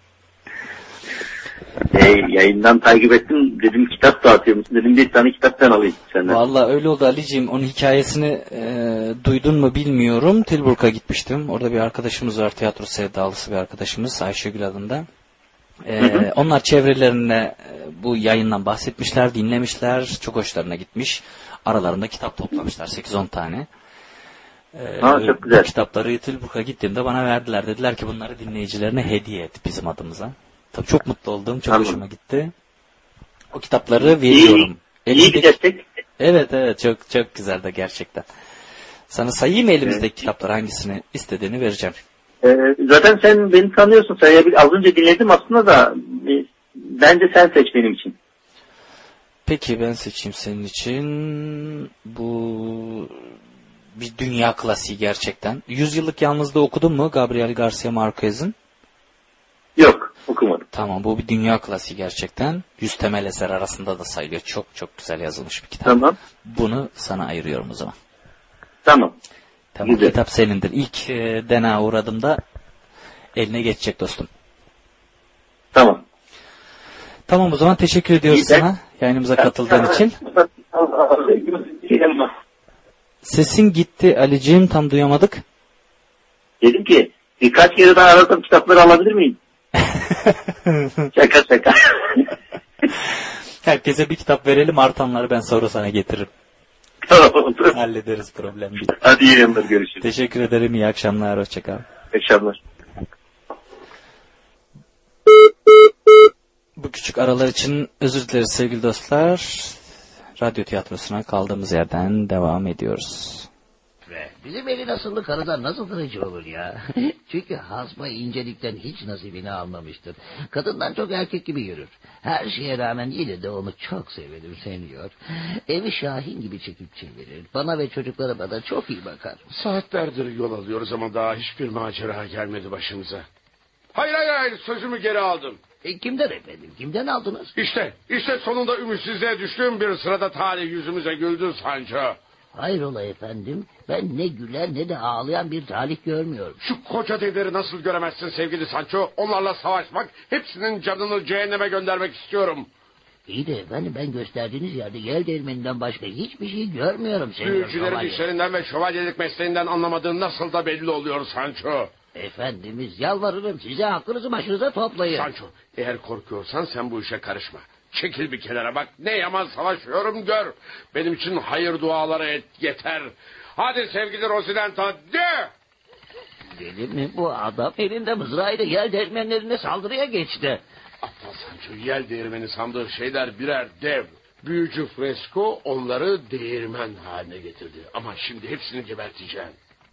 Yayından takip ettim. Dedim kitap dağıtıyor musun? Dedim bir tane kitaptan alayım senden. Vallahi öyle oldu Ali'cim. Onun hikayesini duydun mu bilmiyorum. Tilburg'a gitmiştim. Orada bir arkadaşımız var. Tiyatro sevdalısı bir arkadaşımız. Ayşegül adında. Onlar çevrelerine bu yayından bahsetmişler, dinlemişler. Çok hoşlarına gitmiş. Aralarında kitap toplamışlar. 8-10 tane. Çok güzel. Bu kitapları Tilburg'a gittiğimde bana verdiler. Dediler ki bunları dinleyicilerine hediye et bizim adımıza. Tabii çok mutlu oldum. Çok hoşuma gitti. O kitapları veriyorum. İyi bir destek. Evet çok güzel de gerçekten. Sana sayayım elimizdeki kitapları, hangisini istediğini vereceğim. Zaten sen beni tanıyorsun. Az önce dinledim aslında da bence sen seç benim için. Peki ben seçeyim senin için. Bu bir dünya klasiği gerçekten. 100 Yıllık Yalnızlığı okudun mu Gabriel Garcia Marquez'in? Yok, okumadım. Tamam, bu bir dünya klasiği gerçekten. 100 temel eser arasında da sayılıyor. Çok güzel yazılmış bir kitap. Tamam. Bunu sana ayırıyorum o zaman. Tamam. Güzel. Kitap senindir. İlk dena uğradığımda eline geçecek dostum. Tamam. Tamam o zaman teşekkür ediyoruz sana yayınımıza katıldığın için. Sesin gitti Ali'ciğim, tam duyamadık. Dedim ki birkaç kere daha aradım, kitapları alabilir miyim? Şaka. Herkese bir kitap verelim, artanları ben sonra sana getiririm. Tamam. Hallederiz, problem değil. Hadi iyi yayınlar, görüşürüz. Teşekkür ederim, iyi akşamlar, hoşçakal. İyi akşamlar. Bu küçük aralar için özür dileriz sevgili dostlar. Radyo tiyatrosuna kaldığımız yerden devam ediyoruz. Bizim elin asıllı karıdan nasıl kırıcı olur ya? Çünkü hasma incelikten hiç nasibini almamıştır. Kadından çok erkek gibi yürür. Her şeye rağmen yine de onu çok severim, seviyor. Evi Şahin gibi çekip çevirir. Bana ve çocuklarıma da çok iyi bakar. Saatlerdir yol alıyoruz ama daha hiçbir macera gelmedi başımıza. Hayır, sözümü geri aldım. Kimden efendim? Kimden aldınız? İşte sonunda ümitsizliğe düştüğüm bir sırada talih yüzümüze güldü Sancho. Hayrola efendim? Ben ne gülen ne de ağlayan bir talih görmüyorum. Şu koca devleri nasıl göremezsin sevgili Sancho? Onlarla savaşmak, hepsinin canını cehenneme göndermek istiyorum. İyi de efendim, ben gösterdiğiniz yerde yel değirmeninden başka hiçbir şey görmüyorum. Büyücülerin işlerinden ve şövalyelik mesleğinden anlamadığın nasıl da belli oluyor Sancho. Efendimiz, yalvarırım size, aklınızı başınıza toplayın. Sancho, eğer korkuyorsan sen bu işe karışma. Çekil bir kenara bak, ne yaman savaşıyorum gör. Benim için hayır duaları yeter. Hadi sevgili Rosinante, de! Deli mi bu adam? Elinde mızrağıyla yel değirmenlerine saldırıya geçti. Aptal Sancho, yel değirmeni sandığı şeyler birer dev. Büyücü Fresco onları değirmen haline getirdi. Ama şimdi hepsini geberteceğim.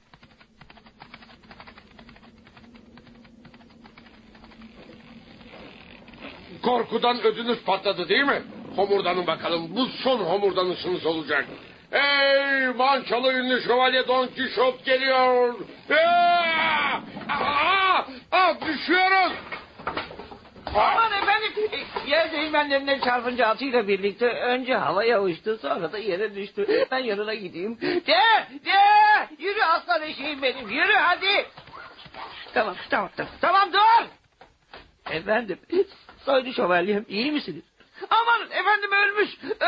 Korkudan ödünüz patladı değil mi? Homurdanın bakalım, bu son homurdanışınız olacak. Ey mançalı ünlü şövalye Don Kişot geliyor. Düşüyoruz. Aman efendim, yer değirmenlerine çarpınca atıyla birlikte önce havaya uçtu, sonra da yere düştü. Ben yanına gideyim. Yürü aslan eşeğim benim, yürü hadi. Tamam dur. Efendim, soylu şövalyem, iyi misiniz? Aman efendim, ölmüş.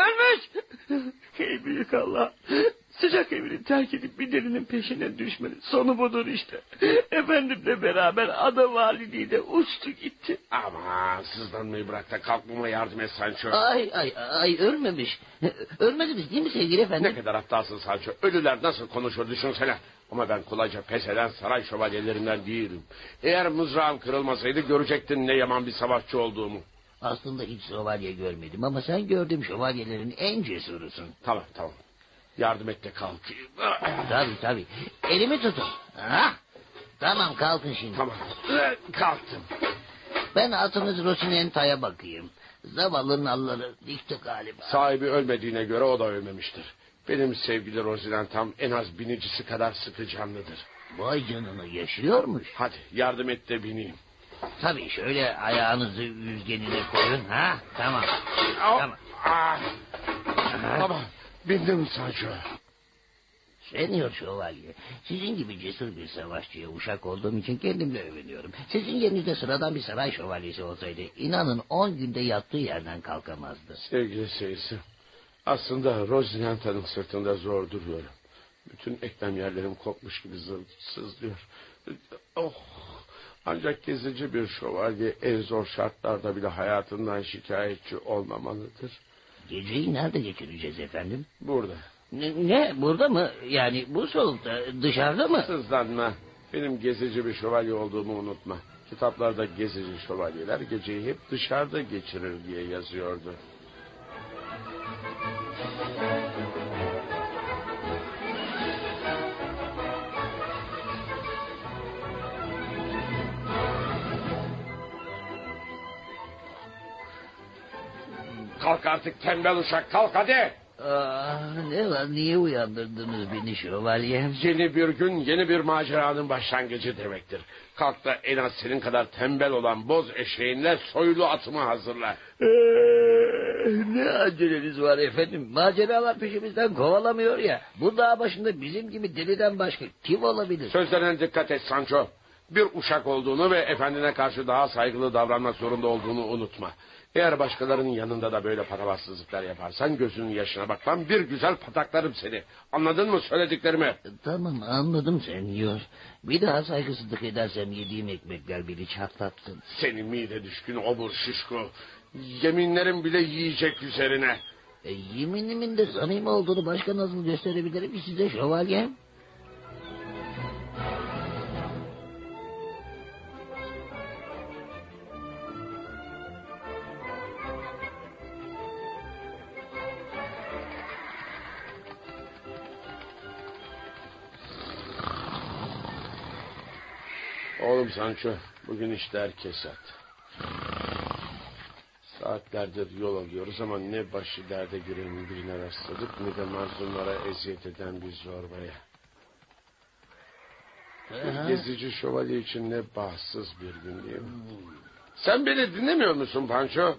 Ey büyük Allah. Sıcak evini terk edip bir delinin peşine düşmenin sonu budur işte. Efendimle beraber ada valiliği de uçtu gitti. Aman sızlanmayı bırak da kalkmama yardım et Sancho. Ay ölmemiş. Ölmediniz değil mi sevgili efendim? Ne kadar aptalsın Sancho. Ölüler nasıl konuşur düşünsene. Ama ben kolayca pes eden saray şövalyelerinden değilim. Eğer mızrağım kırılmasaydı görecektin ne yaman bir savaşçı olduğumu. Aslında hiç şövalye görmedim ama sen gördüğüm şövalyelerin en cesurusun. Tamam. Yardım et de kalkayım. Tabii. Elimi tutun. Tamam, kalkın şimdi. Tamam. Kalktım. Ben atınız Rosinante'ye bakayım. Zavallı nalları dikti galiba. Sahibi ölmediğine göre o da ölmemiştir. Benim sevgili Rosinante'm en az binicisi kadar sıkı canlıdır. Vay canına, yaşıyormuş. Hadi yardım et de bineyim. Tabii, şöyle ayağınızı yüzgenine koyun. Tamam. Tamam. Bindim Sancho. Senior şövalye, sizin gibi cesur bir savaşçıya uşak olduğum için kendimle övünüyorum. Sizin yerinizde sıradan bir saray şövalyesi olsaydı, inanın 10 günde yattığı yerden kalkamazdı. Sevgili seyirci, aslında Rosinante'nin sırtında zor duruyorum. Bütün eklem yerlerim kopmuş gibi sızlıyor. Ancak gezici bir şövalye en zor şartlarda bile hayatından şikayetçi olmamalıdır. Geceyi nerede geçireceğiz efendim? Burada. Ne? Burada mı? Yani bu soğukta dışarıda mı? Sızlanma. Benim gezici bir şövalye olduğumu unutma. Kitaplarda gezici şövalyeler geceyi hep dışarıda geçirir diye yazıyordu. Kalk artık tembel uşak, kalk hadi. Ne var, niye uyandırdınız beni şövalyem? Yeni bir gün, yeni bir maceranın başlangıcı demektir. Kalk da en az senin kadar tembel olan boz eşeğinle soylu atımı hazırla. Ne aceleniz var efendim? Maceralar peşimizden kovalamıyor ya. Bu dağ başında bizim gibi deliden başka kim olabilir? Sözlerine dikkat et Sancho. Bir uşak olduğunu ve efendine karşı daha saygılı davranmak zorunda olduğunu unutma. Eğer başkalarının yanında da böyle patavatsızlıklar yaparsan gözünün yaşına bakmam, bir güzel pataklarım seni. Anladın mı söylediklerimi? Tamam, anladım senyor. Bir daha saygısızlık edersem yediğim ekmekler beni çatlatsın. Senin mide düşkün obur şişko. Yeminlerim bile yiyecek üzerine. Yeminimin de samimi olduğunu başka nasıl gösterebilirim ki size şövalyem? Oğlum Sancho, bugün işler kesat. Saatlerdir yol alıyoruz ama ne başı derde giren birine rastladık, ne de mazlumlara eziyet eden bir zorbaya. Gezici şövalye için ne bahtsız bir gün değil mi? Sen beni dinlemiyor musun Pancho?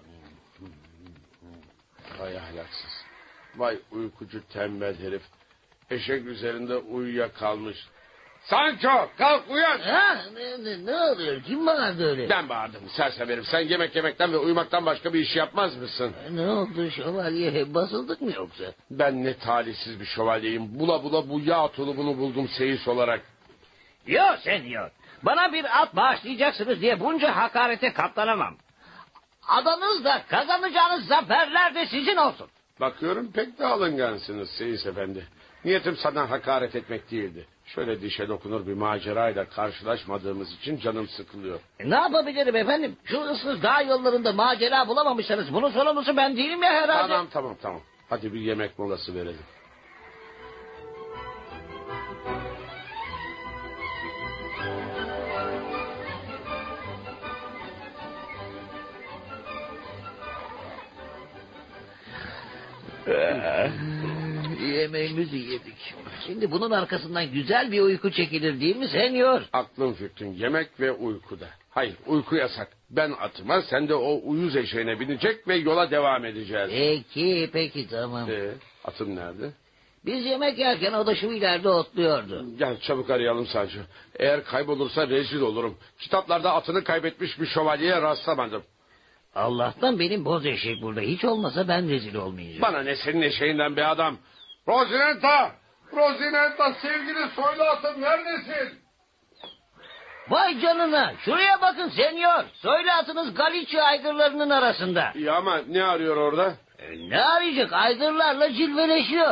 Vay ahlaksız. Vay uykucu tembel herif. Eşek üzerinde uyuyakalmış. Sancho, kalk uyan. Ne oluyor? Kim bağırdı öyle? Ben bağırdım serseverim. Sen yemek yemekten ve uyumaktan başka bir iş yapmaz mısın? Ne oldu şövalye? Basıldık mı yoksa? Ben ne talihsiz bir şövalyeyim. Bula bula bu yağ tulumunu buldum seyis olarak. Yok senyor. Bana bir at bağışlayacaksınız diye bunca hakarete katlanamam. Adanız da kazanacağınız zaferler de sizin olsun. Bakıyorum pek de alıngansınız seyis efendi. Niyetim sana hakaret etmek değildi. Şöyle dişe dokunur bir macerayla karşılaşmadığımız için canım sıkılıyor. Ne yapabilirim efendim? Şu ıssız dağ yollarında macera bulamamışsanız bunun sorumlusu ben değilim ya herhalde. Tamam. Hadi bir yemek molası verelim. Yemeğimizi yedik. Şimdi bunun arkasından güzel bir uyku çekilir değil mi senyor? Aklın fikrin yemek ve uykuda. Hayır, uyku yasak. Ben atıma, sen de o uyuz eşeğine binecek ve yola devam edeceğiz. Peki tamam. Atım nerede? Biz yemek yerken o da şu ileride otluyordu. Gel çabuk arayalım Sancho. Eğer kaybolursa rezil olurum. Kitaplarda atını kaybetmiş bir şövalyeye rastlamadım. Allah'tan benim boz eşek burada. Hiç olmasa ben rezil olmayacağım. Bana ne senin eşeğinden be adam. Rosinanta! Rosinanta sevgili soylu atım neredesin? Vay canına, şuraya bakın senyor. Soylu atınız Galicia aygırlarının arasında. İyi ama ne arıyor orada? Ne arayacak, aygırlarla cilveleşiyor.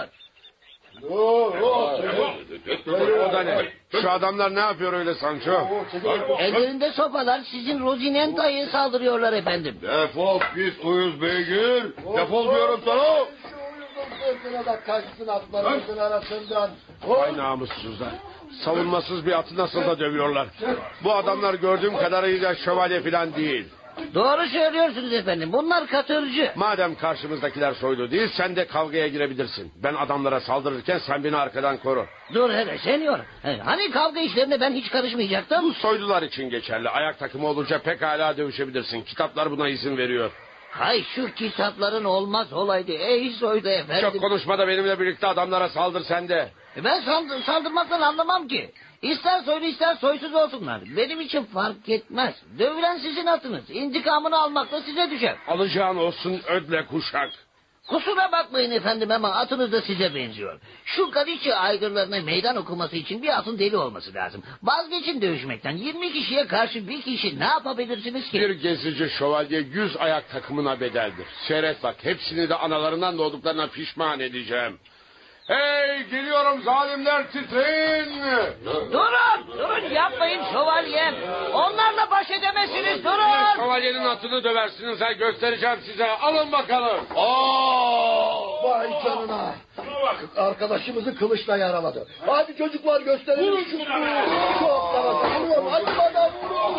O da ne? Şu adamlar ne yapıyor öyle Sancho? Ellerinde sopalar sizin Rosinanta'ya saldırıyorlar efendim. Defol pis uyuz beygir. Defol diyorum sana. Sırtına kaçsın atlarımızın arasından. Vay namussuzlar. Savunmasız bir atı nasıl da dövüyorlar. Bu adamlar gördüğüm kadarıyla şövalye falan değil. Doğru söylüyorsunuz efendim. Bunlar katırcı. Madem karşımızdakiler soylu değil, sen de kavgaya girebilirsin. Ben adamlara saldırırken sen beni arkadan koru. Dur hele senyor. Hani kavga işlerine ben hiç karışmayacaktım? Bu soylular için geçerli. Ayak takımı olunca pekala dövüşebilirsin. Kitaplar buna izin veriyor. Hay şu kitapların olmaz olaydı. Ey soylu efendim. Çok konuşma da benimle birlikte adamlara saldır sen de. Ben saldırmaktan anlamam ki. İster soylu ister soysuz olsunlar. Benim için fark etmez. Dövülen sizin atınız. İntikamını almak da size düşer. Alacağın olsun ödle kuşak. Kusura bakmayın efendim ama atınız da size benziyor. Şu Galicia aygırlarına meydan okuması için bir atın deli olması lazım. Vazgeçin dövüşmekten. 20 kişiye karşı bir kişi ne yapabilirsiniz ki? Bir gezici şövalye 100 ayak takımına bedeldir. Seyret bak, hepsini de analarından doğduklarına pişman edeceğim. Hey, geliyorum zalimler, titreyin! Durun yapmayın şövalyem. Onlarla baş edemezsiniz, durun. Şövalyenin atını döversiniz, ha, göstereceğim size. Alın bakalım. Vay canına. Arkadaşımızı kılıçla yaraladı. Hadi çocuklar gösterelim şunu. Çok da vuruyorum. Hadi bana vurun.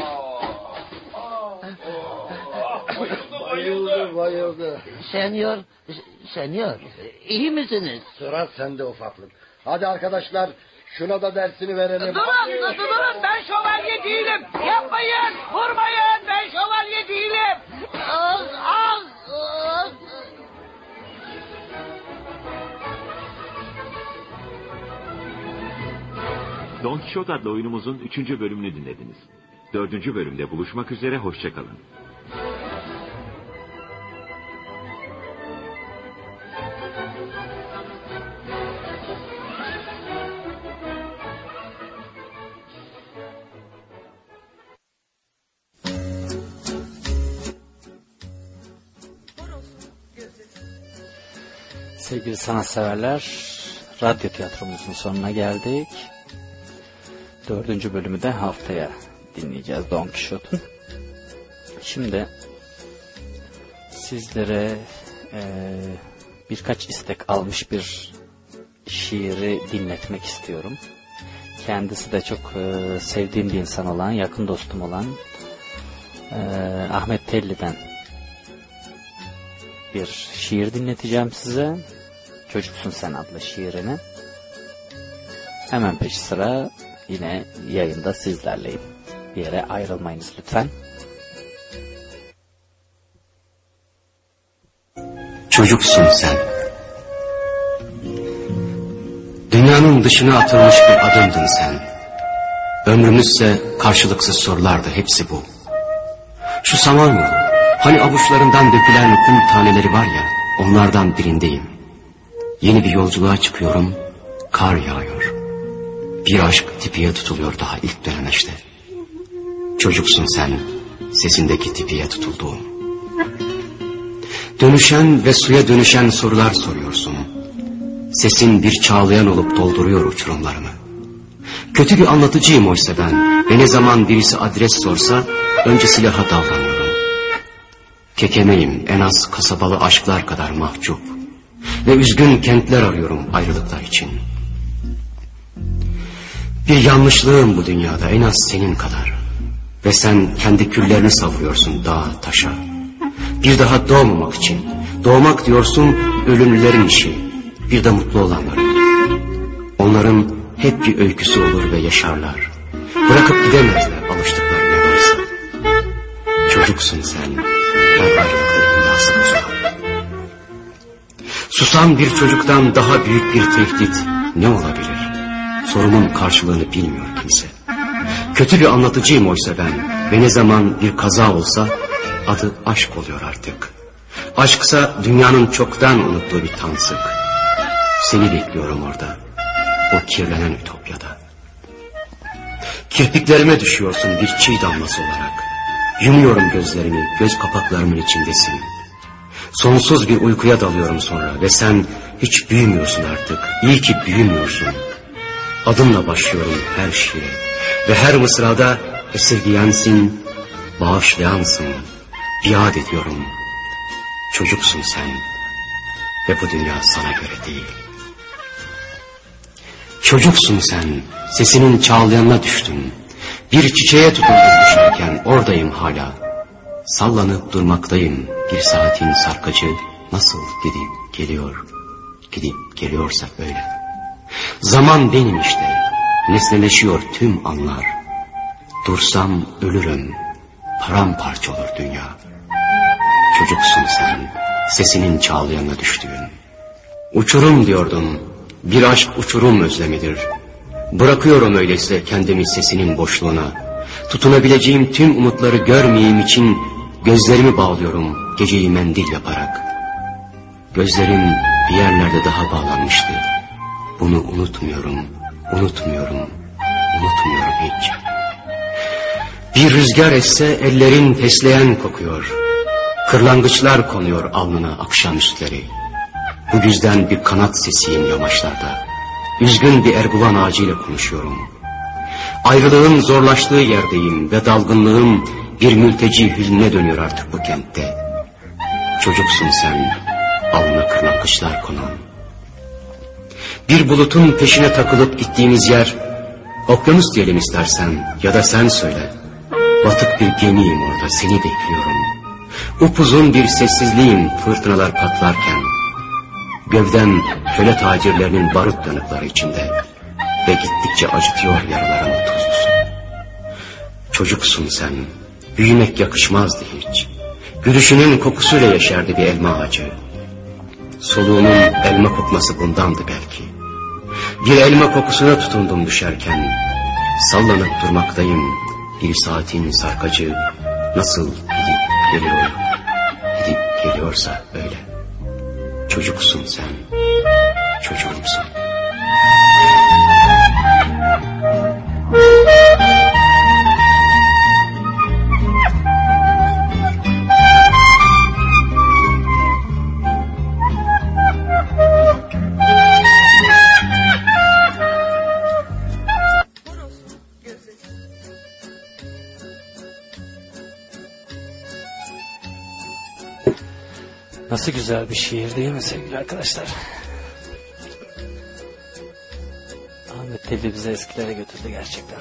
Bayıldı. Senyor, iyi misiniz? Sıra sende ufaklık. Hadi arkadaşlar, şuna da dersini verelim. Durun, ben şövalye değilim. Yapmayın, vurmayın, ben şövalye değilim. Don Quixote adlı oyunumuzun 3. bölümünü dinlediniz. 4. bölümde buluşmak üzere, hoşçakalın. Sevgili sanatseverler, radyo tiyatromuzun sonuna geldik. 4. bölümü de haftaya dinleyeceğiz Don Quixote'un. Şimdi sizlere birkaç istek almış bir şiiri dinletmek istiyorum. Kendisi de çok sevdiğim bir insan olan, yakın dostum olan Ahmet Telli'den bir şiir dinleteceğim size. Çocuksun Sen adlı şiirini. Hemen peşi sıra yine yayında sizlerleyim. Bir yere ayrılmayınız lütfen. Çocuksun sen. Dünyanın dışına atılmış bir adımdın sen. Ömrümüzse karşılıksız sorulardı, hepsi bu. Şu samanyolu, hani avuçlarından dökülen kum taneleri var ya, onlardan birindeyim. Yeni bir yolculuğa çıkıyorum, kar yağıyor. Bir aşk tipiye tutuluyor daha ilk dönemeçte. Çocuksun sen, sesindeki tipiye tutulduğum. Dönüşen ve suya dönüşen sorular soruyorsun. Sesin bir çağlayan olup dolduruyor uçurumlarımı. Kötü bir anlatıcıyım oysa ben, ve ne zaman birisi adres sorsa önce silaha davranıyorum. Kekemeyim, en az kasabalı aşklar kadar mahcup. Ve üzgün kentler arıyorum ayrılıklar için. Bir yanlışlığım bu dünyada en az senin kadar. Ve sen kendi küllerini savuruyorsun dağa taşa. Bir daha doğmamak için. Doğmak diyorsun ölümlülerin işi. Bir de mutlu olanların. Onların hep bir öyküsü olur ve yaşarlar. Bırakıp gidemezler alıştıkları ne varsa. Çocuksun sen, her ayrılıkta imdası uzağa. Susan bir çocuktan daha büyük bir tehdit ne olabilir? Sorumun karşılığını bilmiyor kimse. Kötü bir anlatıcıyım oysa ben, ve ne zaman bir kaza olsa adı aşk oluyor artık. Aşksa dünyanın çoktan unuttuğu bir tansık. Seni bekliyorum orada, o kirlenen ütopyada. Kirpiklerime düşüyorsun bir çiğ damlası olarak. Yumuyorum gözlerimi, göz kapaklarımın içindesin. Sonsuz bir uykuya dalıyorum sonra ve sen hiç büyümüyorsun artık. İyi ki büyümüyorsun. Adımla başlıyorum her şiire ve her mısrada esirgiyensin, bağışlayansın. Biat ediyorum. Çocuksun sen ve bu dünya sana göre değil. Çocuksun sen, sesinin çağlayanına düştüm. Bir çiçeğe tutuldum düşerken oradayım hala. Sallanıp durmaktayım, bir saatin sarkacı nasıl gidip geliyor, gidip geliyorsa öyle. Zaman benim işte, nesneleşiyor tüm anlar. Dursam ölürüm, paramparça olur dünya. Çocuksun sen, sesinin çağlayanına düştüğün. Uçurum diyordum, bir aşk uçurum özlemidir. Bırakıyorum öyleyse kendimi sesinin boşluğuna. Tutunabileceğim tüm umutları görmeyeyim için gözlerimi bağlıyorum geceyi mendil yaparak. Gözlerim bir yerlerde daha bağlanmıştı. Bunu unutmuyorum, unutmuyorum, unutmuyorum hiç. Bir rüzgar esse ellerin fesleğen kokuyor. Kırlangıçlar konuyor alnına akşamüstleri. Bu yüzden bir kanat sesiyim yamaçlarda. Üzgün bir erguvan ağacıyla konuşuyorum. Ayrılığın zorlaştığı yerdeyim ve dalgınlığım bir mülteci hüznüne dönüyor artık bu kentte. Çocuksun sen, alnına kırlangıçlar konan. Bir bulutun peşine takılıp gittiğimiz yer, okyanus diyelim istersen ya da sen söyle. Batık bir gemiyim orada, seni bekliyorum. Upuzun bir sessizliğim fırtınalar patlarken. Gövden köle tacirlerinin barut yanıkları içinde ve gittikçe acıtıyor yaralarımı tuzlusu. Çocuksun sen, büyümek yakışmazdı hiç. Gülüşünün kokusuyla yeşerdi bir elma ağacı. Soluğunun elma kokması bundandı belki. Bir elma kokusuna tutundum düşerken. Sallanıp durmaktayım, bir saatin sarkacı nasıl gidip geliyor, gidip geliyorsa öyle. Çocuksun sen, çocuğumsun. Nasıl güzel bir şiir değil mi sevgili arkadaşlar? Ahmet Tevdi bizi eskilere götürdü gerçekten.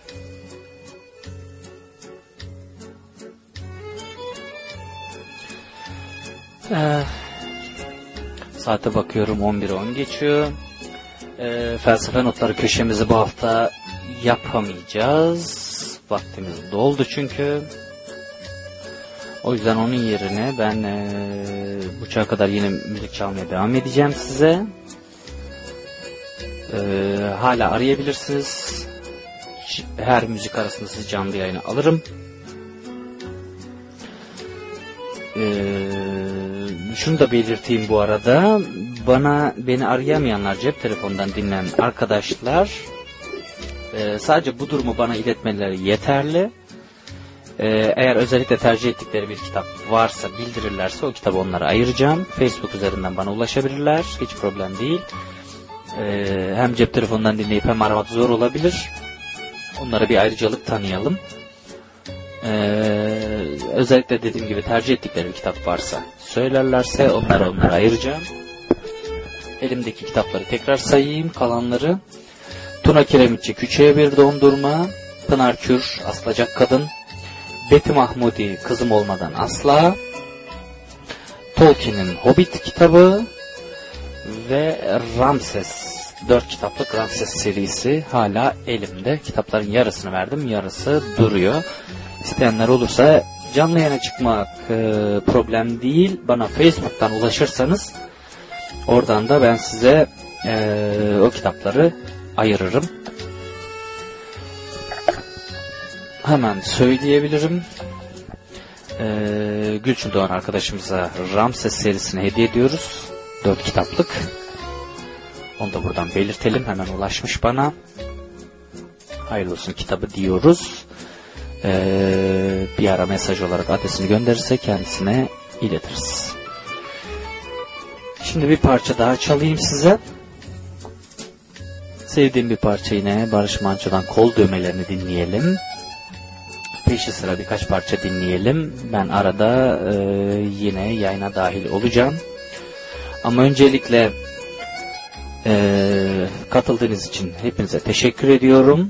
Saate bakıyorum 11:10 geçiyor. Felsefe notları köşemizi bu hafta yapamayacağız. Vaktimiz doldu çünkü. O yüzden onun yerine ben buçuğa kadar yine müzik çalmaya devam edeceğim size. Hala arayabilirsiniz. Her müzik arasında sizi canlı yayına alırım. Şunu da belirteyim bu arada. Beni arayamayanlar, cep telefonundan dinleyen arkadaşlar sadece bu durumu bana iletmeleri yeterli. Eğer özellikle tercih ettikleri bir kitap varsa bildirirlerse o kitabı onlara ayıracağım. Facebook üzerinden bana ulaşabilirler. Hiç problem değil. Hem cep telefonundan dinleyip hem aramak zor olabilir. Onlara bir ayrıcalık tanıyalım. Özellikle dediğim gibi tercih ettikleri bir kitap varsa söylerlerse onlara ayıracağım. Elimdeki kitapları tekrar sayayım. Kalanları: Tuna Kiremitçi Küçüğe Bir Dondurma, Pınar Kür Aslacak Kadın, Beti Mahmudi Kızım Olmadan Asla, Tolkien'in Hobbit kitabı ve Ramses, 4 kitaplık Ramses serisi hala elimde. Kitapların yarısını verdim, yarısı duruyor. İsteyenler olursa canlı yayına çıkmak problem değil. Bana Facebook'tan ulaşırsanız oradan da ben size o kitapları ayırırım. Hemen söyleyebilirim. Gülçin Doğan arkadaşımıza Ramses serisini hediye ediyoruz. 4 kitaplık. Onu da buradan belirtelim. Hemen ulaşmış bana. Hayırlı olsun kitabı diyoruz. Bir ara mesaj olarak adresini gönderirse kendisine iletiriz. Şimdi bir parça daha çalayım size. Sevdiğim bir parça yine Barış Manço'dan Kol Düğmelerini dinleyelim. Peşi sıra birkaç parça dinleyelim. Ben arada yine yayına dahil olacağım. Ama öncelikle katıldığınız için hepinize teşekkür ediyorum.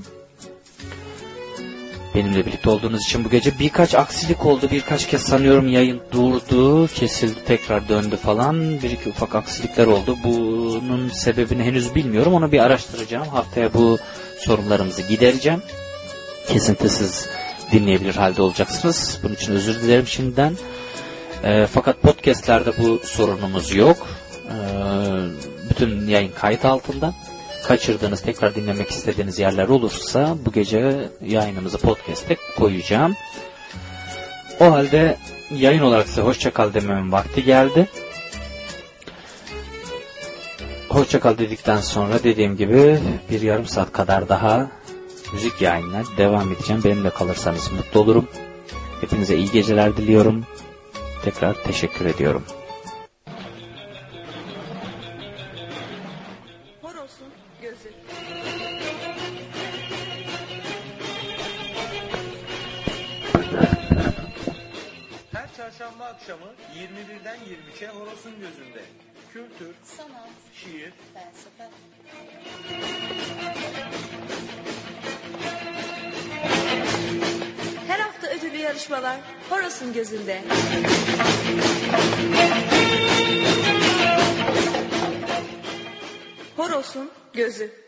Benimle birlikte olduğunuz için bu gece birkaç aksilik oldu. Birkaç kez sanıyorum yayın durdu, kesildi, tekrar döndü falan. Bir iki ufak aksilikler oldu. Bunun sebebini henüz bilmiyorum. Onu bir araştıracağım. Haftaya bu sorunlarımızı gidereceğim. Kesintisiz dinleyebilir halde olacaksınız. Bunun için özür dilerim şimdiden. Fakat podcastlerde bu sorunumuz yok. Bütün yayın kayıt altında. Kaçırdığınız, tekrar dinlemek istediğiniz yerler olursa bu gece yayınımızı podcast'e koyacağım. O halde yayın olarak size hoşça kal dememin vakti geldi. hoşça kal dedikten sonra dediğim gibi bir yarım saat kadar daha müzik yayınına devam edeceğim. Benimle kalırsanız mutlu olurum. Hepinize iyi geceler diliyorum. Tekrar teşekkür ediyorum. Horos'un gözü. Her çarşamba akşamı 21'den 23'e Horos'un gözünde. Kültür, Sanat, şiir, felsefe. Her hafta ödüllü yarışmalar Horos'un gözünde. Horos'un gözü.